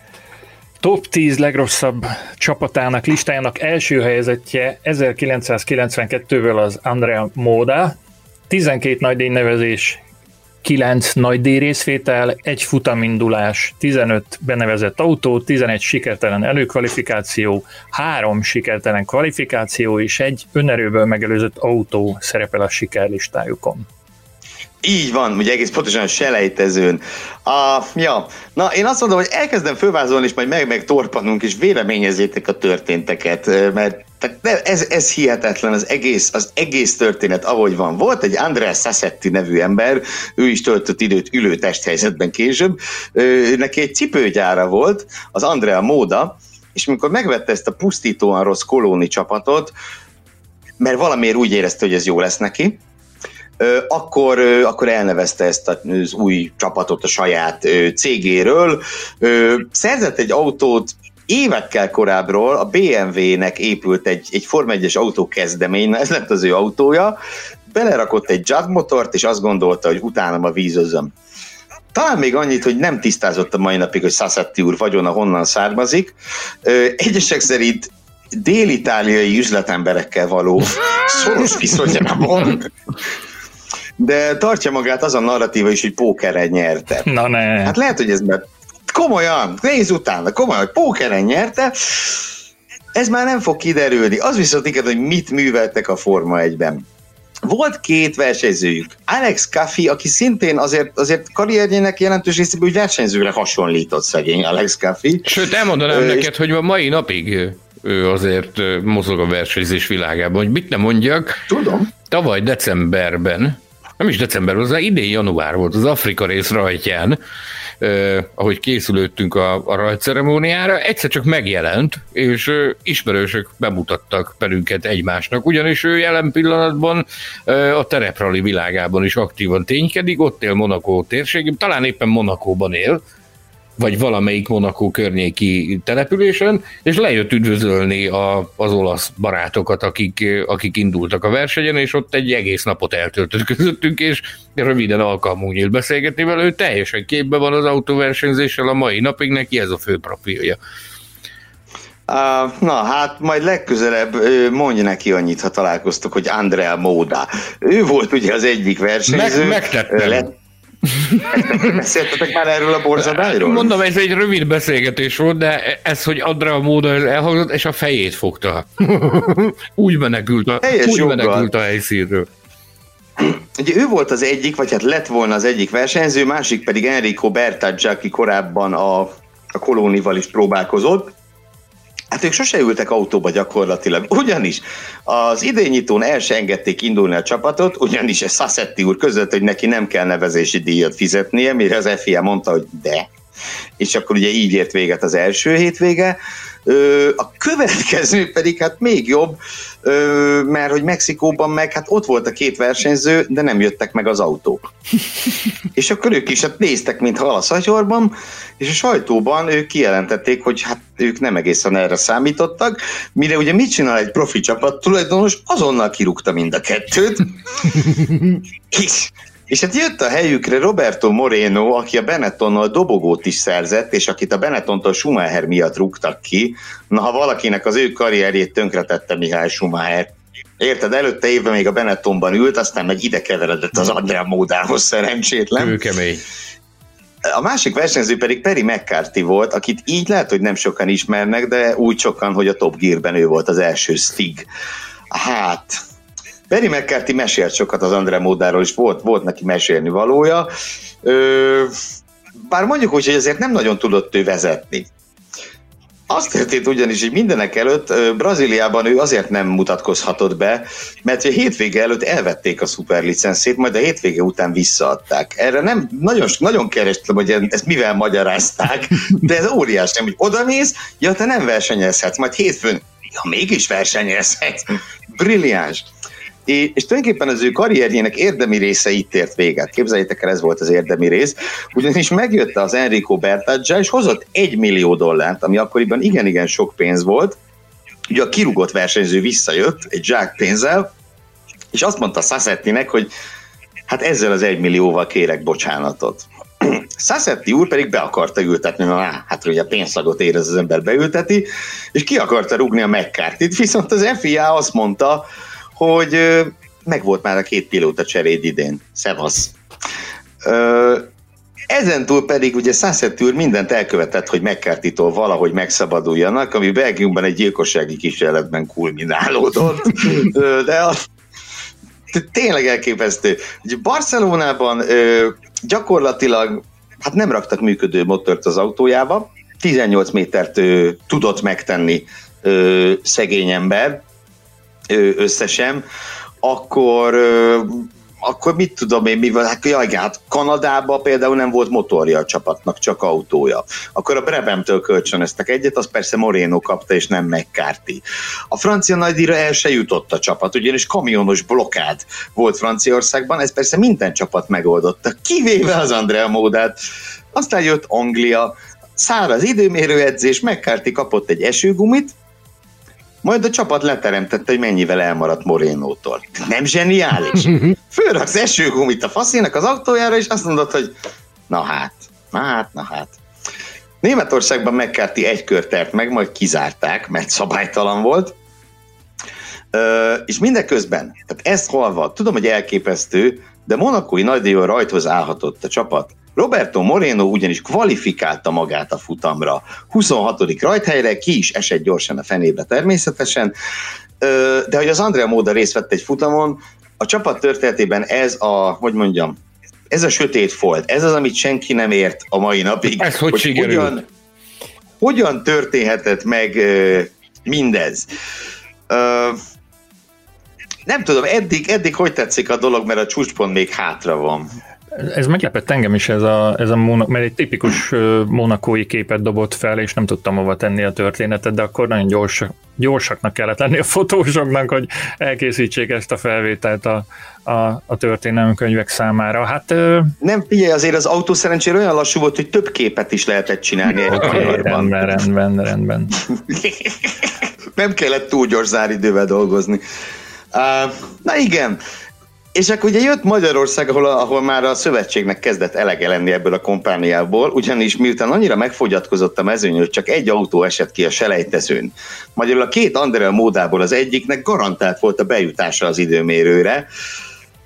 top tíz legrosszabb csapatának listájának első helyezettje ezerkilencszázkilencvenkettőből az Andrea Moda, tizenkét nagydíj nevezés, kilenc nagydíj részvétel, egy futamindulás, tizenöt benevezett autó, tizenegy sikertelen előkvalifikáció, három sikertelen kvalifikáció és egy önerőből megelőzött autó szerepel a sikerlistájukon. Így van, ugye egész pontosan a selejtezőn. A, ja. Na, én azt mondom, hogy elkezdem fölvázolni, és majd meg, meg torpanunk, és véleményezzétek a történteket, mert tehát ez, ez hihetetlen, az egész, az egész történet, ahogy van. Volt egy Andrea Sassetti nevű ember, ő is töltött időt ülő testhelyzetben később, neki egy cipőgyára volt, az Andrea Moda, és amikor megvette ezt a pusztítóan rossz Coloni csapatot, mert valamiért úgy érezte, hogy ez jó lesz neki, Akkor, akkor elnevezte ezt az új csapatot a saját cégéről. Szerzett egy autót évekkel korábbról, a bé em vé-nek épült egy, egy Forma egyes autó kezdemény, ez lett az ő autója, belerakott egy Judd motort, és azt gondolta, hogy utána a vízözöm. Talán még annyit, hogy nem tisztázott a mai napig, hogy Sassetti úr vagyona honnan származik. Egyesek szerint dél-itáliai üzletemberekkel való szoros viszonyában. De tartja magát az a narratíva is, hogy pókeren nyerte. Na ne. Hát lehet, hogy ez már komolyan, nézz utána, komolyan, hogy pókeren nyerte, ez már nem fog kiderülni. Az viszont igaz, hogy mit műveltek a Forma egyben. Volt két versenyzőjük. Alex Caffi, aki szintén azért, azért karrierjének jelentős részében úgy versenyzőre hasonlított szegény Alex Caffi. Sőt, elmondanám Ö, neked, hogy a mai napig ő azért mozog a versenyzés világában, hogy mit nem mondjak. Tudom. Tavaly decemberben, nem is decemberben, az idén január volt az Afrika rész rajtján, eh, ahogy készülődtünk a, a rajtceremóniára, egyszer csak megjelent, és eh, ismerősök bemutattak bennünket egymásnak, ugyanis ő jelen pillanatban eh, a tereprali világában is aktívan ténykedik, ott él Monaco térségében, talán éppen Monacóban él, vagy valamelyik Monaco környéki településen, és lejött üdvözölni a, az olasz barátokat, akik, akik indultak a versenyen, és ott egy egész napot eltöltött közöttünk, és röviden alkalmunk nyílt beszélgetni vele, ő teljesen képben van az autóversenyzéssel a mai napig, neki ez a fő profilja. Uh, na, hát majd legközelebb mondj neki annyit, ha találkoztuk, hogy Andrea Moda. Ő volt ugye az egyik versenyző. Meg, megtettem. Le- Beszéltetek már erről a borzadályról? Mondom, ez egy rövid beszélgetés volt, de ez, hogy Andrea Móda elhangzott, és a fejét fogta. Úgy menekült a, úgy menekült a helyszínről. Ugye ő volt az egyik, vagy hát lett volna az egyik versenyző, másik pedig Enrico Bertaggia, aki korábban a, a Colónival is próbálkozott. Hát ők sose ültek autóba gyakorlatilag, ugyanis az idénynyitón el se engedték indulni a csapatot, ugyanis a Sassetti úr között, hogy neki nem kell nevezési díjat fizetnie, mire az ef i á mondta, hogy de. És akkor ugye így ért véget az első hétvége. A következő pedig hát még jobb, mert hogy Mexikóban meg hát ott volt a két versenyző, de nem jöttek meg az autók. És akkor ők is hát néztek, mint hal a szatyorban, és a sajtóban ők kijelentették, hogy hát ők nem egészen erre számítottak, mire ugye mit csinál egy profi csapat tulajdonos, azonnal kirúgta mind a kettőt, és És hát jött a helyükre Roberto Moreno, aki a Benettonnal dobogót is szerzett, és akit a Benettontól Schumacher miatt rúgtak ki. Na, ha valakinek az ő karrierjét tönkretette Mihály Schumacher. Érted, előtte évben még a Benettonban ült, aztán meg ide keveredett az Andrea Módához, szerencsétlen. Ő kemény. A másik versenyző pedig Perry McCarthy volt, akit így lehet, hogy nem sokan ismernek, de úgy sokan, hogy a Top Gearben ő volt az első Stig. Hát... Perry McCarthy mesélt sokat az Andrea Módáról, és volt, volt neki mesélni valója. Ö, bár mondjuk úgy, hogy azért nem nagyon tudott ő vezetni. Azt történt ugyanis, hogy mindenek előtt Brazíliában ő azért nem mutatkozhatott be, mert a hétvége előtt elvették a szuperlicenszét, majd a hétvége után visszaadták. Erre nem nagyon, nagyon kerestem, hogy ezt mivel magyarázták, de ez óriás, nem, hogy odamész, ja, te nem versenyezhetsz, majd hétfőn, ja, mégis versenyezhetsz. Brilliáns. És tulajdonképpen az ő karrierjének érdemi része itt ért véget. Képzeljétek el, ez volt az érdemi rész. Ugyanis megjött az Enrico Bertaggia, és hozott egy millió dollárt, ami akkoriban igen-igen sok pénz volt. Ugye a kirúgott versenyző visszajött egy zsák pénzzel, és azt mondta Sassettinek, hogy hát ezzel az egy millióval kérek bocsánatot. Sassetti úr pedig be akarta ültetni, na, hát ugye a pénzszagot érez az ember beülteti, és ki akarta rúgni a McCarthyt, viszont az ef i á azt mondta, hogy megvolt már a két pilóta cseréd idén. Szevasz. Ezentúl pedig ugye Sassetti úr mindent elkövetett, hogy McCarthytól valahogy megszabaduljanak, ami Belgiumban egy gyilkossági kísérletben kulminálódott. De a, tényleg elképesztő. Ugye Barcelonában gyakorlatilag hát nem raktak működő motort az autójába, tizennyolc métert tudott megtenni szegény ember, összesen, akkor, akkor mit tudom én, mivel, hát, jaj, hát Kanadában például nem volt motorja a csapatnak, csak autója. Akkor a Brabhamtől kölcsönöztek egyet, azt persze Moreno kapta, és nem McCarthy. A francia nagydíjra el se jutott a csapat, ugyanis kamionos blokkád volt Franciaországban, ez persze minden csapat megoldotta, kivéve az Andrea Módát. Aztán jött Anglia, száraz időmérőedzés, McCarthy kapott egy esőgumit, majd a csapat leteremtette, hogy mennyivel elmaradt Morénótól. Nem zseniális? Fölraksz esőgumit a faszének az autójára, és azt mondod, hogy na hát, na hát, na hát. Németországban McCarthy egy kört tert meg, majd kizárták, mert szabálytalan volt. Ö, és mindeközben, tehát ezt halva, tudom, hogy elképesztő, de monakói nagydíjon rajthoz állhatott a csapat. Roberto Moreno ugyanis kvalifikálta magát a futamra. huszonhatodik rajthelyre, ki is esett gyorsan a fenébe természetesen, de hogy az Andrea Móda részt vett egy futamon, a csapat történetében ez a, hogy mondjam, ez a sötét folt, ez az, amit senki nem ért a mai napig. Ez hogy, hogy hogyan, hogyan történhetett meg mindez? Nem tudom, eddig, eddig hogy tetszik a dolog, mert a csúcspont még hátra van. Ez meglepett engem is, ez a, ez a Móna, mert egy tipikus monakói képet dobott fel, és nem tudtam hova tenni a történetet, de akkor nagyon gyors, gyorsaknak kellett lenni a fotósoknak, hogy elkészítsék ezt a felvételt a, a, a történelmkönyvek számára. Hát, nem, figyelj, azért az autó szerencsére olyan lassú volt, hogy több képet is lehetett csinálni egy okay, rendben, rendben, rendben. Nem kellett túl gyors záridővel dolgozni. Uh, na igen, és akkor ugye jött Magyarország, ahol, ahol már a szövetségnek kezdett elege lenni ebből a kompániából, ugyanis miután annyira megfogyatkozott a mezőny, hogy csak egy autó esett ki a selejtezőn. Magyarul a két Andrea Módából az egyiknek garantált volt a bejutása az időmérőre,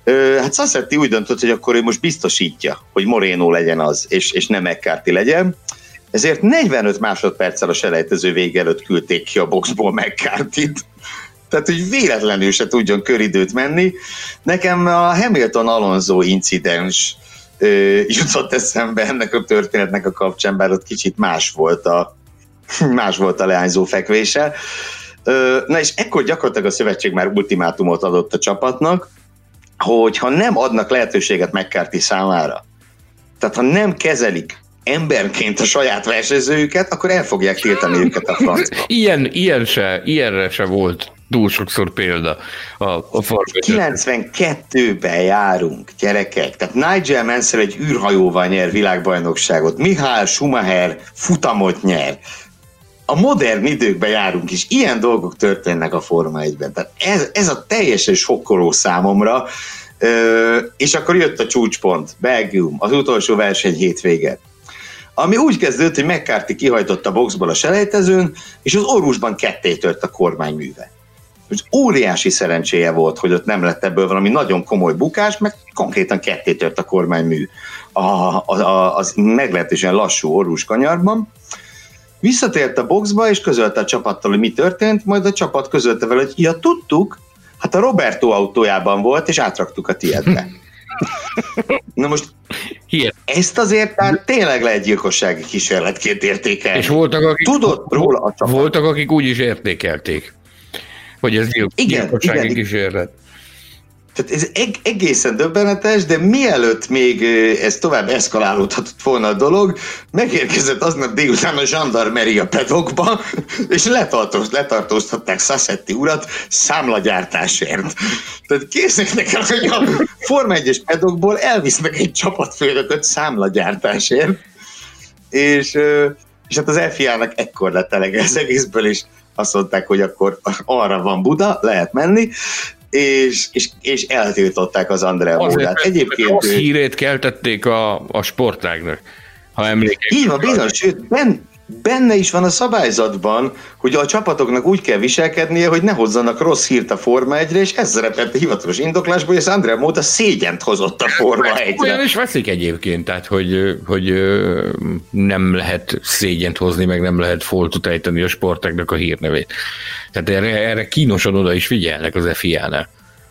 Hát Sassetti úgy döntött, hogy akkor ő most biztosítja, hogy Moreno legyen az, és, és nem McCarthy legyen. Ezért negyvenöt másodperccel a selejtező vége előtt küldték ki a boxból McCarthyt. Tehát, hogy véletlenül se tudjon köridőt menni. Nekem a Hamilton-Alonso incidens ö, jutott eszembe ennek a történetnek a kapcsán, bár ott kicsit más volt a, más volt a leányzó fekvése. Ö, na és ekkor gyakorlatilag a szövetség már ultimátumot adott a csapatnak, hogy ha nem adnak lehetőséget McCarthy számára, tehát ha nem kezelik emberként a saját versenyzőjüket, akkor el fogják tiltani őket a francba. Ilyen, ilyen se, ilyenre se volt túl sokszor példa a, a Formula kilencvenkettőben járunk, gyerekek. Tehát Nigel Mansell egy űrhajóval nyer világbajnokságot, Michael Schumacher futamot nyer. A modern időkben járunk, és ilyen dolgok történnek a Forma egyben. Tehát ez, ez a teljesen sokkoló számomra, Ö, és akkor jött a csúcspont, Belgium, az utolsó verseny hétvége. Ami úgy kezdődött, hogy McCarthy kihajtott a boxból a selejtezőn, és az orvusban ketté tört a kormányműve. És óriási szerencséje volt, hogy ott nem lett ebből valami nagyon komoly bukás, mert konkrétan ketté tört a kormánymű a, a, a, az meglehetősen lassú orvus kanyarban. Visszatért a boxba, és közölte a csapattal, hogy mi történt, majd a csapat közölte vele, hogy ja, tudtuk, hát a Roberto autójában volt, és átraktuk a tiédbe. Na most Hihet. ezt azért már tényleg lehet gyilkossági kísérletként értékelni. És voltak, akik, Tudod róla a csapat. voltak, akik úgy is értékelték, hogy ez gyilk, Igen, gyilkossági igen. kísérlet. Tehát ez eg- egészen döbbenetes, de mielőtt még ez tovább eszkalálódhatott volna a dolog, megérkezett aznap délután a zsandarmeria pedokba, és letartózt, letartóztatták Sassetti urat számlagyártásért. Tehát képzeljétek el, hogy a Forma egyes pedokból elvisznek egy csapatfőnököt számlagyártásért, és, és hát az ef i á-nak ekkor lett elege az egészből, és azt mondták, hogy akkor arra van Buda, lehet menni, és, és, és eltiltották az Andrea Módát. Egyébként rossz hírét keltették a, a sportágnak, ha emlékezik. így van, bizony, sőt, ben, benne is van a szabályzatban, hogy a csapatoknak úgy kell viselkednie, hogy ne hozzanak rossz hírt a Forma egyre, és ez szerepelt a hivatalos indoklásból, hogy az Andrea Móda szégyent hozott a Forma egyre. Olyan is veszik egyébként, tehát hogy, hogy nem lehet szégyent hozni, meg nem lehet foltot ejteni a sportágnak a hírnevét. Tehát erre, erre kínosan oda is figyelnek az ef i á-nál.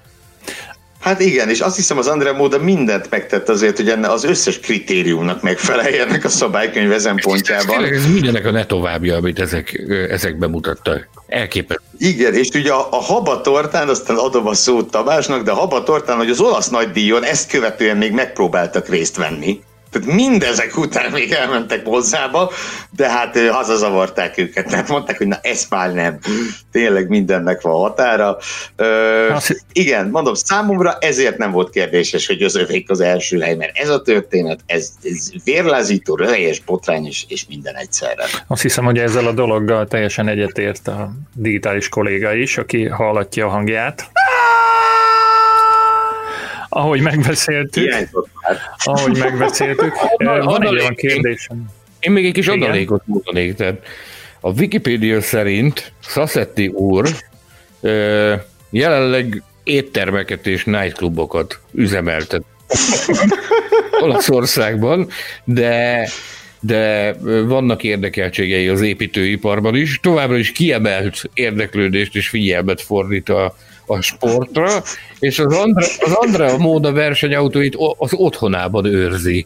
Hát igen, és azt hiszem az Andrea Móda mindent megtett azért, hogy enne az összes kritériumnak megfeleljenek a szabálykönyv ezen pontjában. Tényleg ez mindenek a ne továbbja, amit ezek, ezek bemutattak. Elképesztő. Igen, és ugye a, a habatortán, aztán adom a szót Tamásnak, de a habatortán, hogy az olasz nagydíjon ezt követően még megpróbáltak részt venni. Tehát mindezek után még elmentek hozzába, de hát hazazavarták őket. Tehát mondták, hogy na ez már nem. Tényleg mindennek van határa. Ö, igen, mondom, számomra ezért nem volt kérdéses, hogy az övék az első hely, mert ez a történet, ez, ez vérlázító, röhelyes, botrányos, és minden egyszerre. Azt hiszem, hogy ezzel a dologgal teljesen egyetért a digitális kolléga is, aki hallatja a hangját. Ahogy megbeszéltük, ahogy megbeszéltük, van egy olyan kérdésem. Én még egy kis adalékot mondanék, tehát a Wikipédia szerint Sassetti úr jelenleg éttermeket és nightclubokat üzemeltet Olaszországban, de, de vannak érdekeltségei az építőiparban is, továbbra is kiemelt érdeklődést és figyelmet fordít a a sportra, és az Andrea, az Andrea Móda versenyautóit az otthonában őrzi.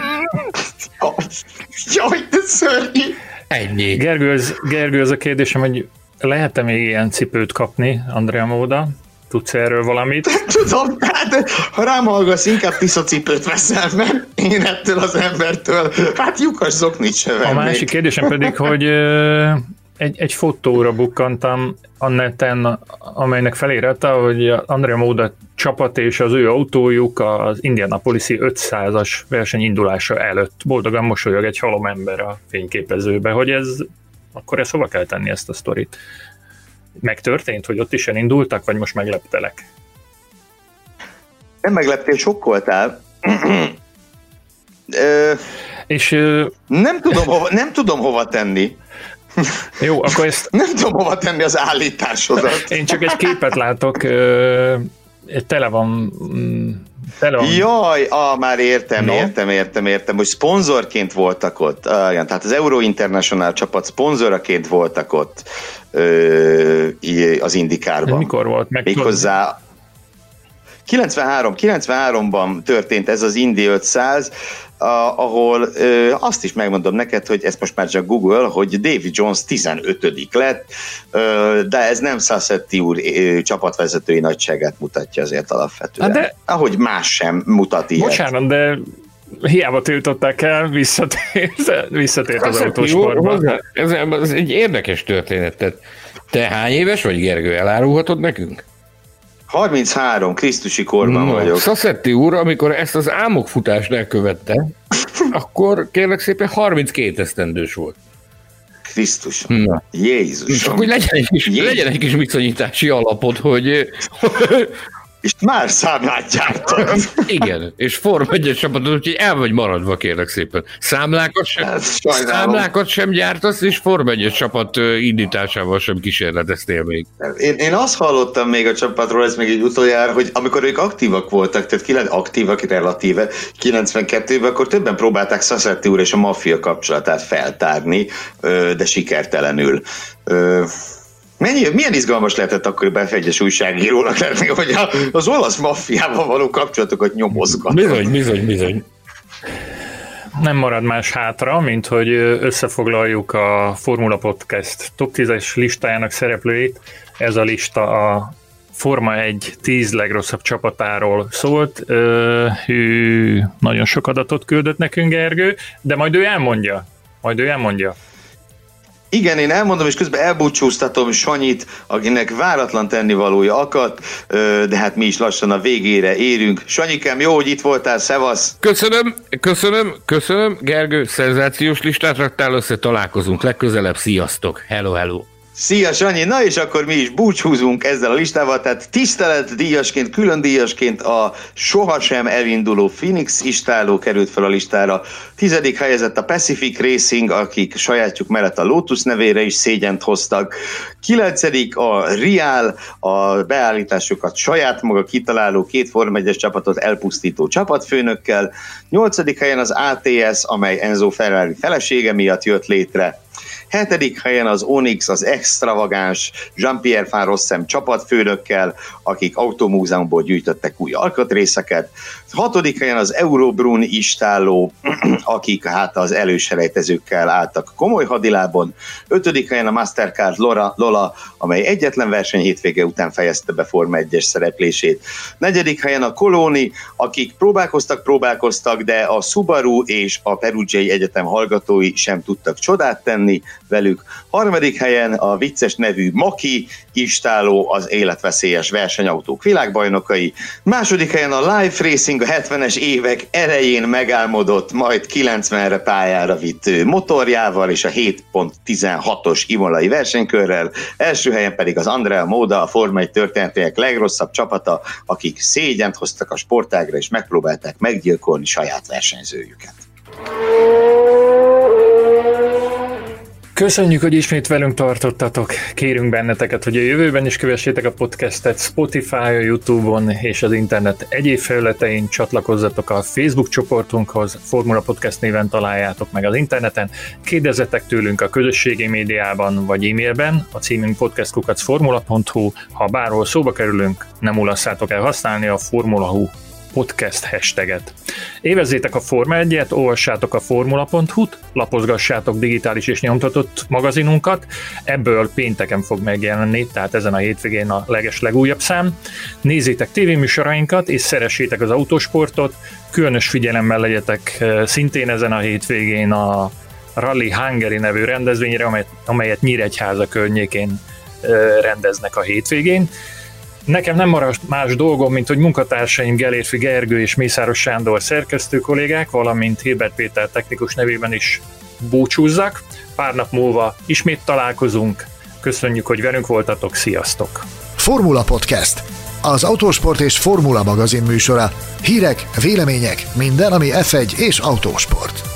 Jaj, de szörnyű! Ennyi. Gergő, ez, Gergő, ez a kérdésem, hogy lehet-e még ilyen cipőt kapni, Andrea Móda? Tudsz erről valamit? Nem tudom, hát ha rám hallgasz, inkább tiszocipőt veszel, mert én ettől az embertől, hát lyukas zoknit se vennék. A másik kérdésem pedig, hogy Egy, egy fotóra bukkantam a neten, amelynek felírata, hogy Andrea Móda csapat és az ő autójuk az Indianapolis-i ötszázas verseny indulása előtt boldogan mosolyog egy halom ember a fényképezőbe, hogy ez, akkor ezt hova kell tenni ezt a sztorit? Megtörtént, hogy ott is elindultak, vagy most megleptelek? Nem megleptél, sokkoltál. Ö, és nem tudom, hova, nem tudom hova tenni. Jó, akkor ezt... Nem tudom hova tenni az állításodat. Én csak egy képet látok, tele van... Tele van. Jaj, ah, már értem, no. értem, értem, értem, hogy szponzorként voltak ott. Ah, igen, tehát az Euro International csapat szponzoraként voltak ott ö, az IndyCarban. Ez mikor volt? Meg méghozzá kilencvenhárom, kilencvenháromban történt ez az Indy ötszáz, ahol ö, azt is megmondom neked, hogy ezt most már csak Google, hogy Davy Jones tizenötödik lett, ö, de ez nem Sassetti úr ö, csapatvezetői nagyságát mutatja azért alapvetően. De, ahogy más sem mutat ilyet. Bocsánat, de hiába tiltották el, visszatért, visszatért az autósportba. Ez, ez egy érdekes történet. Tehát te hány éves vagy, Gergő? Elárulhatod nekünk? harminchárom, Krisztusi korban no, vagyok. Sassetti úr, amikor ezt az álmokfutást elkövette, akkor kérlek szépen harminckét esztendős volt. Krisztusom. Na. Jézusom. Csak hogy legyen egy kis, Jézus. legyen egy kis viszonyítási alapod, hogy... És már számlát gyártod. Igen, és Forma egyes csapatot, úgyhogy el vagy maradva, kérlek szépen. Számlákat sem, számlákat sem gyártasz, és Forma egyes csapat indításával sem kísérleteztél még. Én, én azt hallottam még a csapatról, ez még egy utoljára, hogy amikor ők aktívak voltak, tehát kilen, aktívak relatíve kilencvenkettőben, akkor többen próbálták Sassetti úr és a maffia kapcsolatát feltárni, de sikertelenül. Mennyi, milyen izgalmas lehetett akkor befegyes újságírónak lenni, hogy az olasz maffiával való kapcsolatokat nyomozgat. Bizony, bizony, bizony. Nem marad más hátra, mint hogy összefoglaljuk a Formula Podcast top tízes listájának szereplőit. Ez a lista a Forma egy tíz legrosszabb csapatáról szólt. Hű, nagyon sok adatot küldött nekünk Gergő, de majd ő elmondja. Majd ő elmondja. Igen, én elmondom, és közben elbúcsúztatom Sanyit, akinek váratlan tennivalója akadt, de hát mi is lassan a végére érünk. Sanyikám, jó, hogy itt voltál, szevasz! Köszönöm, köszönöm, köszönöm. Gergő, szenzációs listát raktál össze, találkozunk legközelebb, sziasztok, hello, hello! Szia, Sanyi! Na és akkor mi is búcsúzunk ezzel a listával, tehát tisztelet díjasként, külön díjasként a sohasem elinduló Phoenix istáló került fel a listára. Tizedik helyezett a Pacific Racing, akik sajátjuk mellett a Lotus nevére is szégyent hoztak. Kilencedik a Rial, a beállításokat saját maga kitaláló két Forma egyes csapatot elpusztító csapatfőnökkel. Nyolcadik helyen az á té es, amely Enzo Ferrari felesége miatt jött létre. Hetedik helyen az Onyx, az extravagáns Jean-Pierre Van Rossem csapatfőnökkel, akik automúzeumból gyűjtöttek új alkatrészeket. Hatodik helyen az Eurobrun istálló, akik hát az előselejtezőkkel álltak komoly hadilábon. Ötödik helyen a Mastercard Lola, Lola, amely egyetlen verseny hétvége után fejezte be Forma egyes szereplését. Negyedik helyen a Coloni, akik próbálkoztak, próbálkoztak, de a Subaru és a Perugiai Egyetem hallgatói sem tudtak csodát tenni velük. Harmadik helyen a vicces nevű Maki istáló, az életveszélyes versenyautók világbajnokai. Második helyen a Life Racing, a hetvenes évek elején megálmodott, majd kilencvenre pályára vitt motorjával és a hét pont tizenhatos imolai versenykörrel. Első helyen pedig az Andrea Moda, a Forma egy történetének legrosszabb csapata, akik szégyent hoztak a sportágra és megpróbálták meggyilkolni saját versenyzőjüket. Köszönjük, hogy ismét velünk tartottatok. Kérünk benneteket, hogy a jövőben is kövessétek a podcastet Spotify, YouTube-on és az internet egyéb felületein. Csatlakozzatok a Facebook csoportunkhoz, Formula Podcast néven találjátok meg az interneten. Kérdezzetek tőlünk a közösségi médiában vagy e-mailben, a címünk podcast kukac formula pont hu. Ha bárhol szóba kerülünk, nem mulasszátok el használni a formulahu podcast hashtaget. Évezzétek a Forma egyet, olvassátok a formula pont hu-t, lapozgassátok digitális és nyomtatott magazinunkat, ebből pénteken fog megjelenni, tehát ezen a hétvégén a leges legújabb szám. Nézzétek tévéműsorainkat és szeressétek az autósportot, különös figyelemmel legyetek szintén ezen a hétvégén a Rally Hungary nevű rendezvényre, amelyet, amelyet Nyíregyháza környékén rendeznek a hétvégén. Nekem nem maradt más dolgom, mint hogy munkatársaim Gelérfi Gergő és Mészáros Sándor szerkesztő kollégák, valamint Hilbert Péter technikus nevében is búcsúzzak. Pár nap múlva ismét találkozunk. Köszönjük, hogy velünk voltatok. Sziasztok! Formula Podcast. Az autósport és formula magazin műsora. Hírek, vélemények, minden, ami ef egy és autósport.